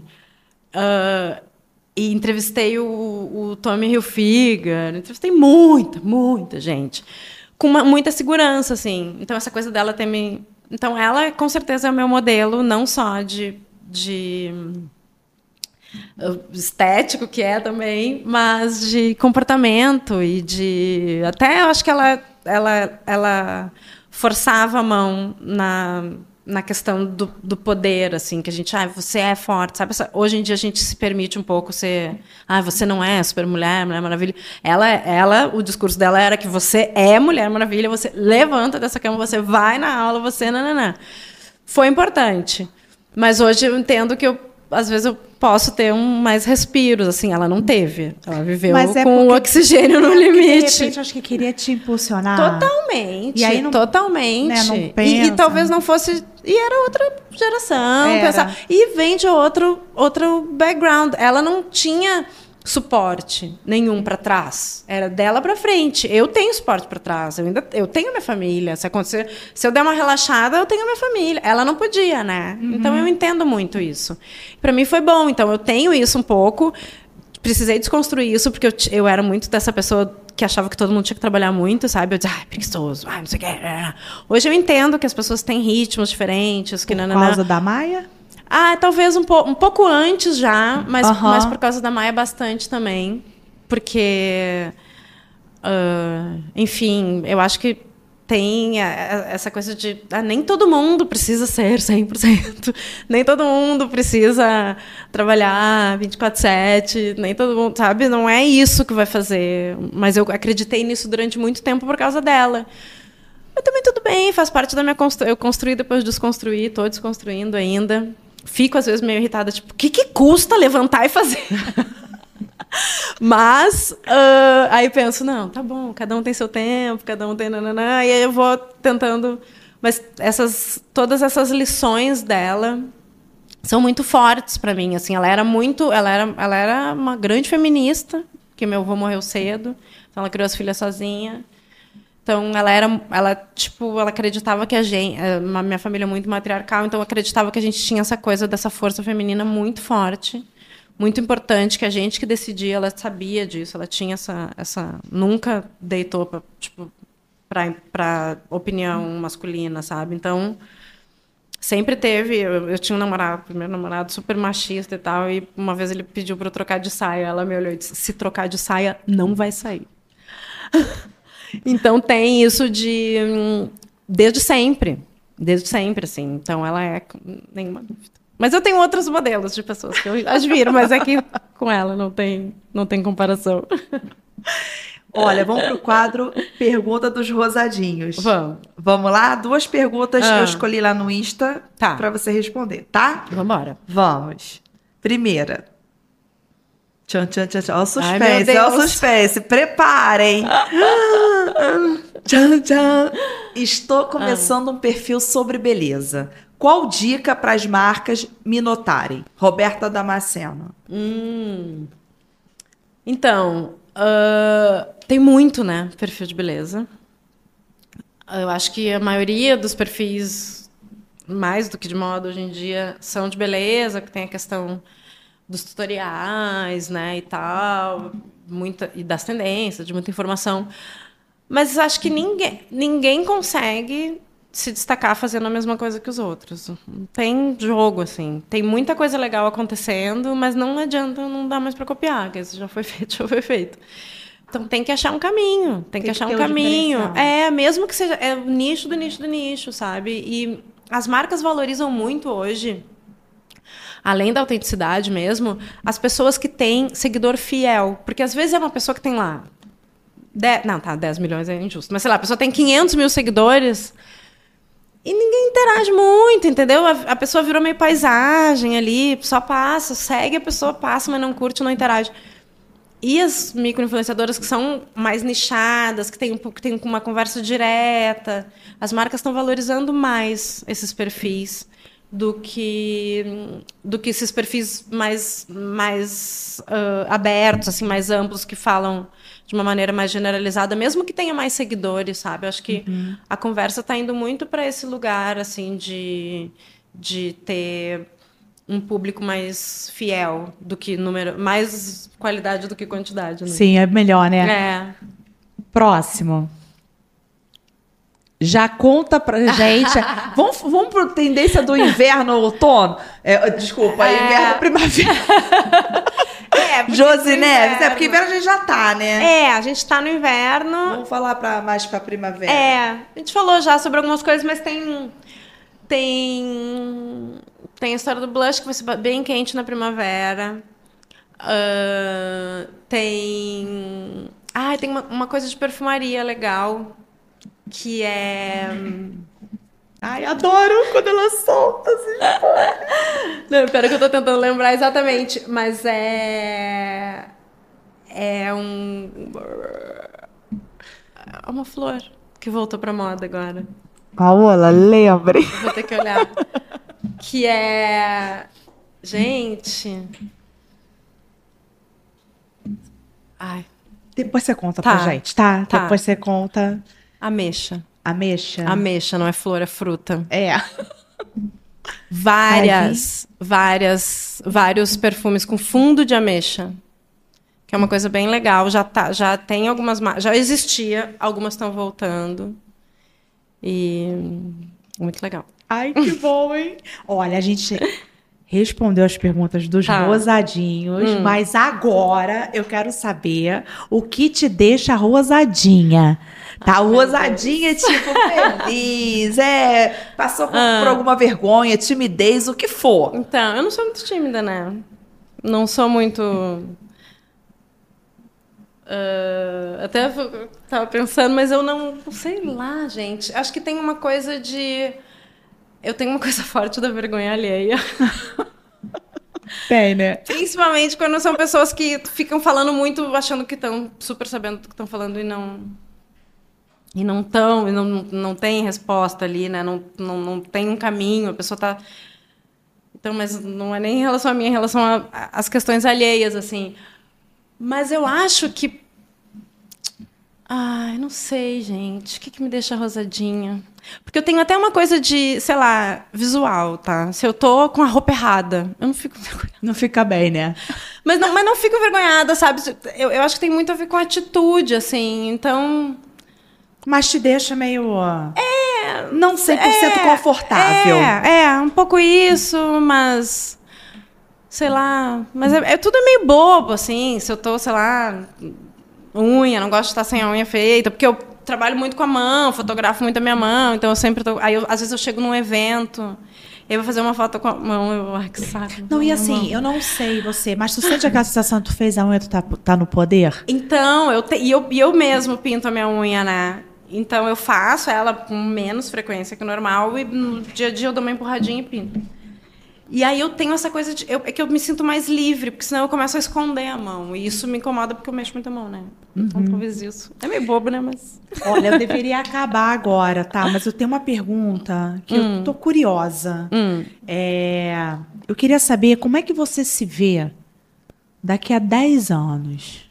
[SPEAKER 3] E entrevistei o Tommy Hilfiger. Entrevistei muita gente. Com muita segurança, assim. Então, essa coisa dela ter me... Então, ela, com certeza, é o meu modelo, não só de estético, que é também, mas de comportamento e de... Até, eu acho que ela forçava a mão na questão do poder, assim, que a gente, você é forte, sabe? Hoje em dia a gente se permite um pouco ser, você não é super mulher maravilha. O discurso dela era que você é mulher maravilha, você levanta dessa cama, você vai na aula, você nananã. Foi importante. Mas hoje eu entendo que às vezes eu posso ter mais respiros, assim, ela não teve. Ela viveu com o oxigênio no limite.
[SPEAKER 4] De repente, acho que queria te impulsionar.
[SPEAKER 3] Totalmente.
[SPEAKER 4] E aí não,
[SPEAKER 3] totalmente.
[SPEAKER 4] Né, não pensa.
[SPEAKER 3] E talvez não fosse... E era outra geração. E vem de outro background. Ela não tinha suporte nenhum para trás. Era dela para frente. Eu tenho suporte para trás. Eu tenho minha família. Se eu der uma relaxada, eu tenho minha família. Ela não podia, né? Uhum. Então eu entendo muito isso. Para mim foi bom. Então eu tenho isso um pouco. Precisei desconstruir isso porque eu era muito dessa pessoa que achava que todo mundo tinha que trabalhar muito, sabe? Eu dizia, preguiçoso, não sei o quê. Hoje eu entendo que as pessoas têm ritmos diferentes. Por
[SPEAKER 4] causa da Maia?
[SPEAKER 3] Talvez um pouco antes já, mas por causa da Maia bastante também. Porque, enfim, eu acho que tem essa coisa de nem todo mundo precisa ser 100%, nem todo mundo precisa trabalhar 24/7, nem todo mundo, sabe? Não é isso que vai fazer. Mas eu acreditei nisso durante muito tempo por causa dela. Mas também tudo bem, faz parte da minha construção. Eu construí, depois desconstruí, estou desconstruindo ainda. Fico, às vezes, meio irritada, tipo, o que custa levantar e fazer? Mas, aí penso, não, tá bom, cada um tem seu tempo, cada um tem nananã, e aí eu vou tentando... Mas todas essas lições dela são muito fortes para mim, assim, ela era uma grande feminista, porque meu avô morreu cedo, então ela criou as filhas sozinha. Então, ela acreditava que minha família é muito matriarcal, então acreditava que a gente tinha essa coisa dessa força feminina muito forte, muito importante, que a gente que decidia, ela sabia disso, ela tinha nunca deitou para opinião masculina, sabe? Então, sempre teve, eu tinha um primeiro namorado super machista e tal, e uma vez ele pediu para eu trocar de saia, ela me olhou e disse, se trocar de saia, não vai sair. Então, tem isso desde sempre, assim. Então, ela é, nenhuma dúvida. Mas eu tenho outros modelos de pessoas que eu admiro, mas é que com ela não tem comparação.
[SPEAKER 2] Olha, vamos para o quadro Pergunta dos Rosadinhos.
[SPEAKER 3] Vamos
[SPEAKER 2] lá? 2 perguntas que eu escolhi lá no Insta para você responder, tá?
[SPEAKER 3] Vamos embora.
[SPEAKER 2] Vamos. Primeira. Tchan, tchan, tchan, tchan. Olha o
[SPEAKER 3] Ai, meu
[SPEAKER 2] suspense,
[SPEAKER 3] Deus.
[SPEAKER 2] olha o suspense. Preparem. Tchan, tchan. Estou começando um perfil sobre beleza. Qual dica para as marcas me notarem? Roberta Damasceno.
[SPEAKER 3] Então, tem muito, né? Perfil de beleza. Eu acho que a maioria dos perfis, mais do que de moda hoje em dia, são de beleza, que tem a questão dos tutoriais, né, e tal, e das tendências, de muita informação. Mas acho que ninguém consegue se destacar fazendo a mesma coisa que os outros. Não tem jogo, assim. Tem muita coisa legal acontecendo, mas não adianta, não dá mais para copiar, porque isso já foi feito, já foi feito. Então tem que achar um caminho, tem que achar um caminho. Mesmo que seja o nicho do nicho do nicho, sabe? E as marcas valorizam muito hoje, além da autenticidade mesmo, as pessoas que têm seguidor fiel. Porque às vezes é uma pessoa que tem lá 10 milhões é injusto, mas sei lá, a pessoa tem 500 mil seguidores e ninguém interage muito, entendeu? A pessoa virou meio paisagem ali, só passa, segue a pessoa, passa, mas não curte, não interage. E as micro-influenciadoras que são mais nichadas, que têm uma conversa direta, as marcas estão valorizando mais esses perfis do que esses perfis mais abertos, assim, mais amplos, que falam de uma maneira mais generalizada, mesmo que tenha mais seguidores, sabe? Eu acho que a conversa está indo muito para esse lugar, assim, de ter um público mais fiel do que número, mais qualidade do que quantidade, né?
[SPEAKER 4] Sim, é melhor, né?
[SPEAKER 3] É.
[SPEAKER 4] Próximo. Já conta pra gente.
[SPEAKER 2] Vamos para tendência do inverno, outono? Desculpa, inverno, primavera. Josi Neves. Porque inverno a gente já tá, né?
[SPEAKER 3] A gente tá no inverno.
[SPEAKER 2] Vamos falar mais pra primavera.
[SPEAKER 3] A gente falou já sobre algumas coisas, mas tem a história do blush, que vai ser bem quente na primavera. Tem uma coisa de perfumaria legal, que é...
[SPEAKER 2] Ai, adoro quando ela solta assim.
[SPEAKER 3] Não, pera que eu tô tentando lembrar exatamente, mas é uma flor que voltou pra moda agora.
[SPEAKER 4] Paola, lembre.
[SPEAKER 3] Vou ter que olhar. Que é... Gente... Ai.
[SPEAKER 4] Depois você conta pra gente, tá? Depois você conta.
[SPEAKER 3] Ameixa.
[SPEAKER 4] Ameixa?
[SPEAKER 3] Ameixa, não é flor, é fruta. Vários perfumes com fundo de ameixa. Que é uma coisa bem legal. Já tem algumas... Já existia, algumas estão voltando. E... muito legal.
[SPEAKER 4] Ai, que bom, hein? Olha, a gente respondeu as perguntas dos rosadinhos, mas agora eu quero saber o que te deixa rosadinha. Tá, rosadinha, tipo, feliz, passou por alguma vergonha, timidez, o que for.
[SPEAKER 3] Então, eu não sou muito tímida, né? Não sou muito... até tava pensando, mas eu não sei lá, gente. Acho que tem uma coisa de... Eu tenho uma coisa forte da vergonha alheia.
[SPEAKER 4] Tem, né?
[SPEAKER 3] Principalmente quando são pessoas que ficam falando muito, achando que estão super sabendo do que estão falando e não tem resposta ali, né? Não tem um caminho, a pessoa tá... Então, mas não é nem em relação a mim, é em relação às questões alheias, assim. Mas eu acho que... Ai, não sei, gente. O que me deixa rosadinha? Porque eu tenho até uma coisa de, sei lá, visual, tá? Se eu tô com a roupa errada, eu não fico vergonhada.
[SPEAKER 4] Não fica bem, né?
[SPEAKER 3] Mas não fico vergonhada, sabe? Eu acho que tem muito a ver com a atitude, assim. Então...
[SPEAKER 4] Mas te deixa meio... não 100% confortável.
[SPEAKER 3] Um pouco isso, mas... Sei lá... Mas tudo é meio bobo, assim. Se eu tô, sei lá... Unha, não gosto de estar sem a unha feita, porque eu trabalho muito com a mão, fotografo muito a minha mão, então eu sempre tô... Aí, às vezes, eu chego num evento, eu vou fazer uma foto com a mão, ai, que saco.
[SPEAKER 4] Não, e assim, eu não sei você, mas tu sente aquela sensação que tu fez a unha, tu tá no poder?
[SPEAKER 3] Então, eu mesmo pinto a minha unha, né? Então, eu faço ela com menos frequência que o normal e no dia a dia eu dou uma empurradinha e pinto. E aí eu tenho essa coisa de... é que eu me sinto mais livre, porque senão eu começo a esconder a mão. E isso me incomoda porque eu mexo muito a mão, né? Então talvez isso... É meio bobo, né? Mas...
[SPEAKER 4] Olha, eu deveria acabar agora, tá? Mas eu tenho uma pergunta que eu tô curiosa. Eu queria saber como é que você se vê daqui a 10 anos.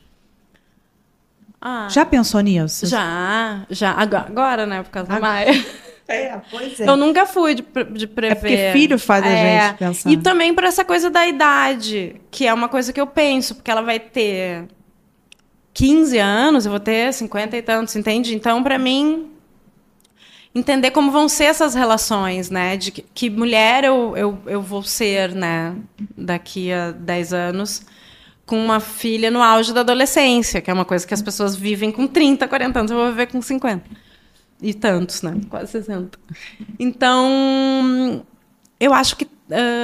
[SPEAKER 4] Já pensou nisso?
[SPEAKER 3] Já. Agora, né? Por causa da Maia.
[SPEAKER 4] Pois é.
[SPEAKER 3] Eu nunca fui de prever.
[SPEAKER 4] É porque filho faz a gente pensar.
[SPEAKER 3] E também por essa coisa da idade, que é uma coisa que eu penso, porque ela vai ter 15 anos, eu vou ter 50 e tantos, entende? Então, para mim, entender como vão ser essas relações, né? De que mulher eu vou ser, né? Daqui a 10 anos, com uma filha no auge da adolescência, que é uma coisa que as pessoas vivem com 30, 40 anos, eu vou viver com 50. E tantos, né? Quase 60. Então, eu acho que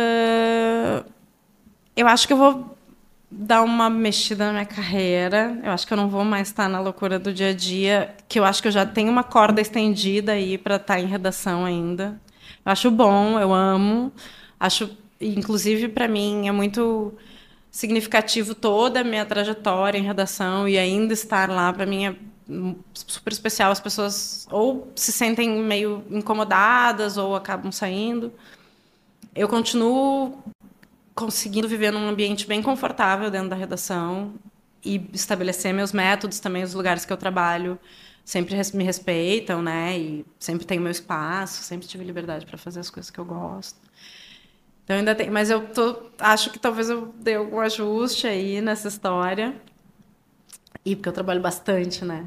[SPEAKER 3] eu vou dar uma mexida na minha carreira. Eu acho que eu não vou mais estar na loucura do dia a dia, que eu acho que eu já tenho uma corda estendida aí para estar em redação ainda. Eu acho bom, eu amo. Acho, inclusive, para mim, é muito significativo toda a minha trajetória em redação e ainda estar lá, para mim, é super especial. As pessoas ou se sentem meio incomodadas ou acabam saindo. Eu continuo conseguindo viver num ambiente bem confortável dentro da redação e estabelecer meus métodos também. Os lugares que eu trabalho sempre me respeitam, né? E sempre tenho meu espaço, sempre tive liberdade para fazer as coisas que eu gosto. Então ainda tem, mas acho que talvez eu dê algum ajuste aí nessa história. E porque eu trabalho bastante, né?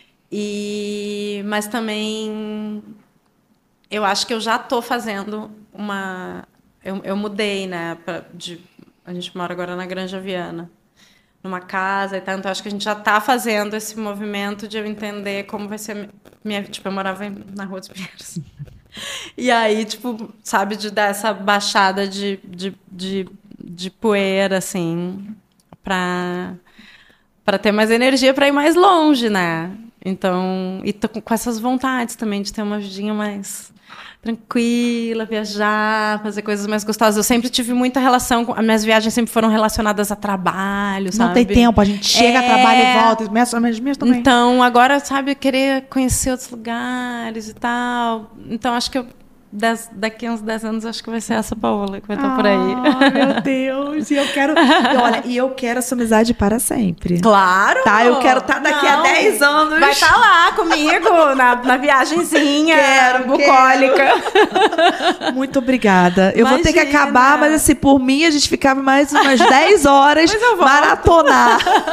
[SPEAKER 3] Mas também eu acho que eu já estou fazendo uma... Eu mudei, né? A gente mora agora na Granja Viana, numa casa e tal. Então acho que a gente já está fazendo esse movimento de eu entender como vai ser minha... Tipo, eu morava na Rua dos Pinheiros. E aí, tipo, sabe, de dar essa baixada de poeira, assim, para ter mais energia para ir mais longe, né? Então, e tô com essas vontades também de ter uma vidinha mais tranquila, viajar, fazer coisas mais gostosas. Eu sempre tive muita relação com... As minhas viagens sempre foram relacionadas a trabalho, sabe?
[SPEAKER 4] Não tem tempo, a gente chega, trabalha e volta. As minhas também.
[SPEAKER 3] Então, agora, sabe, querer conhecer outros lugares e tal. Então, acho que daqui a uns 10 anos, acho que vai ser essa Paola que vai estar por aí.
[SPEAKER 4] Meu Deus! E eu quero essa amizade para sempre.
[SPEAKER 3] Claro!
[SPEAKER 4] Tá, eu quero estar daqui a 10 anos.
[SPEAKER 3] Vai estar lá comigo, na viagenzinha bucólica.
[SPEAKER 4] Muito obrigada. Eu vou ter que acabar, mas assim, por mim, a gente ficava mais umas 10 horas maratonar.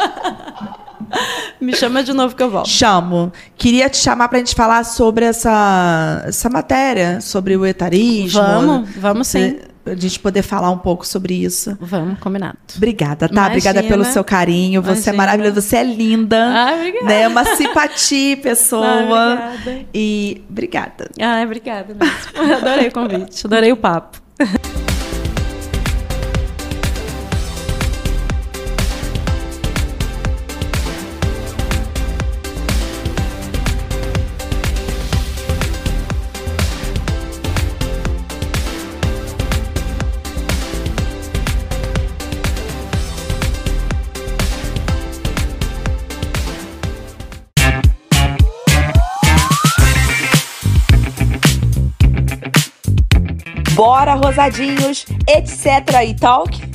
[SPEAKER 3] Me chama de novo que eu volto.
[SPEAKER 4] Chamo. Queria te chamar pra gente falar sobre essa matéria, sobre o etarismo.
[SPEAKER 3] Vamos sim.
[SPEAKER 4] A gente poder falar um pouco sobre isso.
[SPEAKER 3] Vamos, combinado.
[SPEAKER 4] Obrigada, tá? Imagina. Obrigada pelo seu carinho. Imagina. Você é maravilhosa, você é linda.
[SPEAKER 3] Obrigada.
[SPEAKER 4] Né? Uma simpatia, pessoa.
[SPEAKER 3] Obrigada.
[SPEAKER 4] E obrigada.
[SPEAKER 3] Obrigada mesmo. Adorei o convite, adorei o papo.
[SPEAKER 1] Bora, rosadinhos, etc. e talk.